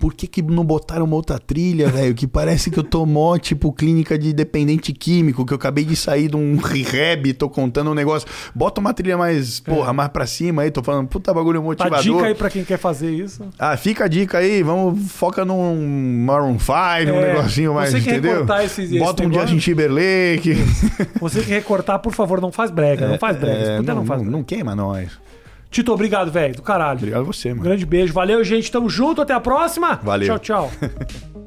[SPEAKER 2] por que que não botaram uma outra trilha, velho? Que parece que eu tô mó, tipo, clínica de dependente químico, que eu acabei de sair de um rehab, tô contando um negócio. Bota uma trilha mais, porra, é. mais pra cima aí, tô falando, puta bagulho motivador.
[SPEAKER 1] A dica aí pra quem quer fazer isso.
[SPEAKER 2] Ah, fica a dica aí, vamos, foca num Maroon cinco, é. um negocinho mais,
[SPEAKER 1] Você que
[SPEAKER 2] entendeu?
[SPEAKER 1] Recortar esse, esse
[SPEAKER 2] Bota um
[SPEAKER 1] negócio.
[SPEAKER 2] Justin Timberlake.
[SPEAKER 1] Você que recortar, por favor, não faz brega, é, não faz brega.
[SPEAKER 2] É, não,
[SPEAKER 1] não, faz
[SPEAKER 2] não,
[SPEAKER 1] brega.
[SPEAKER 2] não queima nós.
[SPEAKER 1] Tito, obrigado, velho, do caralho.
[SPEAKER 2] Obrigado a você, mano.
[SPEAKER 1] Um grande beijo, valeu, gente, tamo junto, até a próxima.
[SPEAKER 2] Valeu.
[SPEAKER 1] Tchau, tchau.